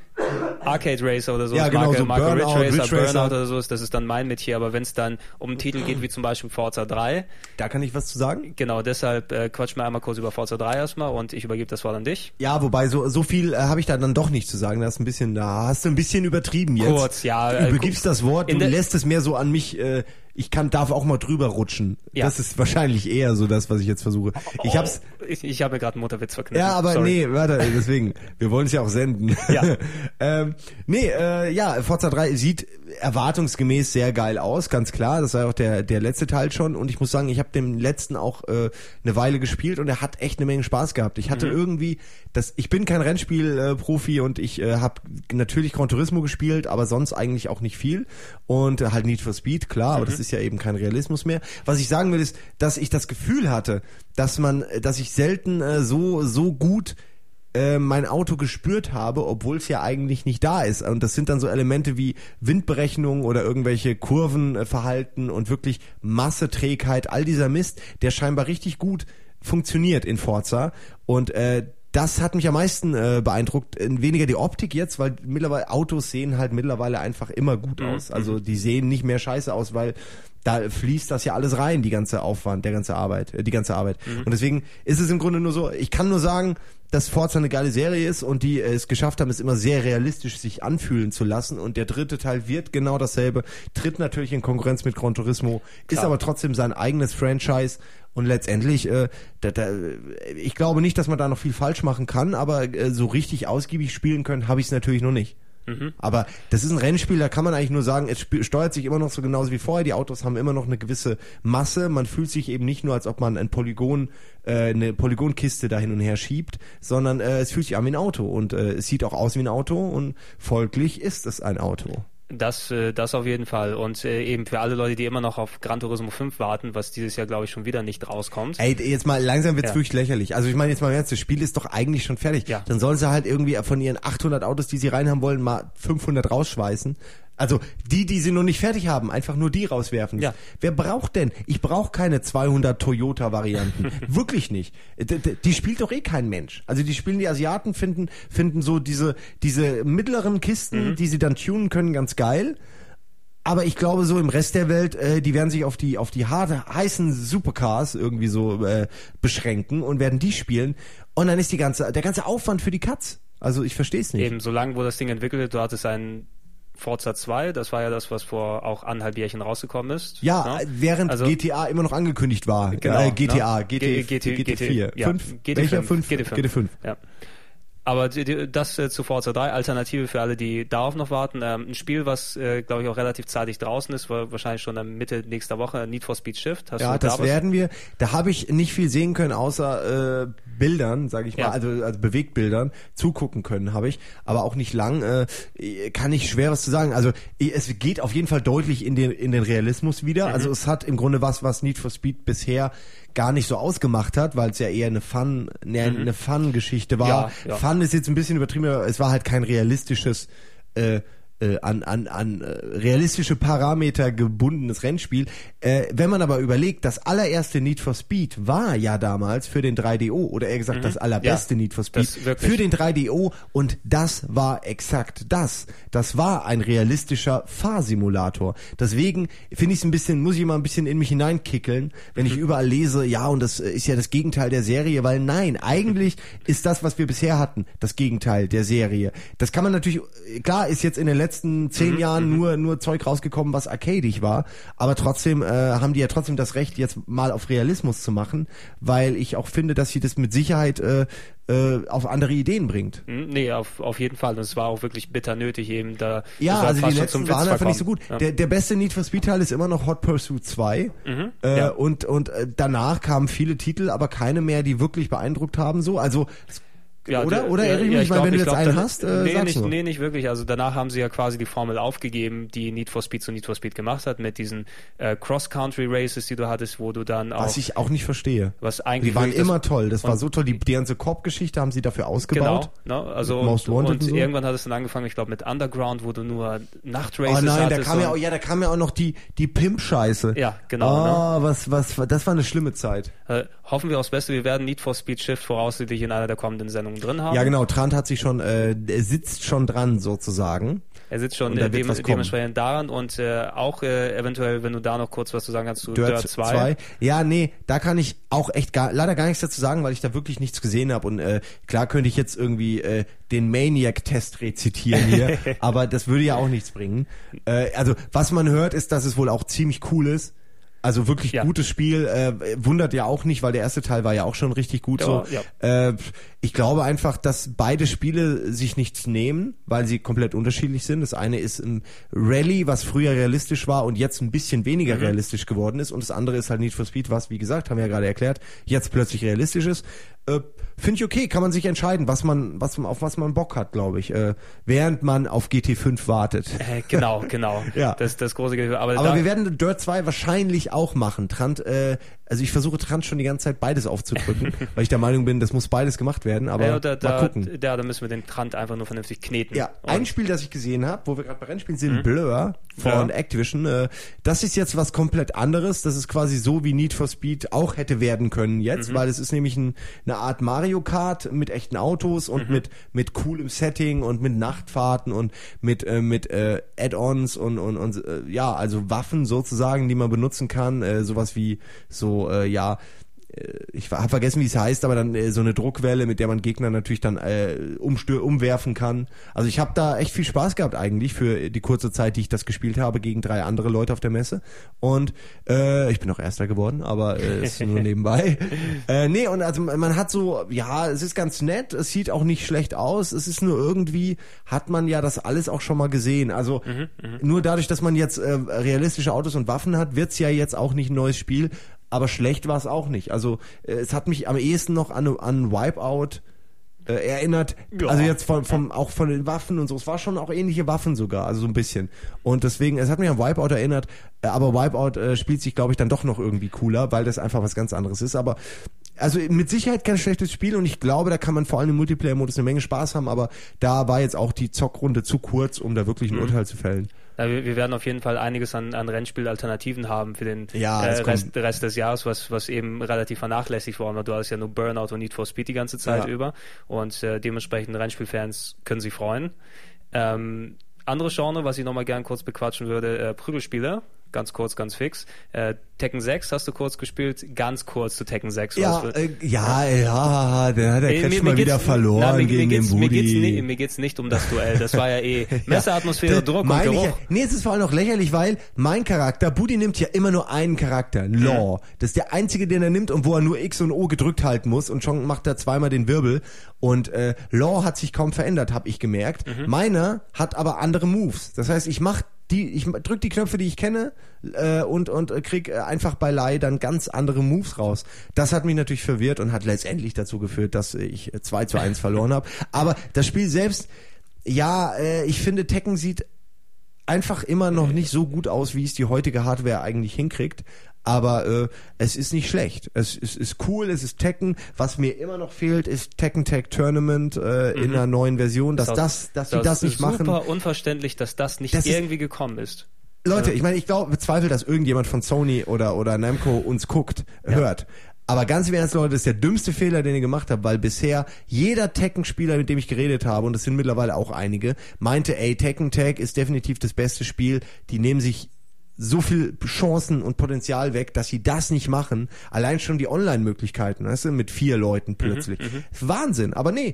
S1: Arcade Racer oder so,
S2: ja, genau,
S1: Marke,
S2: so
S1: Marke
S2: Burnout,
S1: Ridge Racer,
S2: Ridge
S1: Burnout
S2: Racer
S1: oder so ist, das ist dann mein Metier, aber wenn es dann um einen Titel geht, wie zum Beispiel Forza drei.
S2: Da kann ich was zu sagen?
S1: Genau, deshalb äh, quatsch mal einmal kurz über Forza drei erstmal und ich übergebe das Wort an dich.
S2: Ja, wobei so so viel äh, habe ich da dann doch nicht zu sagen, da hast du ein bisschen, da hast du ein bisschen übertrieben jetzt.
S1: Kurz, ja.
S2: Du
S1: äh,
S2: übergibst das Wort, du lässt es mehr so an mich, äh, ich kann, darf auch mal drüber rutschen. Ja. Das ist wahrscheinlich eher so das, was ich jetzt versuche. Ich
S1: oh,
S2: hab's.
S1: Ich, ich habe mir gerade einen Mutterwitz verknüpft.
S2: Ja, aber
S1: Sorry.
S2: nee, warte, deswegen. Wir wollen es ja auch senden.
S1: Ja.
S2: ähm, nee, äh, ja, Forza drei sieht erwartungsgemäß sehr geil aus, ganz klar. Das war ja auch der, der letzte Teil schon. Und ich muss sagen, ich habe den letzten auch äh, eine Weile gespielt und er hat echt eine Menge Spaß gehabt. Ich hatte mhm. irgendwie, das, ich bin kein Rennspiel-Profi äh, und ich äh, habe natürlich Gran Turismo gespielt, aber sonst eigentlich auch nicht viel. Und äh, halt Need for Speed, klar, mhm. aber das ist ja eben kein Realismus mehr. Was ich sagen will, ist, dass ich das Gefühl hatte, dass man, dass ich selten äh, so so gut äh, mein Auto gespürt habe, obwohl es ja eigentlich nicht da ist. Und das sind dann so Elemente wie Windberechnung oder irgendwelche Kurvenverhalten und wirklich Masse, Trägheit, all dieser Mist, der scheinbar richtig gut funktioniert in Forza. Und äh, das hat mich am meisten äh, beeindruckt. Weniger die Optik jetzt, weil mittlerweile Autos sehen halt mittlerweile einfach immer gut
S1: mhm.
S2: aus. Also die sehen nicht mehr scheiße aus, weil da fließt das ja alles rein, die ganze Aufwand, der ganze Arbeit, äh, die ganze Arbeit. Mhm. Und deswegen ist es im Grunde nur so, ich kann nur sagen, dass Forza eine geile Serie ist und die äh, es geschafft haben, es immer sehr realistisch sich anfühlen zu lassen. Und der dritte Teil wird genau dasselbe, tritt natürlich in Konkurrenz mit Gran Turismo, Klar. ist aber trotzdem sein eigenes Franchise. Und letztendlich, äh, da, da, ich glaube nicht, dass man da noch viel falsch machen kann, aber äh, so richtig ausgiebig spielen können, habe ich es natürlich noch nicht. Mhm. Aber das ist ein Rennspiel, da kann man eigentlich nur sagen, es steuert sich immer noch so genauso wie vorher. Die Autos haben immer noch eine gewisse Masse. Man fühlt sich eben nicht nur, als ob man ein Polygon, äh, eine Polygonkiste da hin und her schiebt, sondern äh, es fühlt sich an wie ein Auto und äh, es sieht auch aus wie ein Auto und folglich ist es ein Auto.
S1: Das, äh, das auf jeden Fall. Und äh, eben für alle Leute, die immer noch auf Gran Turismo fünf warten, was dieses Jahr, glaube ich, schon wieder nicht rauskommt.
S2: Ey, jetzt mal, langsam wird's
S1: ja.
S2: wirklich lächerlich. Also ich meine jetzt mal, das Spiel ist doch eigentlich schon fertig.
S1: Ja.
S2: Dann sollen sie halt irgendwie von ihren achthundert Autos, die sie reinhaben wollen, mal fünfhundert rausschweißen. Also die, die sie noch nicht fertig haben, einfach nur die rauswerfen.
S1: Ja.
S2: Wer braucht denn? Ich brauche keine zweihundert Toyota-Varianten. Wirklich nicht. Die, die spielt doch eh kein Mensch. Also die spielen, die Asiaten finden finden so diese diese mittleren Kisten, mhm. die sie dann tunen können, ganz geil. Aber ich glaube, so im Rest der Welt, äh, die werden sich auf die auf die harte, heißen Supercars irgendwie so äh, beschränken und werden die spielen. Und dann ist die ganze der ganze Aufwand für die Katz. Also ich verstehe es nicht.
S1: Eben, solange wo das Ding entwickelt wird, du hattest einen Forza zwei, das war ja das, was vor auch anderthalb Jährchen rausgekommen ist.
S2: Ja,
S1: ne?
S2: während
S1: also,
S2: G T A immer noch angekündigt war.
S1: Genau,
S2: äh, G T A,
S1: ne?
S2: G T,
S1: G T,
S2: G T vier,
S1: ja,
S2: fünf,
S1: G T
S2: welcher
S1: fünf,
S2: fünf?
S1: G T fünf.
S2: G T fünf.
S1: Ja. Aber die, die, das äh, zu Forza drei, Alternative für alle, die darauf noch warten. Ähm, ein Spiel, was, äh, glaube ich, auch relativ zeitig draußen ist, war wahrscheinlich schon am Mitte nächster Woche, Need for Speed Shift. Hast
S2: ja,
S1: du
S2: das
S1: da was?
S2: werden wir. Da habe ich nicht viel sehen können, außer äh, Bildern, sage ich mal,
S1: ja.
S2: also, also Bewegtbildern. Zugucken können habe ich, aber auch nicht lang. Äh, kann ich schwer was zu sagen. Also es geht auf jeden Fall deutlich in den, in den Realismus wieder. Mhm. Also es hat im Grunde was, was Need for Speed bisher gar nicht so ausgemacht hat, weil es ja eher eine Fun, eine, mhm. eine Fun-Geschichte war.
S1: Ja, ja.
S2: Fun ist jetzt ein bisschen übertrieben, aber es war halt kein realistisches, äh, äh, an, an, an äh, realistische Parameter gebundenes Rennspiel. Äh, wenn man aber überlegt, das allererste Need for Speed war ja damals für den drei D O, oder eher gesagt mhm. das allerbeste
S1: ja,
S2: Need for Speed für den drei D O, und das war exakt das. Das war ein realistischer Fahrsimulator. Deswegen finde ich es ein bisschen, muss ich immer ein bisschen in mich hineinkickeln, wenn ich überall lese, ja, und das ist ja das Gegenteil der Serie, weil nein, eigentlich ist das, was wir bisher hatten, das Gegenteil der Serie. Das kann man natürlich, klar ist jetzt in den letzten zehn
S1: Mhm,
S2: Jahren
S1: mhm.
S2: nur nur Zeug rausgekommen, was arcadig war. Aber trotzdem äh, haben die ja trotzdem das Recht, jetzt mal auf Realismus zu machen, weil ich auch finde, dass sie das mit Sicherheit äh, äh, auf andere Ideen bringt.
S1: Hm, Nee, auf, auf jeden Fall. Und es war auch wirklich bitter nötig eben da.
S2: Ja,
S1: das war
S2: also
S1: fast
S2: die
S1: schon
S2: letzten
S1: zum Witz
S2: waren einfach nicht so
S1: verkommen.
S2: gut.
S1: Ja.
S2: Der, der beste Need for Speed Teil ist immer noch Hot Pursuit zwei.
S1: Mhm,
S2: Äh,
S1: ja.
S2: Und und äh, danach kamen viele Titel, aber keine mehr, die wirklich beeindruckt haben. So, also
S1: Ja,
S2: oder
S1: der-
S2: oder
S1: ja,
S2: irre ich
S1: ja,
S2: mich,
S1: ich
S2: weil
S1: glaub-
S2: wenn du
S1: ich
S2: jetzt
S1: glaub,
S2: einen
S1: dann-
S2: hast, äh,
S1: nee,
S2: sag's
S1: nicht,
S2: nur.
S1: nee, nicht wirklich. Also danach haben sie ja quasi die Formel aufgegeben, die Need for Speed zu Need for Speed gemacht hat, mit diesen äh, Cross-Country-Races, die du hattest, wo du dann auch...
S2: Was ich auch nicht verstehe.
S1: was eigentlich
S2: Die waren
S1: wirklich das-
S2: immer toll. Das war
S1: und-
S2: so toll. Die, die ganze Korb-Geschichte haben sie dafür ausgebaut.
S1: Genau, ne? Also
S2: Mit Most
S1: und,
S2: Wanted
S1: und
S2: und so.
S1: irgendwann hat es dann angefangen, ich glaube mit Underground, wo du nur Nachtraces
S2: Oh nein, da
S1: hattest.
S2: kam ja
S1: und-
S2: auch, ja, da kam ja auch noch die die Pimp-Scheiße.
S1: Ja, genau,
S2: Oh, was was das war eine schlimme Zeit.
S1: Äh, hoffen wir aufs Beste, wir werden Need for Speed Shift voraussichtlich in einer der kommenden Sendungen drin haben.
S2: Ja, genau. Trant hat sich schon, äh, er sitzt schon dran sozusagen.
S1: Er sitzt schon
S2: Und da
S1: äh,
S2: wird
S1: dem,
S2: was kommen.
S1: dementsprechend daran und äh, auch äh, eventuell, wenn du da noch kurz was zu sagen kannst zu Dirt,
S2: Dirt
S1: zwei.
S2: zwei. Ja, nee, da kann ich auch echt gar, leider gar nichts dazu sagen, weil ich da wirklich nichts gesehen habe. Und äh, klar könnte ich jetzt irgendwie äh, den Maniac-Test rezitieren hier, aber das würde ja auch nichts bringen. Äh, also was man hört, ist, dass es wohl auch ziemlich cool ist. Also wirklich
S1: Ja.
S2: gutes Spiel, äh, wundert ja auch nicht, weil der erste Teil war ja auch schon richtig gut
S1: Ja,
S2: so.
S1: ja.
S2: Äh, ich glaube einfach, dass beide Spiele sich nichts nehmen, weil sie komplett unterschiedlich sind. Das eine ist ein Rally, was früher realistisch war und jetzt ein bisschen weniger
S1: Mhm.
S2: realistisch geworden ist. Und das andere ist halt Need for Speed, was, wie gesagt, haben wir ja gerade erklärt, jetzt plötzlich realistisch ist. Äh, Finde ich okay, kann man sich entscheiden, was man, was man, auf was man Bock hat, glaube ich, äh, während man auf G T fünf wartet.
S1: Äh, genau, genau.
S2: Ja.
S1: Das das große Gefühl. Aber,
S2: Aber
S1: da,
S2: wir werden Dirt zwei wahrscheinlich auch machen. Trant, äh, also ich versuche Trant schon die ganze Zeit beides aufzudrücken, weil ich der Meinung bin, das muss beides gemacht werden, aber
S1: ja, da, da,
S2: mal gucken.
S1: Da, da müssen wir den Trant einfach nur vernünftig kneten.
S2: Ja,
S1: Und-
S2: ein Spiel, das ich gesehen habe, wo wir gerade bei Rennspielen sind, Blur von
S1: Blur.
S2: Activision. Äh, das ist jetzt was komplett anderes. Das ist quasi so, wie Need for Speed auch hätte werden können jetzt, weil es ist nämlich ein, eine Art Mario Kart mit echten Autos und mit mit coolem Setting und mit Nachtfahrten und mit äh, mit äh, Add-ons und und, und äh, ja, also Waffen sozusagen, die man benutzen kann, äh, sowas wie so äh, ja ich habe vergessen, wie es heißt, aber dann äh, so eine Druckwelle, mit der man Gegner natürlich dann äh, umstör umwerfen kann. Also ich habe da echt viel Spaß gehabt eigentlich für die kurze Zeit, die ich das gespielt habe, gegen drei andere Leute auf der Messe. Und äh, ich bin auch Erster geworden, aber äh, ist nur nebenbei. Äh, nee, und also man hat so, ja, es ist ganz nett, es sieht auch nicht schlecht aus, es ist nur irgendwie, hat man ja das alles auch schon mal gesehen. Also nur dadurch, dass man jetzt äh, realistische Autos und Waffen hat, wird's ja jetzt auch nicht ein neues Spiel. Aber schlecht war es auch nicht. Also äh, es hat mich am ehesten noch an, an Wipeout äh, erinnert.
S1: Ja.
S2: Also jetzt von, vom, auch von den Waffen und so. Es war schon auch ähnliche Waffen sogar, also so ein bisschen. Und deswegen, es hat mich an Wipeout erinnert. Äh, aber Wipeout äh, spielt sich, glaube ich, dann doch noch irgendwie cooler, weil das einfach was ganz anderes ist. Aber also mit Sicherheit kein schlechtes Spiel und ich glaube, da kann man vor allem im Multiplayer-Modus eine Menge Spaß haben. Aber da war jetzt auch die Zockrunde zu kurz, um da wirklich ein
S1: Mhm.
S2: Urteil zu fällen.
S1: Ja, wir, wir werden auf jeden Fall einiges an, an Rennspielalternativen haben für den
S2: Ja,
S1: äh,
S2: das kommt.
S1: Rest, Rest des Jahres, was, was eben relativ vernachlässigt worden war. Du hast ja nur Burnout und Need for Speed die ganze Zeit
S2: Ja.
S1: über und äh, dementsprechend Rennspielfans können sich freuen. Ähm, andere Genre, was ich nochmal gern kurz bequatschen würde, äh, Prügelspiele. Ganz kurz, ganz fix. Äh, Tekken sechs hast du kurz gespielt, ganz kurz zu Tekken sechs.
S2: Ja,
S1: was-
S2: äh, ja, ja, der hat der
S1: Ey,
S2: Kretsch
S1: mir-
S2: mal
S1: mir
S2: wieder
S1: geht's-
S2: verloren
S1: na, mir,
S2: gegen
S1: mir geht's,
S2: den
S1: mir geht's,
S2: Budi.
S1: nicht, mir geht's nicht um das Duell. Das war ja eh Messeratmosphäre,
S2: Das
S1: Druck und
S2: meine ich
S1: Geruch.
S2: ja. Nee, es ist vor allem auch lächerlich, weil mein Charakter, Budi nimmt ja immer nur einen Charakter, Law. Das ist der einzige, den er nimmt und wo er nur X und O gedrückt halten muss und schon macht er zweimal den Wirbel. Und äh, Law hat sich kaum verändert, habe ich gemerkt. Meiner hat aber andere Moves. Das heißt, ich mach die, ich drück die Knöpfe, die ich kenne äh, und und äh, krieg äh, einfach bei Lai dann ganz andere Moves raus. Das hat mich natürlich verwirrt und hat letztendlich dazu geführt, dass ich äh, zwei zu eins verloren habe. Aber das Spiel selbst, ja, äh, ich finde Tekken sieht einfach immer noch nicht so gut aus, wie es die heutige Hardware eigentlich hinkriegt. Aber äh, es ist nicht schlecht. Es, es ist cool, es ist Tekken. Was mir immer noch fehlt, ist Tekken Tag Tournament äh, in einer neuen Version. Dass das, dass sie das nicht
S1: super
S2: machen.
S1: Super unverständlich, dass das nicht
S2: Das ist-
S1: irgendwie gekommen ist.
S2: Leute,
S1: Ja.
S2: ich meine, ich glaube, bezweifle, dass irgendjemand von Sony oder oder Namco uns guckt, hört. Aber ganz im Ernst, Leute, das ist der dümmste Fehler, den ihr gemacht habt, weil bisher jeder Tekken-Spieler, mit dem ich geredet habe, und das sind mittlerweile auch einige, meinte, ey, Tekken Tag ist definitiv das beste Spiel. Die nehmen sich so viel Chancen und Potenzial weg, dass sie das nicht machen. Allein schon die Online-Möglichkeiten, weißt du, mit vier Leuten plötzlich. Wahnsinn. Aber nee,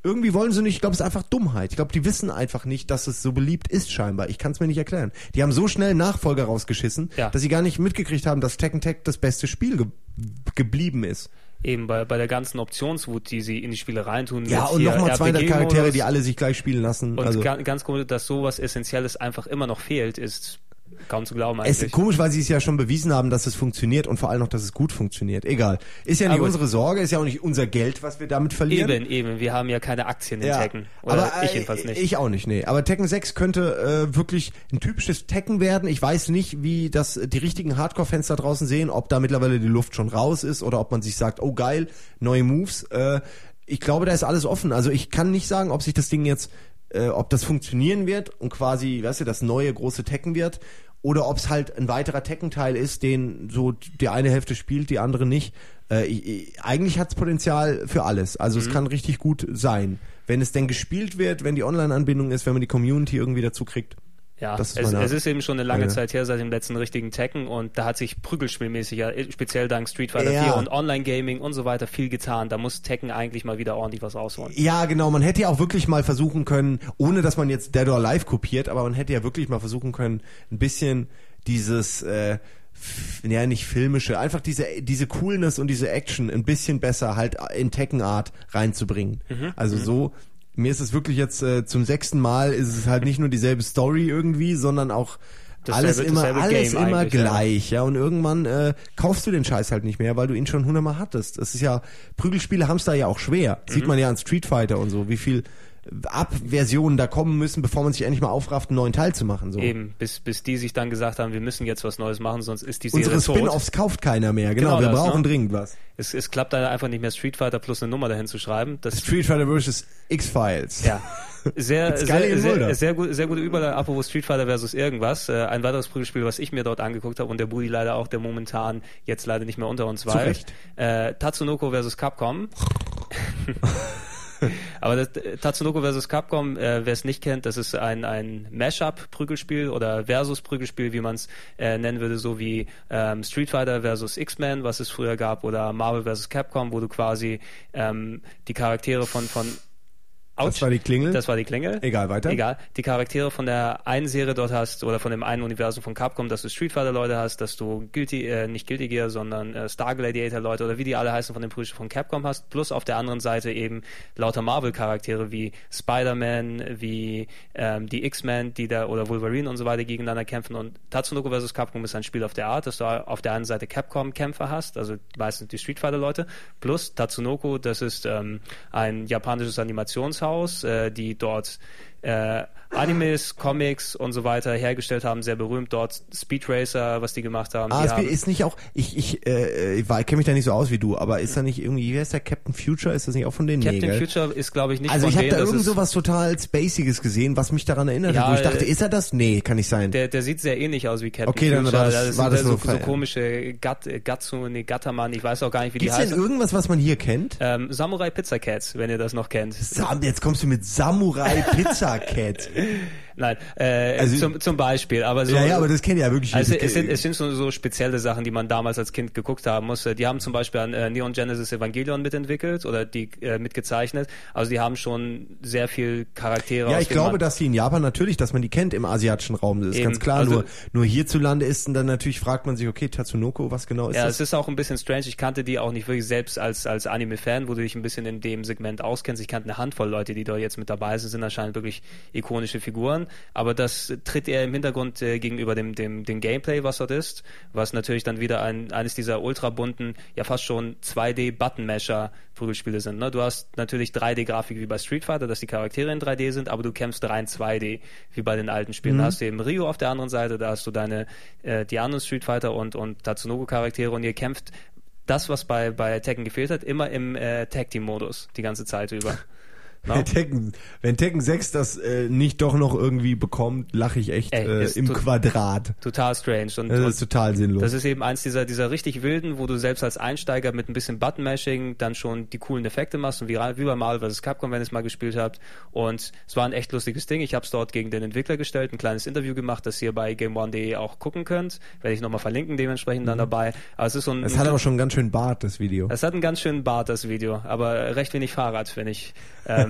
S2: irgendwie wollen sie nicht, ich glaube, es ist einfach Dummheit. Ich glaube, die wissen einfach nicht, dass es so beliebt ist scheinbar. Ich kann es mir nicht erklären. Die haben so schnell Nachfolger rausgeschissen,
S1: ja.
S2: dass sie gar nicht mitgekriegt haben, dass Tekken Tag das beste Spiel ge- geblieben ist.
S1: Eben bei, bei der ganzen Optionswut, die sie in die Spiele reintun.
S2: Ja,
S1: mit
S2: und
S1: hier
S2: nochmal zweihundert
S1: R P G-Modus.
S2: Charaktere, die alle sich gleich spielen lassen.
S1: Und
S2: also
S1: ga, ganz komisch, dass sowas Essentielles einfach immer noch fehlt, ist kaum zu glauben
S2: es
S1: eigentlich.
S2: ist komisch, weil sie es ja schon bewiesen haben, dass es funktioniert und vor allem noch, dass es gut funktioniert. Egal. Ist ja nicht
S1: Aber
S2: unsere Sorge, ist ja auch nicht unser Geld, was wir damit verlieren.
S1: Eben, eben. Wir haben ja keine Aktien in
S2: Ja.
S1: Tekken. Oder
S2: aber,
S1: ich
S2: äh,
S1: jedenfalls nicht.
S2: Ich auch nicht, nee. Aber Tekken sechs könnte äh, wirklich ein typisches Tekken werden. Ich weiß nicht, wie das die richtigen Hardcore-Fans da draußen sehen, ob da mittlerweile die Luft schon raus ist oder ob man sich sagt, oh geil, neue Moves. Äh, ich glaube, da ist alles offen. Also ich kann nicht sagen, ob sich das Ding jetzt, äh, ob das funktionieren wird und quasi, weißt du, das neue große Tekken wird. Oder ob es halt ein weiterer Tekken-Teil ist, den so die eine Hälfte spielt, die andere nicht. Äh, ich, ich, eigentlich hat es Potenzial für alles. Also mhm. es kann richtig gut sein. Wenn es denn gespielt wird, wenn die Online-Anbindung ist, wenn man die Community irgendwie dazu kriegt.
S1: Ja,
S2: das ist
S1: es,
S2: meine,
S1: es ist eben schon eine lange
S2: meine.
S1: Zeit her seit dem letzten richtigen Tekken und da hat sich prügelspielmäßig, ja, speziell dank Street Fighter
S2: Ja.
S1: vier und Online-Gaming und so weiter viel getan. Da muss Tekken eigentlich mal wieder ordentlich was rausholen.
S2: Ja, genau. Man hätte ja auch wirklich mal versuchen können, ohne dass man jetzt Dead or Alive kopiert, aber man hätte ja wirklich mal versuchen können, ein bisschen dieses, äh, f- ja nicht filmische, einfach diese diese Coolness und diese Action ein bisschen besser halt in Tekken-Art reinzubringen.
S1: Mhm.
S2: Also so, mir ist es wirklich jetzt äh, zum sechsten Mal ist es halt nicht nur dieselbe Story irgendwie, sondern auch
S1: Dasselbe-
S2: alles immer
S1: dasselbe
S2: alles
S1: Game
S2: immer
S1: eigentlich, ja.
S2: gleich, ja. Und irgendwann äh, kaufst du den Scheiß halt nicht mehr, weil du ihn schon hundertmal hattest. Das ist ja, Prügelspiele haben es da ja auch schwer.
S1: Mhm.
S2: Sieht man ja an Street Fighter und so, wie viel Abversionen da kommen müssen, bevor man sich endlich mal aufrafft, einen neuen Teil zu machen. So.
S1: Eben, bis, bis die sich dann gesagt haben, wir müssen jetzt was Neues machen, sonst ist die Serie
S2: Unsere
S1: tot.
S2: Spin-Offs kauft keiner mehr, genau,
S1: Genau
S2: wir
S1: das,
S2: brauchen
S1: ne?
S2: dringend was.
S1: Es, es klappt da einfach nicht mehr, Street Fighter plus eine Nummer dahin zu schreiben. Das,
S2: Street Fighter versus X-Files.
S1: ja. Sehr,
S2: It's geil
S1: sehr,
S2: in Mulder.
S1: sehr, sehr, gut, sehr gute Überleitung, apropos Street Fighter versus irgendwas. Äh, ein weiteres Prügelspiel, was ich mir dort angeguckt habe und der Budi leider auch, der momentan jetzt leider nicht mehr unter uns war.
S2: Zu Recht.
S1: Äh, Tatsunoko versus Capcom. Aber das, äh, Tatsunoko versus Capcom, äh, wer es nicht kennt, das ist ein, ein Mashup-Prügelspiel oder Versus-Prügelspiel, wie man es äh, nennen würde, so wie ähm, Street Fighter versus X-Men, was es früher gab, oder Marvel versus Capcom, wo du quasi ähm, die Charaktere von, von
S2: Das war die Klingel.
S1: Das war die Klingel.
S2: Egal, weiter.
S1: Egal. Die Charaktere von der einen Serie dort hast oder von dem einen Universum von Capcom, dass du Street Fighter Leute hast, dass du Guilty, äh, nicht Guilty Gear, sondern äh, Star Gladiator Leute oder wie die alle heißen von dem Prügelspiel von Capcom hast, plus auf der anderen Seite eben lauter Marvel Charaktere wie Spider-Man, wie ähm, die X-Men, die da oder Wolverine und so weiter gegeneinander kämpfen und Tatsunoko versus Capcom ist ein Spiel auf der Art, dass du auf der einen Seite Capcom Kämpfer hast, also meistens die Street Fighter Leute, plus Tatsunoko, das ist ähm, ein japanisches Animationshaus, äh, die dort äh, Animes, Comics und so weiter hergestellt haben, sehr berühmt dort. Speed Racer, was die gemacht haben.
S2: Ah,
S1: die
S2: es
S1: haben
S2: ist nicht auch, ich, ich, äh, ich kenne mich da nicht so aus wie du, aber ist da nicht irgendwie, wie heißt der, Captain Future, ist das nicht auch von denen?
S1: Captain
S2: nee, gell?
S1: Future ist, glaube ich, nicht
S2: Also
S1: von
S2: ich habe
S1: denen.
S2: da
S1: Das
S2: irgend
S1: ist-
S2: so was total Spaciges gesehen, was mich daran erinnert
S1: Ja,
S2: hat, wo ich dachte,
S1: äh,
S2: ist er das? Nee, kann nicht sein.
S1: Der, der sieht sehr ähnlich aus wie Captain
S2: Okay, dann
S1: Future.
S2: war das-
S1: das
S2: war
S1: sind
S2: das
S1: so,
S2: nur
S1: so
S2: Fall-
S1: komische Gat, Gatsu, nee, Gattermann, ich weiß auch gar nicht, wie
S2: Gibt's
S1: die
S2: denn
S1: heißen.
S2: irgendwas, was man hier kennt?
S1: Ähm, Samurai Pizza Cats, wenn ihr das noch kennt.
S2: Sam, jetzt kommst du mit Samurai Pizza Cat.
S1: Nein, äh,
S2: Also-
S1: zum, zum Beispiel. Aber so,
S2: ja, ja, aber das kennt ja wirklich
S1: Also
S2: jedes
S1: es sind,
S2: Kind.
S1: es sind so, so spezielle Sachen, die man damals als Kind geguckt haben muss. Die haben zum Beispiel an äh, Neon Genesis Evangelion mitentwickelt oder die äh, mitgezeichnet. Also die haben schon sehr viel Charaktere.
S2: Ja,
S1: aus
S2: ich
S1: denen
S2: glaube,
S1: man,
S2: dass die in Japan natürlich, dass man die kennt im asiatischen Raum. Das ist
S1: Eben.
S2: ganz klar.
S1: Also-
S2: nur, nur hierzulande ist und dann natürlich fragt man sich, okay, Tatsunoko, was genau ist
S1: Ja,
S2: das?
S1: es ist auch ein bisschen strange. Ich kannte die auch nicht wirklich selbst als, als Anime-Fan, wo du dich ein bisschen in dem Segment auskennst. Ich kannte eine Handvoll Leute, die da jetzt mit dabei sind, sind anscheinend wirklich ikonische Figuren. Aber das tritt eher im Hintergrund äh, gegenüber dem, dem, dem Gameplay, was dort ist, was natürlich dann wieder ein, eines dieser ultrabunten, ja fast schon zwei D-Button-Masher-Prügelspiele sind. Ne? Du hast natürlich drei D-Grafik wie bei Street Fighter, dass die Charaktere in drei D sind, aber du kämpfst rein zwei D, wie bei den alten Spielen.
S2: Mhm.
S1: Da hast du eben Ryu auf der anderen Seite, da hast du deine äh, die anderen Street Fighter und, und Tatsunoko-Charaktere und ihr kämpft das, was bei, bei Tekken gefehlt hat, immer im äh, Tag-Team-Modus die ganze Zeit über. No?
S2: Wenn Tekken, wenn Tekken sechs das äh, nicht doch noch irgendwie bekommt, lache ich echt
S1: Ey,
S2: äh,
S1: ist
S2: im
S1: tot-
S2: Quadrat.
S1: Total strange. Und,
S2: Das
S1: und
S2: ist total sinnlos.
S1: das ist eben eins dieser, dieser richtig wilden, wo du selbst als Einsteiger mit ein bisschen Button-Mashing dann schon die coolen Effekte machst und wie, wie bei Marvel versus. Capcom, wenn ihr es mal gespielt habt. Und es war ein echt lustiges Ding. Ich habe es dort gegen den Entwickler gestellt, ein kleines Interview gemacht, das ihr bei game one punkt de auch gucken könnt. Werde ich nochmal verlinken, dementsprechend dann dabei. Aber es ist so ein...
S2: Es hat aber schon ganz schön Bart, das Video.
S1: Es hat einen ganz schönen Bart, das Video, aber recht wenig Fahrrad, finde ich. Ähm,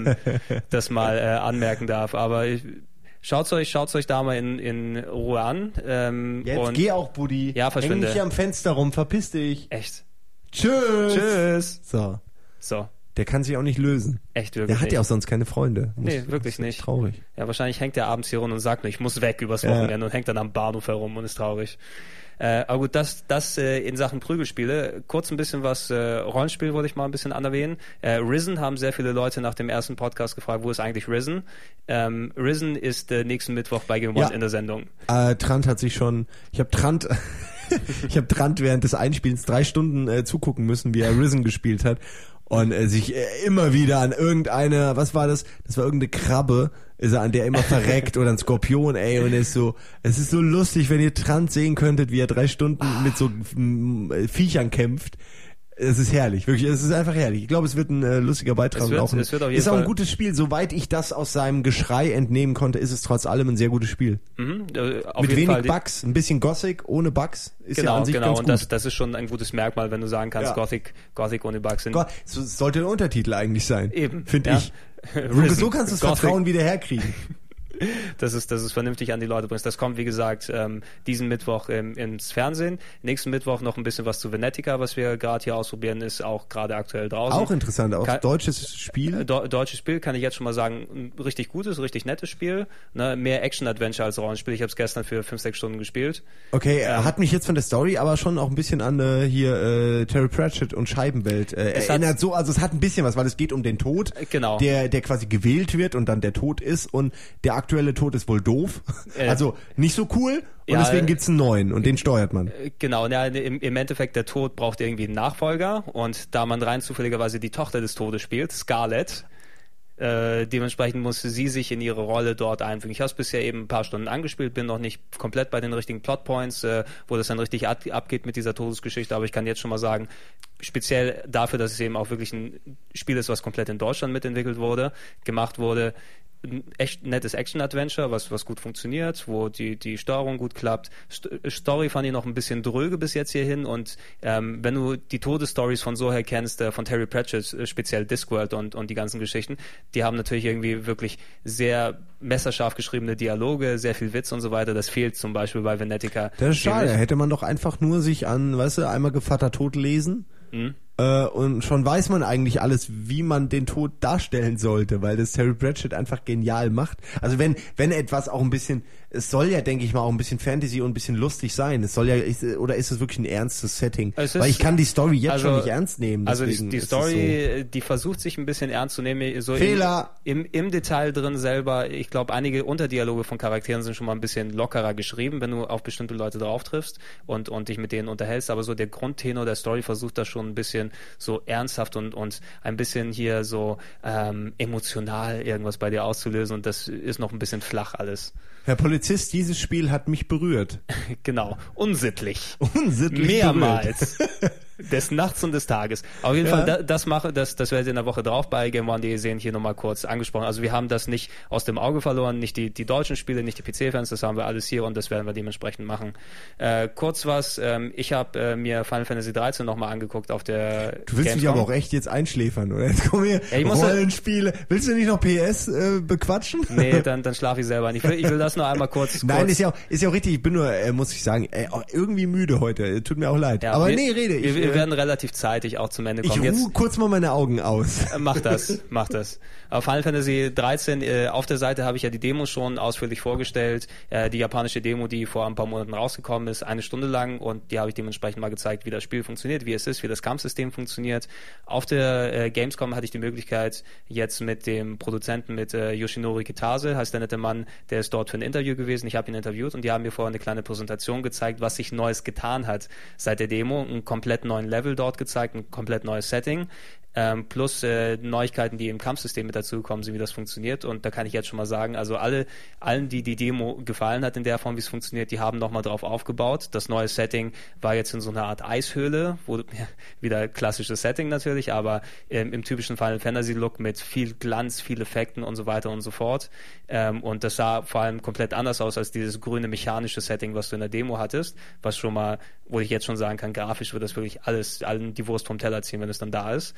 S1: man das mal äh, anmerken darf. Aber ich, Schaut's euch, schaut's euch da mal in, in Ruhe an. Ähm,
S2: Jetzt
S1: und
S2: geh auch, Buddy.
S1: Ja, verschwinde.
S2: Häng nicht hier am Fenster rum, verpiss dich.
S1: Echt.
S2: Tschüss.
S1: Tschüss.
S2: So.
S1: So.
S2: Der kann sich auch nicht lösen.
S1: Echt, wirklich
S2: Der hat
S1: nicht.
S2: ja auch sonst keine Freunde. Muss,
S1: Nee, wirklich nicht.
S2: Traurig.
S1: Ja, wahrscheinlich hängt er abends hier rum und sagt nur, ich muss weg übers Wochenende, ja, und hängt dann am Bahnhof herum und ist traurig. Äh, aber gut, das, das äh, in Sachen Prügelspiele. Kurz ein bisschen was, äh, Rollenspiel wollte ich mal ein bisschen anerwähnen. Äh, Risen haben sehr viele Leute nach dem ersten Podcast gefragt, wo ist eigentlich Risen? Ähm, Risen ist äh, nächsten Mittwoch bei Game One, ja, in der Sendung.
S2: Äh, Trant hat sich schon, ich habe Trant, ich habe Trant während des Einspielens drei Stunden äh, zugucken müssen, wie er Risen gespielt hat. Und äh, sich äh, immer wieder an irgendeine, was war das? Das war irgendeine Krabbe, ist er, an der immer verreckt, oder ein Skorpion, ey, und er ist so, es ist so lustig, wenn ihr Trant sehen könntet, wie er drei Stunden ah. mit so m, Viechern kämpft. Es ist herrlich, wirklich, es ist einfach herrlich. Ich glaube, es wird ein äh, lustiger Beitrag.
S1: Es wird,
S2: auch ein,
S1: es wird auf jeden
S2: ist auch ein
S1: Fall
S2: gutes Spiel. Soweit ich das aus seinem Geschrei entnehmen konnte, ist es trotz allem ein sehr gutes Spiel.
S1: Mhm, äh, auf
S2: Mit
S1: jeden
S2: wenig
S1: Fall
S2: Bugs, ein bisschen Gothic, ohne Bugs. Ist
S1: genau,
S2: ja an sich
S1: genau.
S2: ganz
S1: Und
S2: gut.
S1: das, das ist schon ein gutes Merkmal, wenn du sagen kannst, ja, Gothic, Gothic ohne Bugs sind.
S2: Go- so sollte der Untertitel eigentlich sein.
S1: Eben.
S2: Finde
S1: ja.
S2: ich. So, so kannst du das
S1: Gothic.
S2: Vertrauen wieder herkriegen.
S1: dass es, dass es vernünftig an die Leute bringst. Das kommt, wie gesagt, ähm, diesen Mittwoch ähm, ins Fernsehen. Nächsten Mittwoch noch ein bisschen was zu Venetica, was wir gerade hier ausprobieren, ist auch gerade aktuell draußen.
S2: Auch interessant, auch
S1: kann,
S2: deutsches Spiel.
S1: Äh, do, deutsches Spiel, kann ich jetzt schon mal sagen, ein richtig gutes, richtig nettes Spiel. Ne? Mehr Action-Adventure als Rollenspiel. Ich habe es gestern für fünf, sechs Stunden gespielt.
S2: Okay, er ähm, hat mich jetzt von der Story aber schon auch ein bisschen an äh, hier äh, Terry Pratchett und Scheibenwelt äh, erinnert. Hat, so, also es hat ein bisschen was, weil es geht um den Tod,
S1: genau,
S2: der der quasi gewählt wird und dann der Tod ist, und der aktuelle Tod ist wohl doof. Äh, also nicht so cool. Und ja, deswegen gibt's einen neuen und den steuert man.
S1: Genau, ja, im, im Endeffekt der Tod braucht irgendwie einen Nachfolger, und da man rein zufälligerweise die Tochter des Todes spielt, Scarlett, äh, dementsprechend musste sie sich in ihre Rolle dort einfügen. Ich habe es bisher eben ein paar Stunden angespielt, bin noch nicht komplett bei den richtigen Plotpoints, äh, wo das dann richtig ab, abgeht mit dieser Todesgeschichte, aber ich kann jetzt schon mal sagen, speziell dafür, dass es eben auch wirklich ein Spiel ist, was komplett in Deutschland mitentwickelt wurde, gemacht wurde, ein echt nettes Action-Adventure, was was gut funktioniert, wo die die Steuerung gut klappt. St- Story fand ich noch ein bisschen dröge bis jetzt hierhin, und ähm, wenn du die Todesstories von so her kennst, äh, von Terry Pratchett, äh, speziell Discworld und und die ganzen Geschichten, die haben natürlich irgendwie wirklich sehr messerscharf geschriebene Dialoge, sehr viel Witz und so weiter. Das fehlt zum Beispiel bei Venetica.
S2: Das ist schade. Hätte man doch einfach nur sich an, weißt du, einmal Gevatter Tod lesen. Mhm. Äh, und schon weiß man eigentlich alles, wie man den Tod darstellen sollte, weil das Terry Pratchett einfach genial macht. Also wenn wenn etwas auch ein bisschen, es soll ja, denke ich mal, auch ein bisschen Fantasy und ein bisschen lustig sein. Es soll ja, oder ist es wirklich ein ernstes Setting? Ist, weil ich kann die Story jetzt
S1: also,
S2: schon nicht ernst nehmen.
S1: Also die, die Story, so. Die versucht sich ein bisschen ernst zu nehmen. So
S2: Fehler!
S1: Im, im, im Detail drin selber. Ich glaube, einige Unterdialoge von Charakteren sind schon mal ein bisschen lockerer geschrieben, wenn du auf bestimmte Leute drauf triffst und, und dich mit denen unterhältst. Aber so der Grundtenor der Story versucht das schon ein bisschen so ernsthaft und, und ein bisschen hier so ähm, emotional irgendwas bei dir auszulösen, und das ist noch ein bisschen flach alles.
S2: Herr Polizist, dieses Spiel hat mich berührt.
S1: Genau. Unsittlich.
S2: Unsittlich
S1: Mehrmals. Des Nachts und des Tages. Auf jeden ja. Fall, da, das mache, das, das werdet ihr in der Woche drauf bei Game One punkt de sehen, hier nochmal kurz angesprochen. Also wir haben das nicht aus dem Auge verloren, nicht die, die deutschen Spiele, nicht die P C-Fans, das haben wir alles hier, und das werden wir dementsprechend machen. Äh, kurz was, ähm, ich habe äh, mir Final Fantasy dreizehn nochmal angeguckt auf der
S2: Du willst
S1: Gamescom.
S2: mich aber auch echt jetzt einschläfern, oder? Jetzt kommen hier
S1: ja,
S2: Rollenspiele. Willst du nicht noch P S äh, bequatschen?
S1: Nee, dann, dann schlafe ich selber nicht. Ich will, ich will das nur einmal kurz, kurz.
S2: Nein, ist ja auch, ist ja auch richtig. Ich bin nur, äh, muss ich sagen, äh, irgendwie müde heute. Tut mir auch leid. Ja, aber
S1: wir,
S2: nee, rede.
S1: Wir,
S2: ich,
S1: wir
S2: äh,
S1: werden relativ zeitig auch zum Ende kommen.
S2: Ich ruhe
S1: Jetzt,
S2: kurz mal meine Augen aus.
S1: Äh, mach das, mach das. Auf Final Fantasy dreizehn, äh, auf der Seite habe ich ja die Demo schon ausführlich vorgestellt. Äh, die japanische Demo, die vor ein paar Monaten rausgekommen ist, eine Stunde lang, und die habe ich dementsprechend mal gezeigt, wie das Spiel funktioniert, wie es ist, wie das Kampfsystem funktioniert. Auf der äh, Gamescom hatte ich die Möglichkeit, jetzt mit dem Produzenten, mit äh, Yoshinori Kitase, heißt der nette Mann, der ist dort für ein Interview gewesen. Ich habe ihn interviewt, und die haben mir vorher eine kleine Präsentation gezeigt, was sich Neues getan hat seit der Demo. Einen komplett neuen Level dort gezeigt, ein komplett neues Setting. Ähm, plus äh, Neuigkeiten, die im Kampfsystem mit dazugekommen sind, wie das funktioniert. Und da kann ich jetzt schon mal sagen, also alle, allen, die die Demo gefallen hat in der Form, wie es funktioniert, die haben nochmal drauf aufgebaut. Das neue Setting war jetzt in so einer Art Eishöhle, wo ja, wieder klassisches Setting natürlich, aber ähm, im typischen Final Fantasy Look mit viel Glanz, viel Effekten und so weiter und so fort. Ähm, und das sah vor allem komplett anders aus als dieses grüne mechanische Setting, was du in der Demo hattest, was schon mal, wo ich jetzt schon sagen kann, grafisch wird das wirklich alles, allen die Wurst vom Teller ziehen, wenn es dann da ist.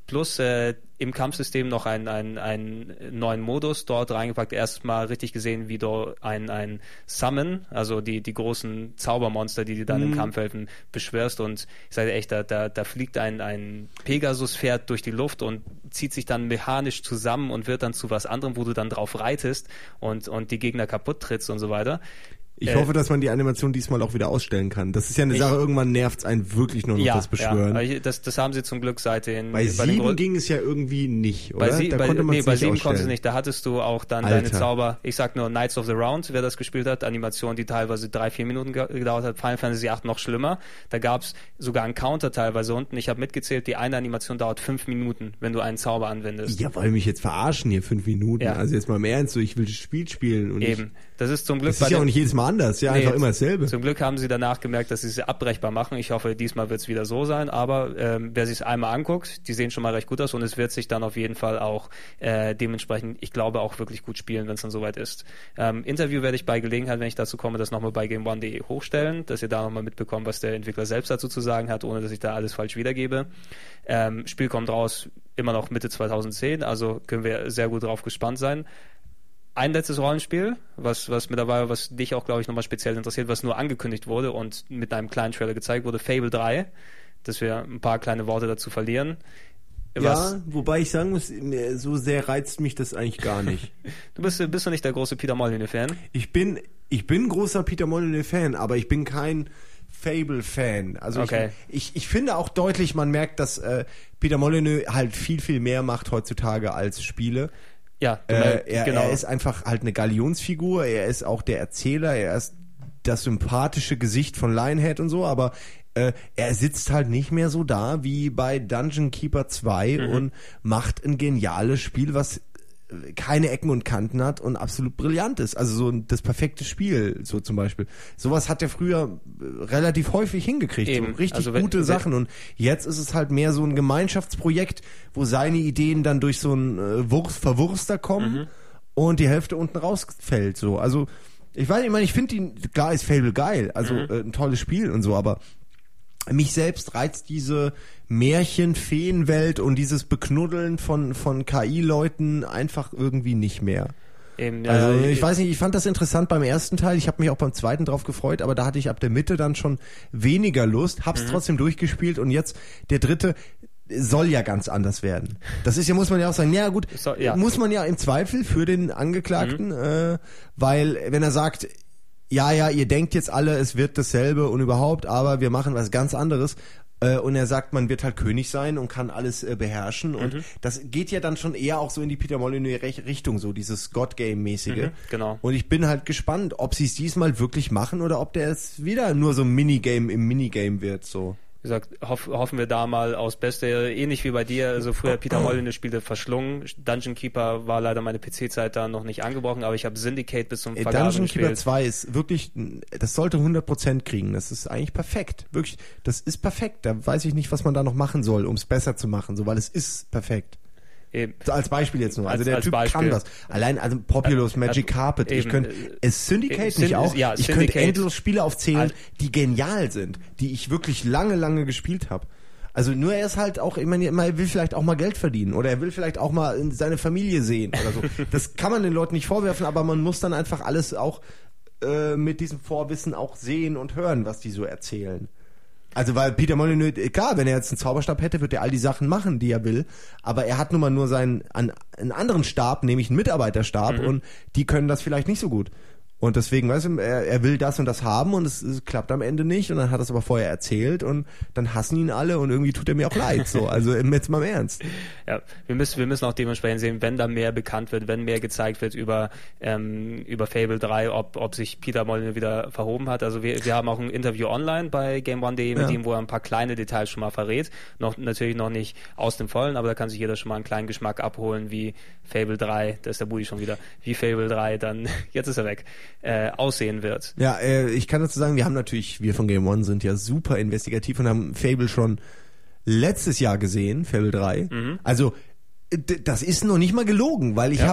S1: plus äh, im Kampfsystem noch einen, einen, einen neuen Modus dort reingepackt. Erstmal richtig gesehen, wie du ein, ein Summon, also die, die großen Zaubermonster, die dir dann mhm. im Kampf helfen, beschwörst. Und ich sage echt, da, da, da fliegt ein, ein Pegasus-Pferd durch die Luft und zieht sich dann mechanisch zusammen und wird dann zu was anderem, wo du dann drauf reitest und, und die Gegner kaputt trittst und so weiter.
S2: Ich
S1: äh,
S2: hoffe, dass man die Animation diesmal auch wieder ausstellen kann. Das ist ja eine
S1: ich,
S2: Sache, irgendwann nervt's einen wirklich nur noch
S1: ja,
S2: das Beschwören.
S1: Ja, das, das haben sie zum Glück seit den...
S2: Bei, bei sieben ging es ja irgendwie nicht, oder?
S1: Bei, sie,
S2: da
S1: bei,
S2: konnte man
S1: nee,
S2: es
S1: bei
S2: nicht
S1: sieben
S2: ausstellen.
S1: konntest du nicht. Da hattest du auch dann
S2: Alter.
S1: deine Zauber, ich sag nur Knights of the Round, wer das gespielt hat, Animation, die teilweise drei, vier Minuten gedauert hat. Final Fantasy acht noch schlimmer. Da gab's sogar einen Counter teilweise unten. Ich habe mitgezählt, die eine Animation dauert fünf Minuten, wenn du einen Zauber anwendest.
S2: Ja, wollen mich jetzt verarschen hier, fünf Minuten.
S1: Ja.
S2: Also jetzt mal im Ernst, so ich will das Spiel spielen. Und
S1: Eben.
S2: Ich,
S1: das ist zum Glück...
S2: das ist ja auch nicht jedes Mal anders, ja,
S1: Nee,
S2: einfach immer dasselbe.
S1: Zum Glück haben sie danach gemerkt, dass sie es abbrechbar machen. Ich hoffe, diesmal wird es wieder so sein. Aber ähm, wer sich es einmal anguckt, die sehen schon mal recht gut aus und es wird sich dann auf jeden Fall auch äh, dementsprechend, ich glaube, auch wirklich gut spielen, wenn es dann soweit ist. Ähm, Interview werde ich bei Gelegenheit, wenn ich dazu komme, das nochmal bei game one punkt de hochstellen, dass ihr da nochmal mitbekommt, was der Entwickler selbst dazu zu sagen hat, ohne dass ich da alles falsch wiedergebe. Ähm, Spiel kommt raus immer noch Mitte zwanzig zehn, also können wir sehr gut drauf gespannt sein. Ein letztes Rollenspiel, was, was mittlerweile, was dich auch, glaube ich, nochmal speziell interessiert, was nur angekündigt wurde und mit einem kleinen Trailer gezeigt wurde, Fable drei, dass wir ein paar kleine Worte dazu verlieren. Was,
S2: ja, wobei ich sagen muss, so sehr reizt mich das eigentlich gar nicht.
S1: du bist, bist du nicht der große Peter Molyneux-Fan?
S2: Ich bin, ich bin großer Peter Molyneux-Fan, aber ich bin kein Fable-Fan. Also
S1: okay.
S2: ich, ich, ich finde auch deutlich, man merkt, dass äh, Peter Molyneux halt viel, viel mehr macht heutzutage als Spiele.
S1: Ja,
S2: äh, er,
S1: genau.
S2: er ist einfach halt eine Galionsfigur, er ist auch der Erzähler, er ist das sympathische Gesicht von Lionhead und so, aber äh, er sitzt halt nicht mehr so da wie bei Dungeon Keeper zwei mhm. und macht ein geniales Spiel, was keine Ecken und Kanten hat und absolut brillant ist. Also so das perfekte Spiel, so zum Beispiel. Sowas hat er früher relativ häufig hingekriegt.
S1: Eben.
S2: So richtig
S1: also wenn,
S2: gute
S1: wenn,
S2: Sachen. Und jetzt ist es halt mehr so ein Gemeinschaftsprojekt, wo seine Ideen dann durch so einen äh, Wurst, Verwurster kommen mhm. und die Hälfte unten rausfällt. So. Also ich weiß nicht, ich meine, ich finde ihn, klar ist Fable geil, also mhm. äh, ein tolles Spiel und so, aber mich selbst reizt diese Märchen-Feenwelt und dieses Beknuddeln von, von K I-Leuten einfach irgendwie nicht mehr.
S1: Eben, ja,
S2: also
S1: ja,
S2: ich weiß nicht, ich fand das interessant beim ersten Teil, ich habe mich auch beim zweiten drauf gefreut, aber da hatte ich ab der Mitte dann schon weniger Lust, hab's mhm. trotzdem durchgespielt und jetzt der dritte soll ja ganz anders werden. Das ist ja, muss man ja auch sagen, ja gut, so, ja. muss man ja im Zweifel für den Angeklagten, mhm. äh, weil wenn er sagt, ja, ja, ihr denkt jetzt alle, es wird dasselbe und überhaupt, aber wir machen was ganz anderes. Äh, und er sagt, man wird halt König sein und kann alles äh, beherrschen. Und mhm. das geht ja dann schon eher auch so in die Peter Molyneux-Richtung, so dieses God-Game-mäßige.
S1: Mhm, genau.
S2: Und ich bin halt gespannt, ob sie es diesmal wirklich machen oder ob der es wieder nur so ein Minigame im Minigame wird, so.
S1: Wie gesagt, hoff, hoffen wir da mal aus Beste, ähnlich wie bei dir, also früher Peter Molyneux Spielte verschlungen. Dungeon Keeper war leider meine P C-Zeit da noch nicht angebrochen, aber ich habe Syndicate bis zum Vergaben
S2: Dungeon
S1: gespielt.
S2: Keeper zwei ist wirklich, das sollte hundert Prozent kriegen, das ist eigentlich perfekt, wirklich, das ist perfekt, da weiß ich nicht, was man da noch machen soll, um es besser zu machen, so, weil es ist perfekt.
S1: Eben.
S2: So als Beispiel jetzt nur. Also
S1: als,
S2: der
S1: als
S2: Typ
S1: Beispiel.
S2: kann das. Allein also Populous,
S1: Ä-
S2: Magic
S1: äh,
S2: Carpet. Ich
S1: eben.
S2: könnte es Syndicate
S1: Syn-
S2: nicht auch.
S1: ja,
S2: ich
S1: Syndicate.
S2: könnte endlos Spiele aufzählen,
S1: Al-
S2: die genial sind, die ich wirklich lange, lange gespielt habe. Also nur er ist halt auch, ich meine, er will vielleicht auch mal Geld verdienen oder er will vielleicht auch mal seine Familie sehen oder so. Das kann man den Leuten nicht vorwerfen, aber man muss dann einfach alles auch äh, mit diesem Vorwissen auch sehen und hören, was die so erzählen. Also weil Peter Molyneux, klar, wenn er jetzt einen Zauberstab hätte, würde er all die Sachen machen, die er will, aber er hat nun mal nur seinen an, einen anderen Stab, nämlich einen Mitarbeiterstab mhm. und die können das vielleicht nicht so gut. Und deswegen, weißt du, er, er will das und das haben und es, es klappt am Ende nicht und dann hat er es aber vorher erzählt und dann hassen ihn alle und irgendwie tut er mir auch leid, so, also jetzt mal im Ernst.
S1: Ja, wir müssen, wir müssen auch dementsprechend sehen, wenn da mehr bekannt wird, wenn mehr gezeigt wird über, ähm, über Fable drei, ob, ob sich Peter Molyneux wieder verhoben hat. Also wir, wir haben auch ein Interview online bei game one punkt de mit
S2: ja.
S1: ihm, wo er ein paar kleine Details schon mal verrät. Noch, natürlich noch nicht aus dem Vollen, aber da kann sich jeder schon mal einen kleinen Geschmack abholen, wie Fable drei, da ist der Budi schon wieder, wie Fable drei dann, jetzt ist er weg, Äh, aussehen wird.
S2: Ja, äh, ich kann dazu sagen, wir haben natürlich, wir von Game One sind ja super investigativ und haben Fable schon letztes Jahr gesehen, Fable drei. Mhm. Also d- das ist noch nicht mal gelogen, weil ich
S1: ja.
S2: habe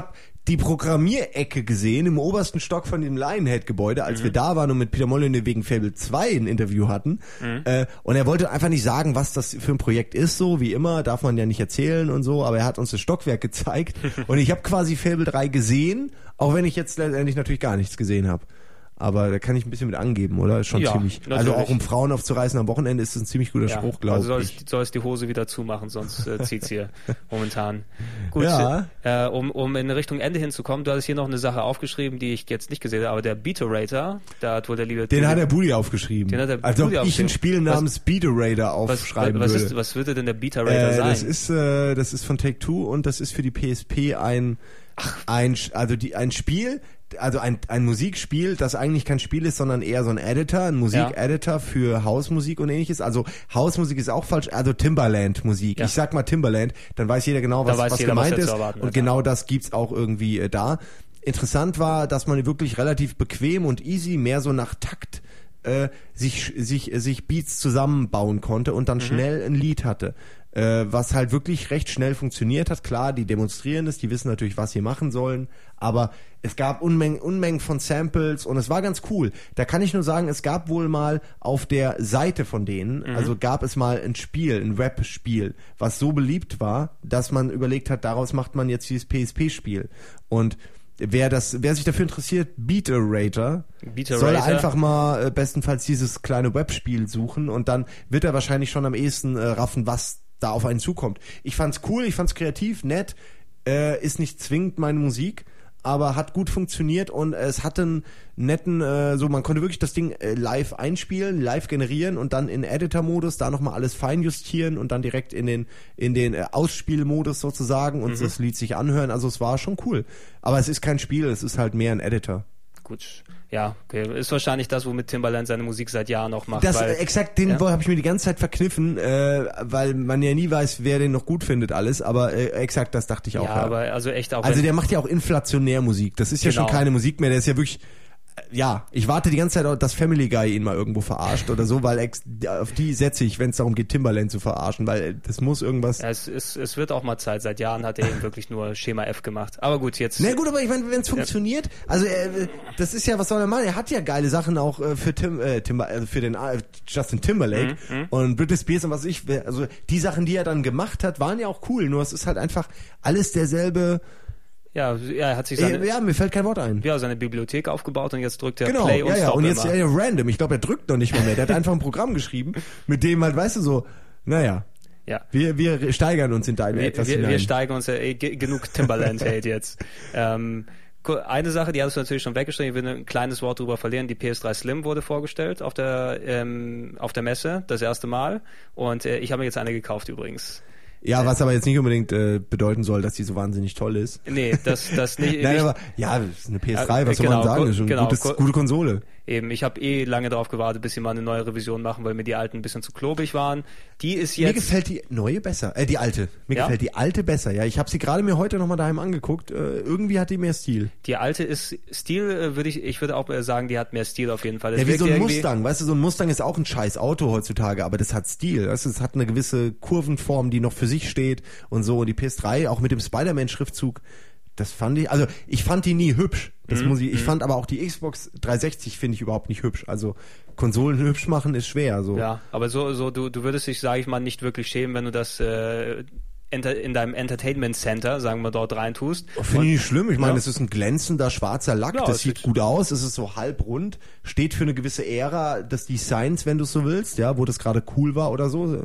S2: die Programmierecke gesehen im obersten Stock von dem Lionhead-Gebäude, als mhm. wir da waren und mit Peter Molyneux wegen Fable zwei ein Interview hatten. Mhm. Äh, und er wollte einfach nicht sagen, was das für ein Projekt ist, so wie immer, darf man ja nicht erzählen und so, aber er hat uns das Stockwerk gezeigt und ich habe quasi Fable drei gesehen, auch wenn ich jetzt letztendlich natürlich gar nichts gesehen habe. Aber da kann ich ein bisschen mit angeben, oder? Ist schon
S1: ja,
S2: ziemlich.
S1: Natürlich.
S2: Also auch um Frauen aufzureißen am Wochenende ist es ein ziemlich guter
S1: ja,
S2: Spruch, glaube
S1: also
S2: ich.
S1: Also soll es die Hose wieder zumachen, sonst äh, zieht's hier momentan. Gut,
S2: ja.
S1: äh, um, um in Richtung Ende hinzukommen, du hattest hier noch eine Sache aufgeschrieben, die ich jetzt nicht gesehen habe, aber der Beaterator, da hat wohl der liebe...
S2: Den hat der Budi aufgeschrieben.
S1: Den hat der
S2: also
S1: Budi
S2: ob ich ein Spiel namens Beaterator aufschreiben
S1: was, was
S2: würde.
S1: Ist, was würde denn der Beaterator
S2: äh,
S1: sein?
S2: Das ist, äh, das ist von Take-Two und das ist für die P S P ein... Ach. ein also die ein Spiel, also ein ein Musikspiel, das eigentlich kein Spiel ist, sondern eher so ein Editor, ein Musikeditor ja. für Hausmusik und ähnliches. Also Hausmusik ist auch falsch, also Timbaland Musik. Ja. Ich sag mal Timbaland, dann weiß jeder genau, was, was jeder, gemeint was ist erwarten, und genau das gibt's auch irgendwie äh, da. Interessant war, dass man wirklich relativ bequem und easy mehr so nach Takt äh, sich sich sich Beats zusammenbauen konnte und dann mhm. schnell ein Lied hatte. Was halt wirklich recht schnell funktioniert hat. Klar, die demonstrieren es, die wissen natürlich, was sie machen sollen, aber es gab Unmengen, Unmengen von Samples und es war ganz cool. Da kann ich nur sagen, es gab wohl mal auf der Seite von denen, mhm. also gab es mal ein Spiel, ein Rap-Spiel, was so beliebt war, dass man überlegt hat, daraus macht man jetzt dieses P S P-Spiel. Und wer das, wer sich dafür interessiert, Beaterator, soll er einfach mal äh, bestenfalls dieses kleine Webspiel suchen und dann wird er wahrscheinlich schon am ehesten äh, raffen, was da auf einen zukommt. Ich fand's cool, ich fand's kreativ, nett, äh, ist nicht zwingend meine Musik, aber hat gut funktioniert und es hatte einen netten, äh, so man konnte wirklich das Ding äh, live einspielen, live generieren und dann in Editor-Modus da nochmal alles feinjustieren und dann direkt in den in den äh, Ausspielmodus sozusagen und mhm. das Lied sich anhören. Also es war schon cool. Aber es ist kein Spiel, es ist halt mehr ein Editor.
S1: Gut, ja, okay. Ist wahrscheinlich das, womit Timbaland seine Musik seit Jahren noch macht.
S2: Das
S1: weil,
S2: exakt, den ja? habe ich mir die ganze Zeit verkniffen, äh, weil man ja nie weiß, wer den noch gut findet alles, aber äh, exakt das dachte ich auch.
S1: Ja, ja. aber also echt auch.
S2: Also der macht ja auch inflationär Musik, das ist genau. ja schon keine Musik mehr, der ist ja wirklich... Ja, ich warte die ganze Zeit, dass Family Guy ihn mal irgendwo verarscht oder so, weil ex, auf die setze ich, wenn es darum geht, Timbaland zu verarschen, weil das muss irgendwas...
S1: Ja, es, es, es wird auch mal Zeit. Seit Jahren hat er eben wirklich nur Schema F gemacht. Aber gut, jetzt...
S2: Na gut, aber ich meine, wenn es funktioniert, ja. also äh, das ist ja, was soll er machen? Er hat ja geile Sachen auch äh, für Tim, äh, Timber, also für den äh, Justin Timberlake mhm, und Britney Spears und was ich... Also die Sachen, die er dann gemacht hat, waren ja auch cool, nur es ist halt einfach alles derselbe...
S1: Ja, er hat sich seine,
S2: ja, mir fällt kein Wort ein.
S1: Ja, seine Bibliothek aufgebaut und jetzt drückt er
S2: genau,
S1: Play und
S2: ja, ja.
S1: Stop
S2: Und jetzt
S1: immer.
S2: Ja, random. Ich glaube, er drückt noch nicht mal mehr. Der hat einfach ein Programm geschrieben, mit dem halt, weißt du, so, naja.
S1: Ja.
S2: Wir, wir steigern uns in deine
S1: wir,
S2: etwas
S1: wir,
S2: hinein.
S1: Wir steigern uns, äh, genug Timbaland-Hate jetzt. Ähm, eine Sache, die hast du natürlich schon weggestrichen, ich will ein kleines Wort drüber verlieren. Die P S drei Slim wurde vorgestellt auf der, ähm, auf der Messe, das erste Mal. Und äh, ich habe mir jetzt eine gekauft übrigens.
S2: Ja, was aber jetzt nicht unbedingt äh, bedeuten soll, dass die so wahnsinnig toll ist.
S1: Nee, das, das nicht.
S2: Nein,
S1: nicht,
S2: aber ja, das ist eine P S drei, was
S1: äh,
S2: soll
S1: genau,
S2: man sagen? Das ist eine
S1: genau,
S2: gutes, gute Konsole.
S1: Eben, ich habe eh lange darauf gewartet, bis sie mal eine neue Revision machen, weil mir die alten ein bisschen zu klobig waren. Die ist jetzt...
S2: Mir gefällt die neue besser, äh, die alte. Mir
S1: ja?
S2: gefällt die alte besser, ja. Ich habe sie gerade mir heute nochmal daheim angeguckt. Äh, irgendwie hat die mehr Stil.
S1: Die alte ist Stil, äh, würde ich, ich würde auch sagen, die hat mehr Stil auf jeden Fall. Das
S2: ja, wie so ein Mustang, weißt du, so ein Mustang ist auch ein scheiß Auto heutzutage, aber das hat Stil, weißt du, es hat eine gewisse Kurvenform, die noch für sich steht und so. Und die P S drei, auch mit dem Spider-Man-Schriftzug, das fand ich, also ich fand die nie hübsch. Das mhm. muss ich, ich fand aber auch die Xbox dreihundertsechzig finde ich überhaupt nicht hübsch. Also Konsolen hübsch machen ist schwer. So.
S1: Ja, aber so, so du, du würdest dich, sage ich mal, nicht wirklich schämen, wenn du das äh, in deinem Entertainment Center, sagen wir, dort reintust.
S2: Finde ich nicht schlimm. Ich meine, ja. es ist ein glänzender schwarzer Lack. Ja, das sieht gut aus. Es ist so halbrund. Steht für eine gewisse Ära des Designs, wenn du es so willst, ja, wo das gerade cool war oder so.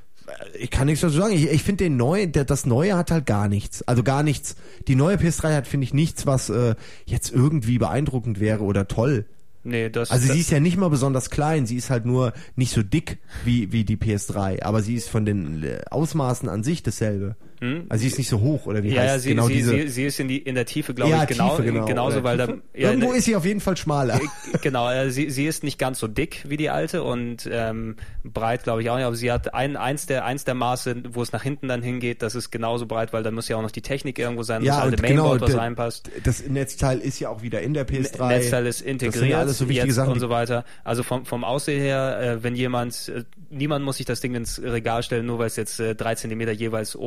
S2: Ich kann nichts dazu sagen. Ich, ich finde den neuen, der, das Neue hat halt gar nichts. Also gar nichts. Die neue P S drei hat, finde ich, nichts, was äh, jetzt irgendwie beeindruckend wäre oder toll.
S1: Nee, das,
S2: also
S1: das
S2: sie ist ja nicht mal besonders klein, sie ist halt nur nicht so dick wie wie die P S drei, aber sie ist von den Ausmaßen an sich dasselbe. Hm? Also sie ist nicht so hoch, oder wie
S1: ja,
S2: heißt
S1: ja, sie,
S2: genau
S1: sie,
S2: diese...
S1: sie, sie ist in, die, in der Tiefe, glaube
S2: ja,
S1: ich, genau,
S2: Tiefe, genau
S1: genauso,
S2: oder
S1: weil da... Ja,
S2: irgendwo ist sie auf jeden Fall schmaler.
S1: Genau, äh, sie, sie ist nicht ganz so dick wie die alte und ähm, breit, glaube ich, auch nicht, aber sie hat ein, eins, der, eins der Maße, wo es nach hinten dann hingeht, das ist genauso breit, weil da muss ja auch noch die Technik irgendwo sein,
S2: ja,
S1: das alte
S2: genau,
S1: Mainboard, was
S2: der,
S1: reinpasst.
S2: Das Netzteil ist ja auch wieder in der P S drei.
S1: Netzteil ist integriert,
S2: das sind ja alles so wichtige
S1: jetzt
S2: Sachen,
S1: und so weiter. Also vom, vom Aussehen her, äh, wenn jemand, äh, niemand muss sich das Ding ins Regal stellen, nur weil es jetzt äh, drei Zentimeter jeweils oben und unten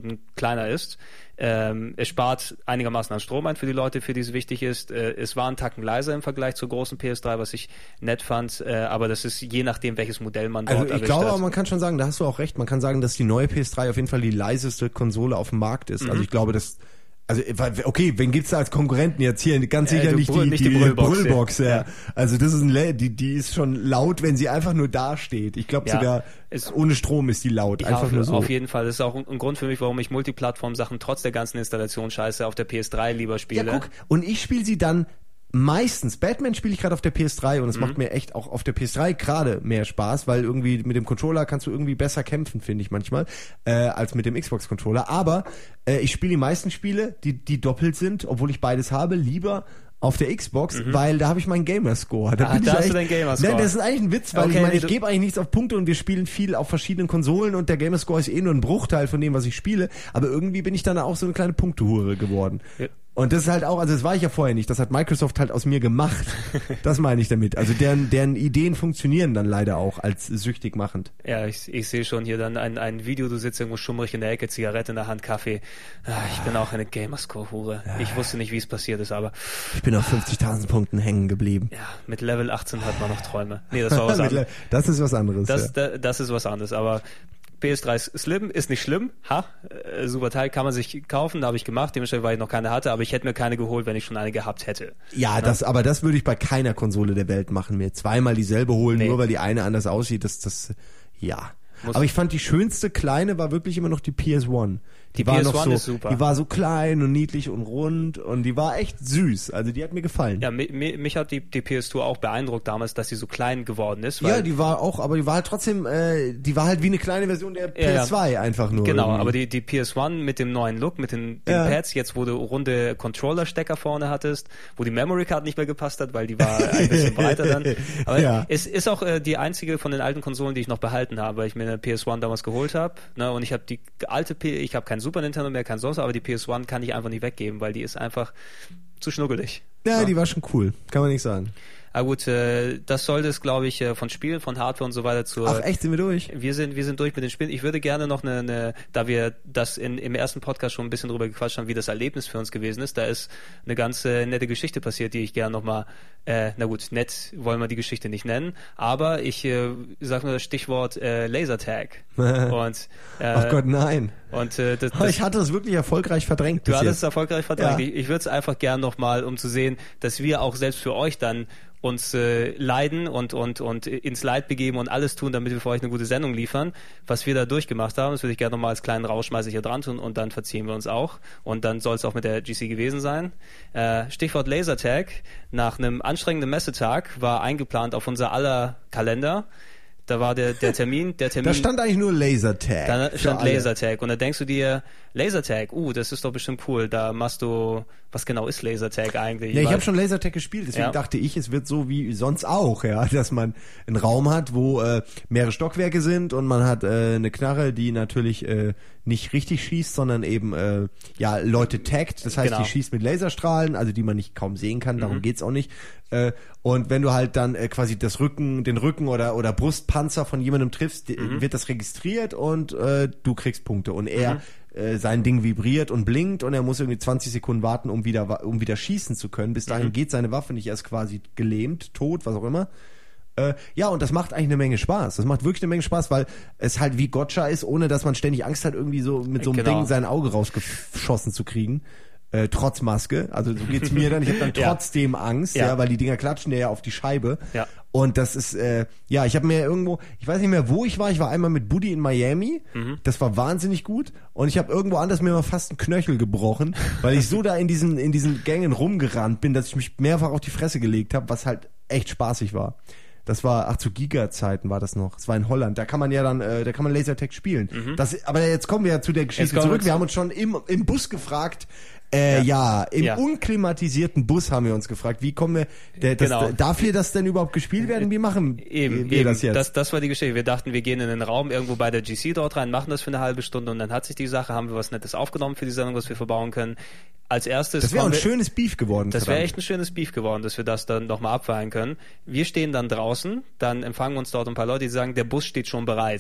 S1: Sekunden kleiner ist. Ähm, es spart einigermaßen an Strom ein für die Leute, für die es wichtig ist. Äh, es war ein Tacken leiser im Vergleich zur großen P S drei, was ich nett fand, äh, aber das ist je nachdem, welches Modell man dort
S2: Also ich
S1: erwischt
S2: glaube,
S1: hat.
S2: aber man kann schon sagen, da hast du auch recht, man kann sagen, dass die neue P S drei auf jeden Fall die leiseste Konsole auf dem Markt ist. Mhm. Also ich glaube, dass Also, okay, wen gibt's da als Konkurrenten jetzt hier? Ganz sicher äh, nicht, die,
S1: nicht
S2: die,
S1: die Brüllbox.
S2: Brüllbox ja.
S1: Ja.
S2: Also, das ist ein, die, die ist schon laut, wenn sie einfach nur da steht. Ich glaube
S1: ja.
S2: sogar,
S1: es,
S2: ohne Strom ist die laut.
S1: Ja,
S2: einfach
S1: auf,
S2: nur so.
S1: Auf jeden Fall. Das ist auch ein, ein Grund für mich, warum ich Multiplattform-Sachen trotz der ganzen Installationsscheiße auf der P S drei lieber spiele.
S2: Ja, guck, und ich spiele sie dann meistens, Batman spiele ich gerade auf der P S drei und es mhm. macht mir echt auch auf der P S drei gerade mehr Spaß, weil irgendwie mit dem Controller kannst du irgendwie besser kämpfen, finde ich manchmal, äh, als mit dem Xbox-Controller. Aber äh, ich spiele die meisten Spiele, die, die doppelt sind, obwohl ich beides habe, lieber auf der Xbox, mhm. weil da habe ich meinen Gamerscore. Da,
S1: ah,
S2: bin
S1: da
S2: ich
S1: hast
S2: echt,
S1: du deinen Gamerscore.
S2: Nein, das ist eigentlich ein Witz, weil
S1: okay,
S2: ich meine,
S1: nee,
S2: ich gebe eigentlich nichts auf Punkte und wir spielen viel auf verschiedenen Konsolen und der Gamerscore ist eh nur ein Bruchteil von dem, was ich spiele, aber irgendwie bin ich dann auch so eine kleine Punktehure geworden. Ja. Und das ist halt auch, also das war ich ja vorher nicht, das hat Microsoft halt aus mir gemacht. Das meine ich damit. Also deren, deren Ideen funktionieren dann leider auch als süchtig machend.
S1: Ja, ich, ich sehe schon hier dann ein, ein Video, du sitzt irgendwo schummrig in der Ecke, Zigarette in der Hand, Kaffee. Ah, ich bin auch eine Gamerscore-Hure. Ich wusste nicht, wie es passiert ist, aber...
S2: Ich bin auf fünfzigtausend Punkten hängen geblieben.
S1: Ja, mit Level achtzehn hat man noch Träume. Nee, das war was anderes.
S2: Das ist was anderes.
S1: Das,
S2: ja.
S1: da, das ist was anderes, aber... P S drei ist Slim, ist nicht schlimm, ha, äh, super Teil, kann man sich kaufen, da habe ich gemacht, dementsprechend, weil ich noch keine hatte, aber ich hätte mir keine geholt, wenn ich schon eine gehabt hätte.
S2: Ja, ja? das, aber das würde ich bei keiner Konsole der Welt machen, mir zweimal dieselbe holen, nee. nur weil die eine anders aussieht, das, das, ja. Muss aber ich fand die schönste kleine war wirklich immer noch die P S eins. Die, die war noch so,
S1: ist super.
S2: Die war so klein und niedlich und rund und die war echt süß. Also die hat mir gefallen.
S1: Ja, mich, mich hat die, die P S zwei auch beeindruckt damals, dass sie so klein geworden ist. Weil
S2: ja, die war auch, aber die war halt trotzdem, äh, die war halt wie eine kleine Version der P S zwei ja, einfach nur.
S1: Genau,
S2: irgendwie.
S1: aber die, die P S eins mit dem neuen Look, mit den, den ja. Pads, jetzt wo du runde Controller-Stecker vorne hattest, wo die Memory Card nicht mehr gepasst hat, weil die war ein bisschen breiter dann. Aber ja. es ist auch äh, die einzige von den alten Konsolen, die ich noch behalten habe, weil ich mir eine P S eins damals geholt habe. Ne, und ich habe die alte P, ich habe kein Super Nintendo mehr, kein sonst, aber die P S eins kann ich einfach nicht weggeben, weil die ist einfach zu schnuggelig.
S2: Ja, ja, die war schon cool, kann man nicht sagen.
S1: Aber gut, äh, das sollte es, glaube ich, äh, von Spielen, von Hardware und so weiter zu...
S2: Ach echt, sind wir durch?
S1: Wir sind wir sind durch mit den Spielen. Ich würde gerne noch eine, eine da wir das in, im ersten Podcast schon ein bisschen drüber gequatscht haben, wie das Erlebnis für uns gewesen ist, da ist eine ganz äh, nette Geschichte passiert, die ich gerne nochmal, äh, na gut, nett wollen wir die Geschichte nicht nennen, aber ich äh, sage nur das Stichwort äh, Lasertag. und, äh,
S2: Ach Gott, nein.
S1: Und, äh, das,
S2: das, ich hatte es wirklich erfolgreich verdrängt.
S1: Du hattest es erfolgreich verdrängt. Ja. Ich, ich würde es einfach gerne nochmal, um zu sehen, dass wir auch selbst für euch dann uns äh, leiden und und und ins Leid begeben und alles tun, damit wir für euch eine gute Sendung liefern. Was wir da durchgemacht haben, das würde ich gerne nochmal als kleinen Rauschmeißer hier dran tun und dann verziehen wir uns auch. Und dann soll es auch mit der G C gewesen sein. Äh, Stichwort Lasertag. Nach einem anstrengenden Messetag war eingeplant auf unser aller Kalender. Da war der, der Termin, der Termin.
S2: Da stand eigentlich nur Lasertag.
S1: Da stand Lasertag. Und da denkst du dir, Lasertag, uh, das ist doch bestimmt cool. Da machst du, was genau ist Lasertag eigentlich?
S2: Ja, ich habe schon Lasertag gespielt, deswegen ja. dachte ich, es wird so wie sonst auch, ja, dass man einen Raum hat, wo äh, mehrere Stockwerke sind und man hat äh, eine Knarre, die natürlich äh, nicht richtig schießt, sondern eben äh, ja Leute taggt. Das heißt,
S1: genau.
S2: die schießt mit Laserstrahlen, also die man nicht kaum sehen kann. Darum mhm. geht's auch nicht. Äh, und wenn du halt dann äh, quasi das Rücken, den Rücken oder oder Brustpanzer von jemandem triffst, mhm. wird das registriert und äh, du kriegst Punkte. Und er mhm. äh, sein Ding vibriert und blinkt und er muss irgendwie zwanzig Sekunden warten, um wieder um wieder schießen zu können. Bis dahin mhm. geht seine Waffe nicht, er ist quasi gelähmt, tot, was auch immer. Äh, ja, und das macht eigentlich eine Menge Spaß. Das macht wirklich eine Menge Spaß, weil es halt wie Gotcha ist, ohne dass man ständig Angst hat, irgendwie so mit so einem genau. Ding sein Auge rausgeschossen zu kriegen. Äh, trotz Maske, also so geht's mir dann. Ich habe dann trotzdem ja. Angst, ja. ja, weil die Dinger klatschen ja auf die Scheibe.
S1: Ja.
S2: Und das ist, äh, ja, ich habe mir irgendwo, ich weiß nicht mehr, wo ich war. Ich war einmal mit Buddy in Miami. Mhm. Das war wahnsinnig gut. Und ich habe irgendwo anders mir mal fast einen Knöchel gebrochen, weil ich so da in diesen in diesen Gängen rumgerannt bin, dass ich mich mehrfach auf die Fresse gelegt habe, was halt echt spaßig war. Das war, ach, zu Giga-Zeiten war das noch. Das war in Holland. Da kann man ja dann, äh, da kann man Lasertag spielen. Mhm. Das, aber jetzt kommen wir ja zu der Geschichte zurück. Wir haben uns schon im, im Bus gefragt, äh, ja, ja im ja. unklimatisierten Bus haben wir uns gefragt, wie kommen wir, der, das,
S1: genau.
S2: darf hier das denn überhaupt gespielt werden? Wie machen
S1: eben,
S2: wir
S1: eben.
S2: das jetzt?
S1: Das, das war die Geschichte. Wir dachten, wir gehen in den Raum irgendwo bei der G C dort rein, machen das für eine halbe Stunde und dann hat sich die Sache, haben wir was Nettes aufgenommen für die Sendung, was wir verbauen können. Als erstes...
S2: Das wäre ein schönes Beef geworden.
S1: Das wäre echt ein schönes Beef geworden, dass wir das dann nochmal abfeiern können. Wir stehen dann draußen, dann empfangen uns dort ein paar Leute, die sagen, der Bus steht schon bereit.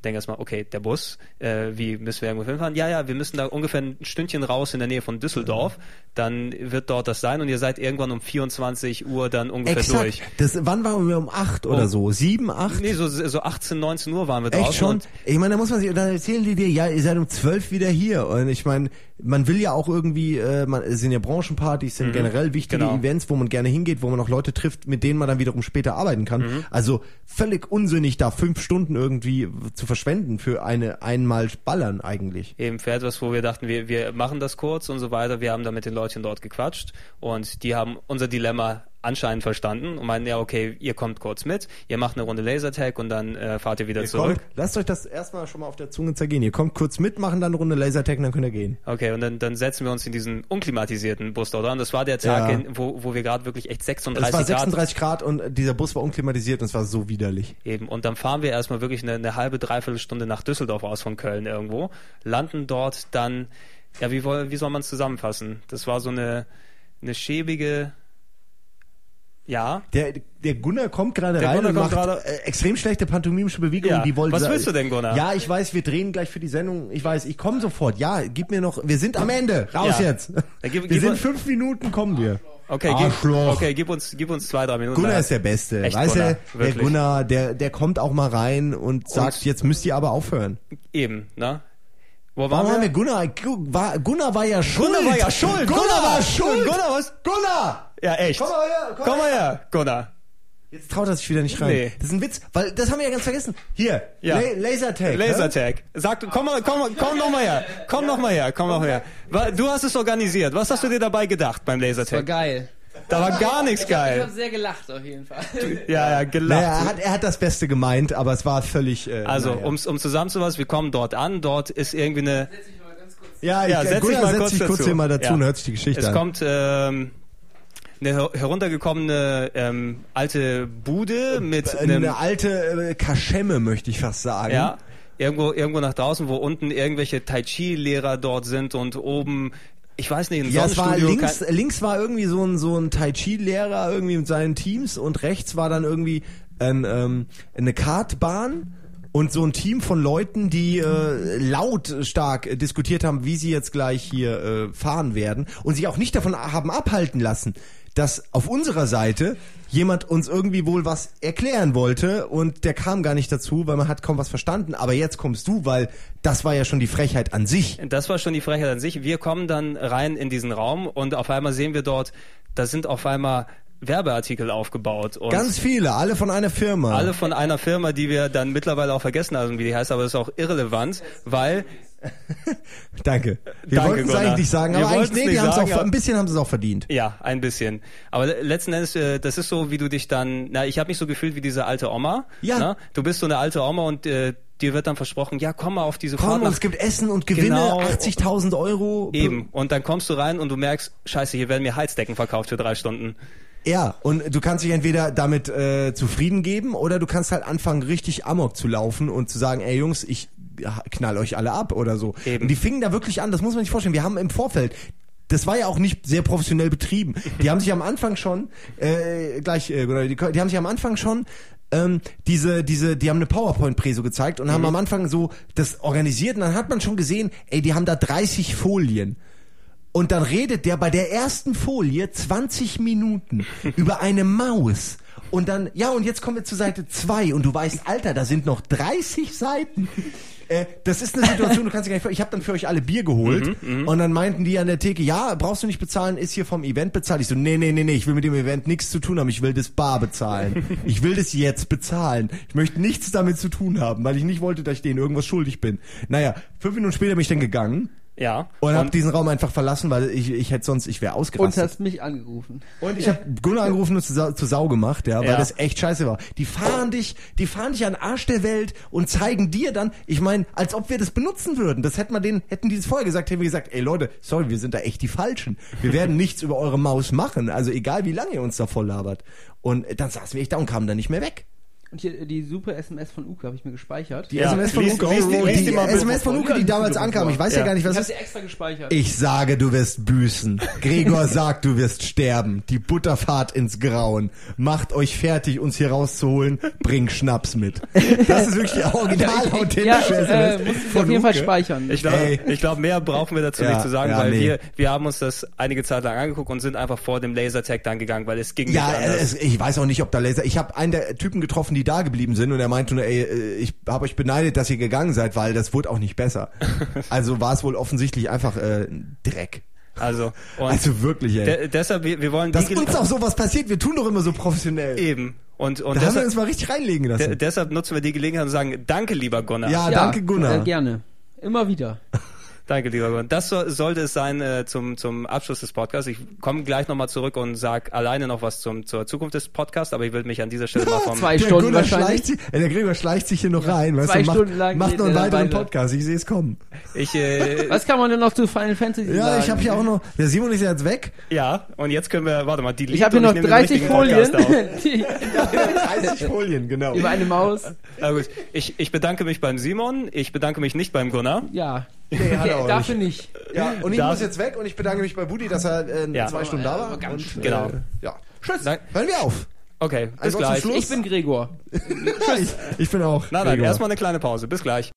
S1: denke erstmal, okay, der Bus, äh, wie müssen wir irgendwo hinfahren? Ja, ja, wir müssen da ungefähr ein Stündchen raus in der Nähe von Düsseldorf, dann wird dort das sein und ihr seid irgendwann um vierundzwanzig Uhr dann ungefähr
S2: Exakt.
S1: durch.
S2: Das, wann waren wir? Um acht oder
S1: Oh.
S2: so? Sieben, acht?
S1: Nee, so, so achtzehn, neunzehn Uhr waren wir draußen.
S2: Echt schon?
S1: Und
S2: Ich meine, da muss man sich, dann erzählen die dir, ja, ihr seid um zwölf wieder hier. Und ich meine, man will ja auch irgendwie, äh, man, es sind ja Branchenpartys, sind
S1: Mhm.
S2: generell wichtige
S1: Genau.
S2: Events, wo man gerne hingeht, wo man auch Leute trifft, mit denen man dann wiederum später arbeiten kann.
S1: Mhm.
S2: Also völlig unsinnig, da fünf Stunden irgendwie zu verschwenden für eine einmal Ballern eigentlich.
S1: eben für etwas, wo wir dachten, wir, wir machen das kurz und so weiter. Wir haben da mit den Leuten dort gequatscht und die haben unser Dilemma anscheinend verstanden und meinen, ja, okay, ihr kommt kurz mit, ihr macht eine Runde Lasertag und dann äh, fahrt ihr wieder
S2: Ihr
S1: zurück.
S2: kommt, lasst euch das erstmal schon mal auf der Zunge zergehen. Ihr kommt kurz mit, machen dann eine Runde Lasertag und dann könnt ihr gehen.
S1: Okay, und dann, dann setzen wir uns in diesen unklimatisierten Bus dort an. Das war der Tag,
S2: Ja.
S1: in, wo, wo wir gerade wirklich echt
S2: Es
S1: sechsunddreißig
S2: war
S1: Grad
S2: sechsunddreißig Grad und dieser Bus war unklimatisiert und es war so widerlich.
S1: eben. Und dann fahren wir erstmal wirklich eine, eine halbe, dreiviertel Stunde nach Düsseldorf aus von Köln irgendwo, landen dort dann, ja, wie, woll- wie soll man es zusammenfassen? Das war so eine, eine schäbige, ja,
S2: Der, der Gunnar kommt gerade
S1: Der
S2: rein
S1: Gunnar
S2: und
S1: kommt
S2: macht
S1: gerade-
S2: äh, extrem schlechte pantomimische Bewegungen.
S1: Ja.
S2: Die wollen
S1: Was
S2: sa-
S1: willst du denn, Gunnar?
S2: Ja, ich weiß, wir drehen gleich für die Sendung. Ich weiß, ich komme sofort. Ja, gib mir noch. Wir sind am Ende. Raus
S1: Ja.
S2: jetzt.
S1: Ja, gib-
S2: wir
S1: gib
S2: sind
S1: uns-
S2: fünf Minuten, kommen wir.
S1: okay,
S2: Arschloch.
S1: gib, okay, gib uns, gib uns zwei, drei Minuten.
S2: Gunnar
S1: Da-
S2: ist der Beste.
S1: Echt,
S2: weißt
S1: Gunnar,
S2: du, der
S1: wirklich.
S2: Gunnar, der, der kommt auch mal rein und sagt,
S1: Und-
S2: jetzt müsst ihr aber aufhören.
S1: Eben, ne? Wo
S2: Warum haben
S1: waren
S2: wir Gunnar? Gu- War, Gunnar war ja schuld.
S1: Gunnar war ja schuld.
S2: Gunnar war schuld.
S1: Gunnar was?
S2: Gunnar!
S1: Ja, echt.
S2: Komm mal her.
S1: Komm mal her, Gunnar.
S2: Jetzt traut er sich wieder nicht rein.
S1: Nee.
S2: Das ist ein Witz, weil das haben wir ja ganz vergessen. Hier,
S1: Ja.
S2: La- Lasertag.
S1: Lasertag. Sag, du, komm mal, komm, komm noch mal her. Komm noch mal her, komm noch mal her. Wa- Du hast es organisiert. Was hast du dir dabei gedacht beim
S4: Das war
S1: Lasertag?
S4: geil.
S1: Da war gar nichts
S4: Ich habe
S1: geil.
S4: sehr gelacht auf jeden Fall.
S1: Ja, ja,
S2: Naja,
S1: gelacht.
S2: er hat, er hat das Beste gemeint, aber es war völlig. Äh,
S1: Also,
S2: naja.
S1: um, um zusammenzufassen, wir kommen dort an. Dort ist irgendwie eine,
S2: Ja, ich,
S1: ja,
S2: äh,
S1: setz dich
S2: Gunnar
S1: mal
S2: setzt
S1: kurz
S2: sich kurz
S1: dazu.
S2: hier mal dazu
S1: Ja.
S2: und hört sich die Geschichte
S1: es
S2: an.
S1: kommt, ähm, eine her- heruntergekommene ähm, alte Bude mit
S2: Äh,
S1: einem,
S2: eine alte äh, Kaschemme, möchte ich fast sagen.
S1: ja, irgendwo, irgendwo nach draußen, wo unten irgendwelche Tai Chi Lehrer dort sind und oben, ich weiß nicht, ein
S2: Ja, es war
S1: Sonnenstudio.
S2: links,
S1: kein-
S2: links war irgendwie so ein, so ein Tai Chi-Lehrer irgendwie mit seinen Teams und rechts war dann irgendwie ein, ähm, eine Kartbahn und so ein Team von Leuten, die äh, lautstark äh, diskutiert haben, wie sie jetzt gleich hier äh, fahren werden und sich auch nicht davon haben abhalten lassen, dass auf unserer Seite jemand uns irgendwie wohl was erklären wollte und der kam gar nicht dazu, weil man hat kaum was verstanden. Aber jetzt kommst du, weil das war ja schon die Frechheit an sich.
S1: Das war schon die Frechheit an sich. Wir kommen dann rein in diesen Raum und auf einmal sehen wir dort, da sind auf einmal Werbeartikel aufgebaut. Und
S2: Ganz viele, alle von einer Firma.
S1: alle von einer Firma, die wir dann mittlerweile auch vergessen haben, wie die heißt, aber das ist auch irrelevant, weil
S2: Danke. Wir
S1: Danke,
S2: wollten es
S1: Gunnar.
S2: eigentlich nicht sagen,
S1: Wir
S2: aber eigentlich,
S1: wollten's
S2: nee,
S1: nicht
S2: die haben's
S1: sagen,
S2: auch,
S1: aber-
S2: ein bisschen haben sie es auch verdient.
S1: ja, ein bisschen. Aber letzten Endes, äh, das ist so, wie du dich dann, na, ich habe mich so gefühlt wie diese alte Oma.
S2: Ja.
S1: Na? Du bist so eine alte Oma und äh, dir wird dann versprochen, ja, komm mal auf diese
S2: Komm,
S1: Fahrt
S2: und
S1: nach
S2: es gibt Essen und Gewinne,
S1: Genau.
S2: achtzigtausend Euro.
S1: eben. Und dann kommst du rein und du merkst, scheiße, hier werden mir Heizdecken verkauft für drei Stunden.
S2: Ja, und du kannst dich entweder damit äh, zufrieden geben oder du kannst halt anfangen, richtig Amok zu laufen und zu sagen, ey Jungs, ich knall euch alle ab oder so.
S1: Eben.
S2: Und die fingen da wirklich an, das muss man sich vorstellen. Wir haben im Vorfeld, das war ja auch nicht sehr professionell betrieben. Die haben sich am Anfang schon, äh, gleich, äh, die, die haben sich am Anfang schon ähm, diese, diese, die haben eine PowerPoint-Präso gezeigt und haben am Anfang so das organisiert und dann hat man schon gesehen, ey, die haben da dreißig Folien. Und dann redet der bei der ersten Folie zwanzig Minuten über eine Maus. Und dann, ja, und jetzt kommen wir zu Seite zwei und du weißt, Alter, da sind noch dreißig Seiten. Äh, das ist eine Situation, du kannst dir gar nicht vor, ich habe dann für euch alle Bier geholt und dann meinten die an der Theke, ja, brauchst du nicht bezahlen, ist hier vom Event bezahlt. Ich so, nee, nee, nee, nee, ich will mit dem Event nichts zu tun haben, ich will das bar bezahlen. Ich will das jetzt bezahlen. Ich möchte nichts damit zu tun haben, weil ich nicht wollte, dass ich denen irgendwas schuldig bin. Naja, fünf Minuten später bin ich dann gegangen.
S1: Ja.
S2: Und, und hab diesen Raum einfach verlassen, weil ich, ich hätte sonst, ich wäre
S4: Und
S2: ausgerastet.
S4: hast mich angerufen.
S2: Und ich habe Gunnar angerufen und zu, Sau- zu Sau gemacht, ja, weil
S1: Ja.
S2: das echt scheiße war. Die fahren dich, die fahren dich an den Arsch der Welt und zeigen dir dann, ich meine, als ob wir das benutzen würden. Das hätten wir denen, hätten die das vorher gesagt, hätten wir gesagt, ey Leute, sorry, wir sind da echt die Falschen. Wir werden nichts über eure Maus machen, also egal wie lange ihr uns da voll labert. Und dann saßen wir echt da und kamen da nicht mehr weg.
S4: Und hier die super S M S von Uke habe ich mir gespeichert.
S2: Die
S1: Ja,
S2: S M S von
S1: lies-
S2: Uke,
S1: lies-
S2: oh,
S1: lies-
S2: oh,
S1: lies
S2: die
S1: die mal
S2: S M S
S1: bitte
S2: von
S1: vor.
S2: Uke, die
S4: Ja,
S2: damals
S4: bitte
S2: ankam.
S4: vor.
S2: Ich weiß ja
S1: Ja.
S2: gar nicht, was
S4: Ich habe
S2: ist.
S4: sie extra gespeichert.
S2: Ich sage, du wirst büßen. Gregor sagt, du wirst sterben. Die Butterfahrt ins Grauen. Macht euch fertig, uns hier rauszuholen. Bring Schnaps mit. Das ist wirklich die original authentische
S4: ja,
S2: S M S
S4: äh, muss ich auf jeden Fall
S2: Uke.
S4: speichern.
S1: Ich glaube,
S2: Ey.
S1: ich glaub, mehr brauchen wir dazu
S2: Ja,
S1: nicht zu sagen,
S2: ja,
S1: weil
S2: nee.
S1: wir, wir haben uns das einige Zeit lang angeguckt und sind einfach vor dem Lasertag dann gegangen, weil es ging
S2: Ja,
S1: nicht anders.
S2: es, ich weiß auch nicht, ob da Laser. Ich habe einen der Typen getroffen, die da geblieben sind, und er meinte nur, ey, äh, ich habe euch beneidet, dass ihr gegangen seid, weil das wurde auch nicht besser. Also war es wohl offensichtlich einfach äh, Dreck.
S1: Also, und
S2: Also wirklich, ey.
S1: de deshalb, wir, wir wollen
S2: Dass
S1: die
S2: uns auch sowas passiert, wir tun doch immer so professionell.
S1: eben. Und, und
S2: Da haben wir
S1: deshalb,
S2: uns mal richtig reinlegen
S1: de
S2: lassen.
S1: deshalb nutzen wir die Gelegenheit und sagen, danke, lieber Gunnar.
S2: Ja, danke Gunnar.
S4: Äh, gerne. Immer wieder.
S1: Danke, lieber Gunnar. Das so, sollte es sein äh, zum, zum Abschluss des Podcasts. Ich komme gleich nochmal zurück und sag alleine noch was zum, zur Zukunft des Podcasts, aber ich will mich an dieser Stelle mal vom...
S4: Zwei
S2: Der
S4: Stunden
S2: Gunnar
S4: wahrscheinlich.
S2: schleicht sich, äh, der Gregor schleicht sich hier noch
S4: Ja,
S2: rein, weißt
S4: zwei
S2: du, macht,
S4: Stunden lang
S2: macht
S4: geht
S2: noch einen
S4: er dann
S2: weiteren
S4: weiter.
S2: Podcast, ich sehe es kommen.
S1: Ich, äh,
S4: Was kann man denn noch zu Final Fantasy
S2: Ja,
S4: sagen?
S2: ich habe hier auch noch, der Simon ist ja jetzt weg.
S1: ja, und jetzt können wir, warte mal, die
S4: Ich habe hier noch dreißig Folien die,
S2: dreißig Folien, genau.
S4: über eine Maus.
S1: Na gut, ich, ich bedanke mich beim Simon, ich bedanke mich nicht beim Gunnar.
S4: Ja.
S2: Nee, hat er auch
S4: Dafür nicht.
S2: Ja, und ich
S1: Da-
S2: muss jetzt weg und ich bedanke mich bei Budi, dass er äh,
S1: Ja.
S2: zwei Stunden da war.
S4: Ganz
S2: Und,
S4: schnell.
S1: Genau.
S2: Äh, ja. Tschüss.
S1: Nein.
S2: Hören wir auf.
S1: Okay,
S2: Ein
S1: bis
S2: Wort zum
S1: gleich.
S2: Schluss?
S4: Ich bin Gregor.
S2: ich, ich bin auch.
S1: Nein, nein,
S2: Gregor.
S1: erstmal eine kleine Pause. Bis gleich.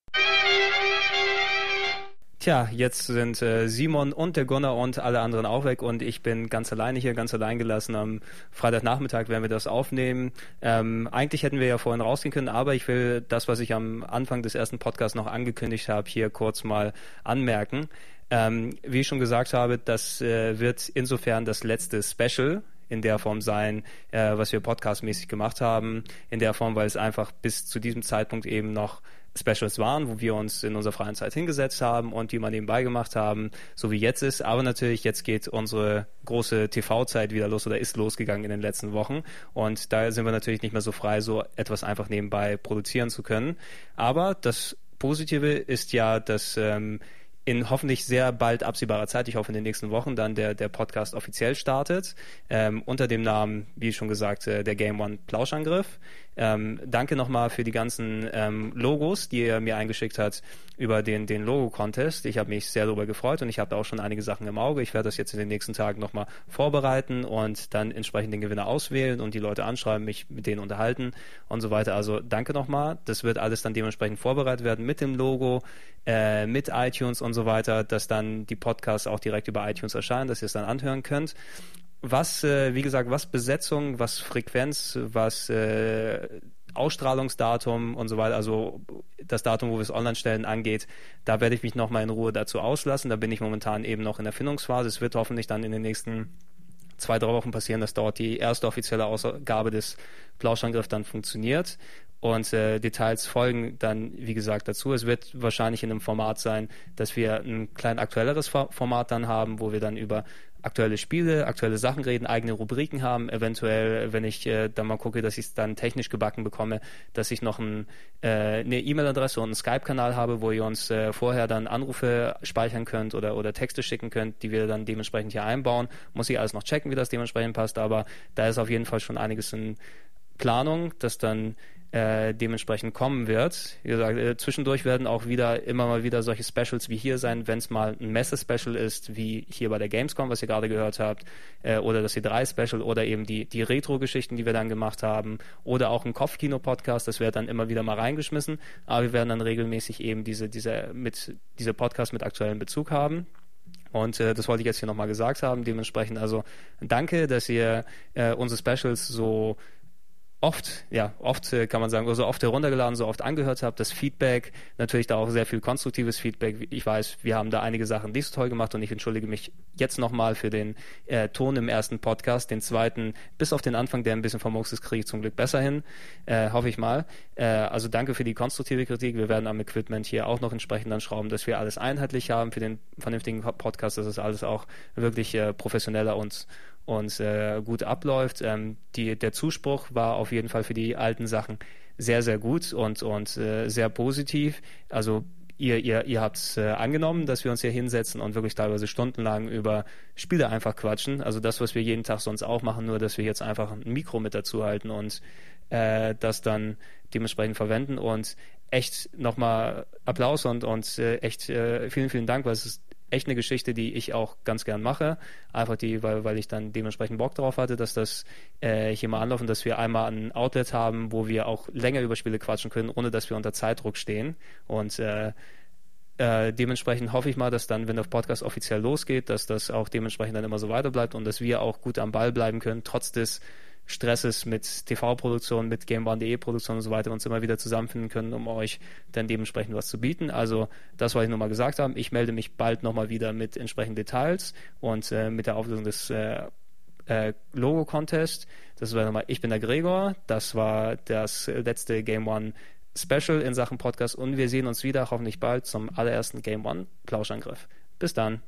S1: Tja, jetzt sind äh, Simon und der Gunnar und alle anderen auch weg und ich bin ganz alleine hier, ganz allein gelassen. Am Freitagnachmittag werden wir das aufnehmen. Ähm, eigentlich hätten wir ja vorhin rausgehen können, aber ich will das, was ich am Anfang des ersten Podcasts noch angekündigt habe, hier kurz mal anmerken. Ähm, wie ich schon gesagt habe, das äh, wird insofern das letzte Special in der Form sein, äh, was wir podcastmäßig gemacht haben, in der Form, weil es einfach bis zu diesem Zeitpunkt eben noch Specials waren, wo wir uns in unserer freien Zeit hingesetzt haben und die mal nebenbei gemacht haben, so wie jetzt ist. Aber natürlich, jetzt geht unsere große T V-Zeit wieder los oder ist losgegangen in den letzten Wochen. Und da sind wir natürlich nicht mehr so frei, so etwas einfach nebenbei produzieren zu können. Aber das Positive ist ja, dass ähm, in hoffentlich sehr bald absehbarer Zeit, ich hoffe in den nächsten Wochen, dann der, der Podcast offiziell startet, ähm, unter dem Namen, wie schon gesagt, äh, der Game One Plauschangriff. Ähm, danke nochmal für die ganzen ähm, Logos, die ihr mir eingeschickt habt über den, den Logo-Contest. Ich habe mich sehr darüber gefreut und ich habe da auch schon einige Sachen im Auge. Ich werde das jetzt in den nächsten Tagen nochmal vorbereiten und dann entsprechend den Gewinner auswählen und die Leute anschreiben, mich mit denen unterhalten und so weiter. Also danke nochmal. Das wird alles dann dementsprechend vorbereitet werden mit dem Logo, äh, mit iTunes und so weiter, dass dann die Podcasts auch direkt über iTunes erscheinen, dass ihr es dann anhören könnt. Was, äh, wie gesagt, was Besetzung, was Frequenz, was äh, Ausstrahlungsdatum und so weiter, also das Datum, wo wir es online stellen, angeht, da werde ich mich nochmal in Ruhe dazu auslassen. Da bin ich momentan eben noch in der Findungsphase. Es wird hoffentlich dann in den nächsten zwei, drei Wochen passieren, dass dort die erste offizielle Ausgabe des Plauschangriffs dann funktioniert. Und äh, Details folgen dann, wie gesagt, dazu. Es wird wahrscheinlich in einem Format sein, dass wir ein klein aktuelleres Format dann haben, wo wir dann über aktuelle Spiele, aktuelle Sachen reden, eigene Rubriken haben. Eventuell, wenn ich äh, dann mal gucke, dass ich es dann technisch gebacken bekomme, dass ich noch ein, äh, eine E-Mail-Adresse und einen Skype-Kanal habe, wo ihr uns äh, vorher dann Anrufe speichern könnt oder, oder Texte schicken könnt, die wir dann dementsprechend hier einbauen. Muss ich alles noch checken, wie das dementsprechend passt, aber da ist auf jeden Fall schon einiges in Planung, das dann äh, dementsprechend kommen wird. Wie gesagt, äh, zwischendurch werden auch wieder immer mal wieder solche Specials wie hier sein, wenn es mal ein Messe-Special ist, wie hier bei der Gamescom, was ihr gerade gehört habt, äh, oder das C drei Special oder eben die, die Retro-Geschichten, die wir dann gemacht haben, oder auch ein Kopfkino-Podcast, das wird dann immer wieder mal reingeschmissen, aber wir werden dann regelmäßig eben diese, diese, mit, diese Podcasts mit aktuellem Bezug haben. Und äh, das wollte ich jetzt hier nochmal gesagt haben. Dementsprechend also danke, dass ihr äh, unsere Specials so oft, ja, oft äh, kann man sagen, so oft heruntergeladen, so oft angehört habt. Das Feedback, natürlich da auch sehr viel konstruktives Feedback. Ich weiß, wir haben da einige Sachen nicht so toll gemacht und ich entschuldige mich jetzt nochmal für den äh, Ton im ersten Podcast. Den zweiten, bis auf den Anfang, der ein bisschen vermurkst ist, kriege ich zum Glück besser hin, äh, hoffe ich mal. Äh, also danke für die konstruktive Kritik. Wir werden am Equipment hier auch noch entsprechend dann schrauben, dass wir alles einheitlich haben für den vernünftigen Podcast, dass es alles auch wirklich äh, professioneller und und äh, gut abläuft. Ähm, die, der Zuspruch war auf jeden Fall für die alten Sachen sehr, sehr gut und, und äh, sehr positiv. Also ihr, ihr, ihr habt es äh, angenommen, dass wir uns hier hinsetzen und wirklich teilweise stundenlang über Spiele einfach quatschen. Also das, was wir jeden Tag sonst auch machen, nur dass wir jetzt einfach ein Mikro mit dazu halten und äh, das dann dementsprechend verwenden. Und echt nochmal Applaus und, und äh, echt äh, vielen, vielen Dank, weil es ist echt eine Geschichte, die ich auch ganz gern mache. Einfach die, weil, weil ich dann dementsprechend Bock drauf hatte, dass das äh, hier mal anlaufen, dass wir einmal ein Outlet haben, wo wir auch länger über Spiele quatschen können, ohne dass wir unter Zeitdruck stehen. Und äh, äh, dementsprechend hoffe ich mal, dass dann, wenn der Podcast offiziell losgeht, dass das auch dementsprechend dann immer so weiter bleibt und dass wir auch gut am Ball bleiben können, trotz des Stresses mit T V-Produktion, mit Game One punkt de Produktion und so weiter, uns immer wieder zusammenfinden können, um euch dann dementsprechend was zu bieten. Also das wollte ich nur mal gesagt haben. Ich melde mich bald nochmal wieder mit entsprechenden Details und äh, mit der Auflösung des äh, äh, Logo-Contest. Das war nochmal, ich bin der Gregor. Das war das letzte Game One Special in Sachen Podcast und wir sehen uns wieder hoffentlich bald zum allerersten Game One Plauschangriff. Bis dann.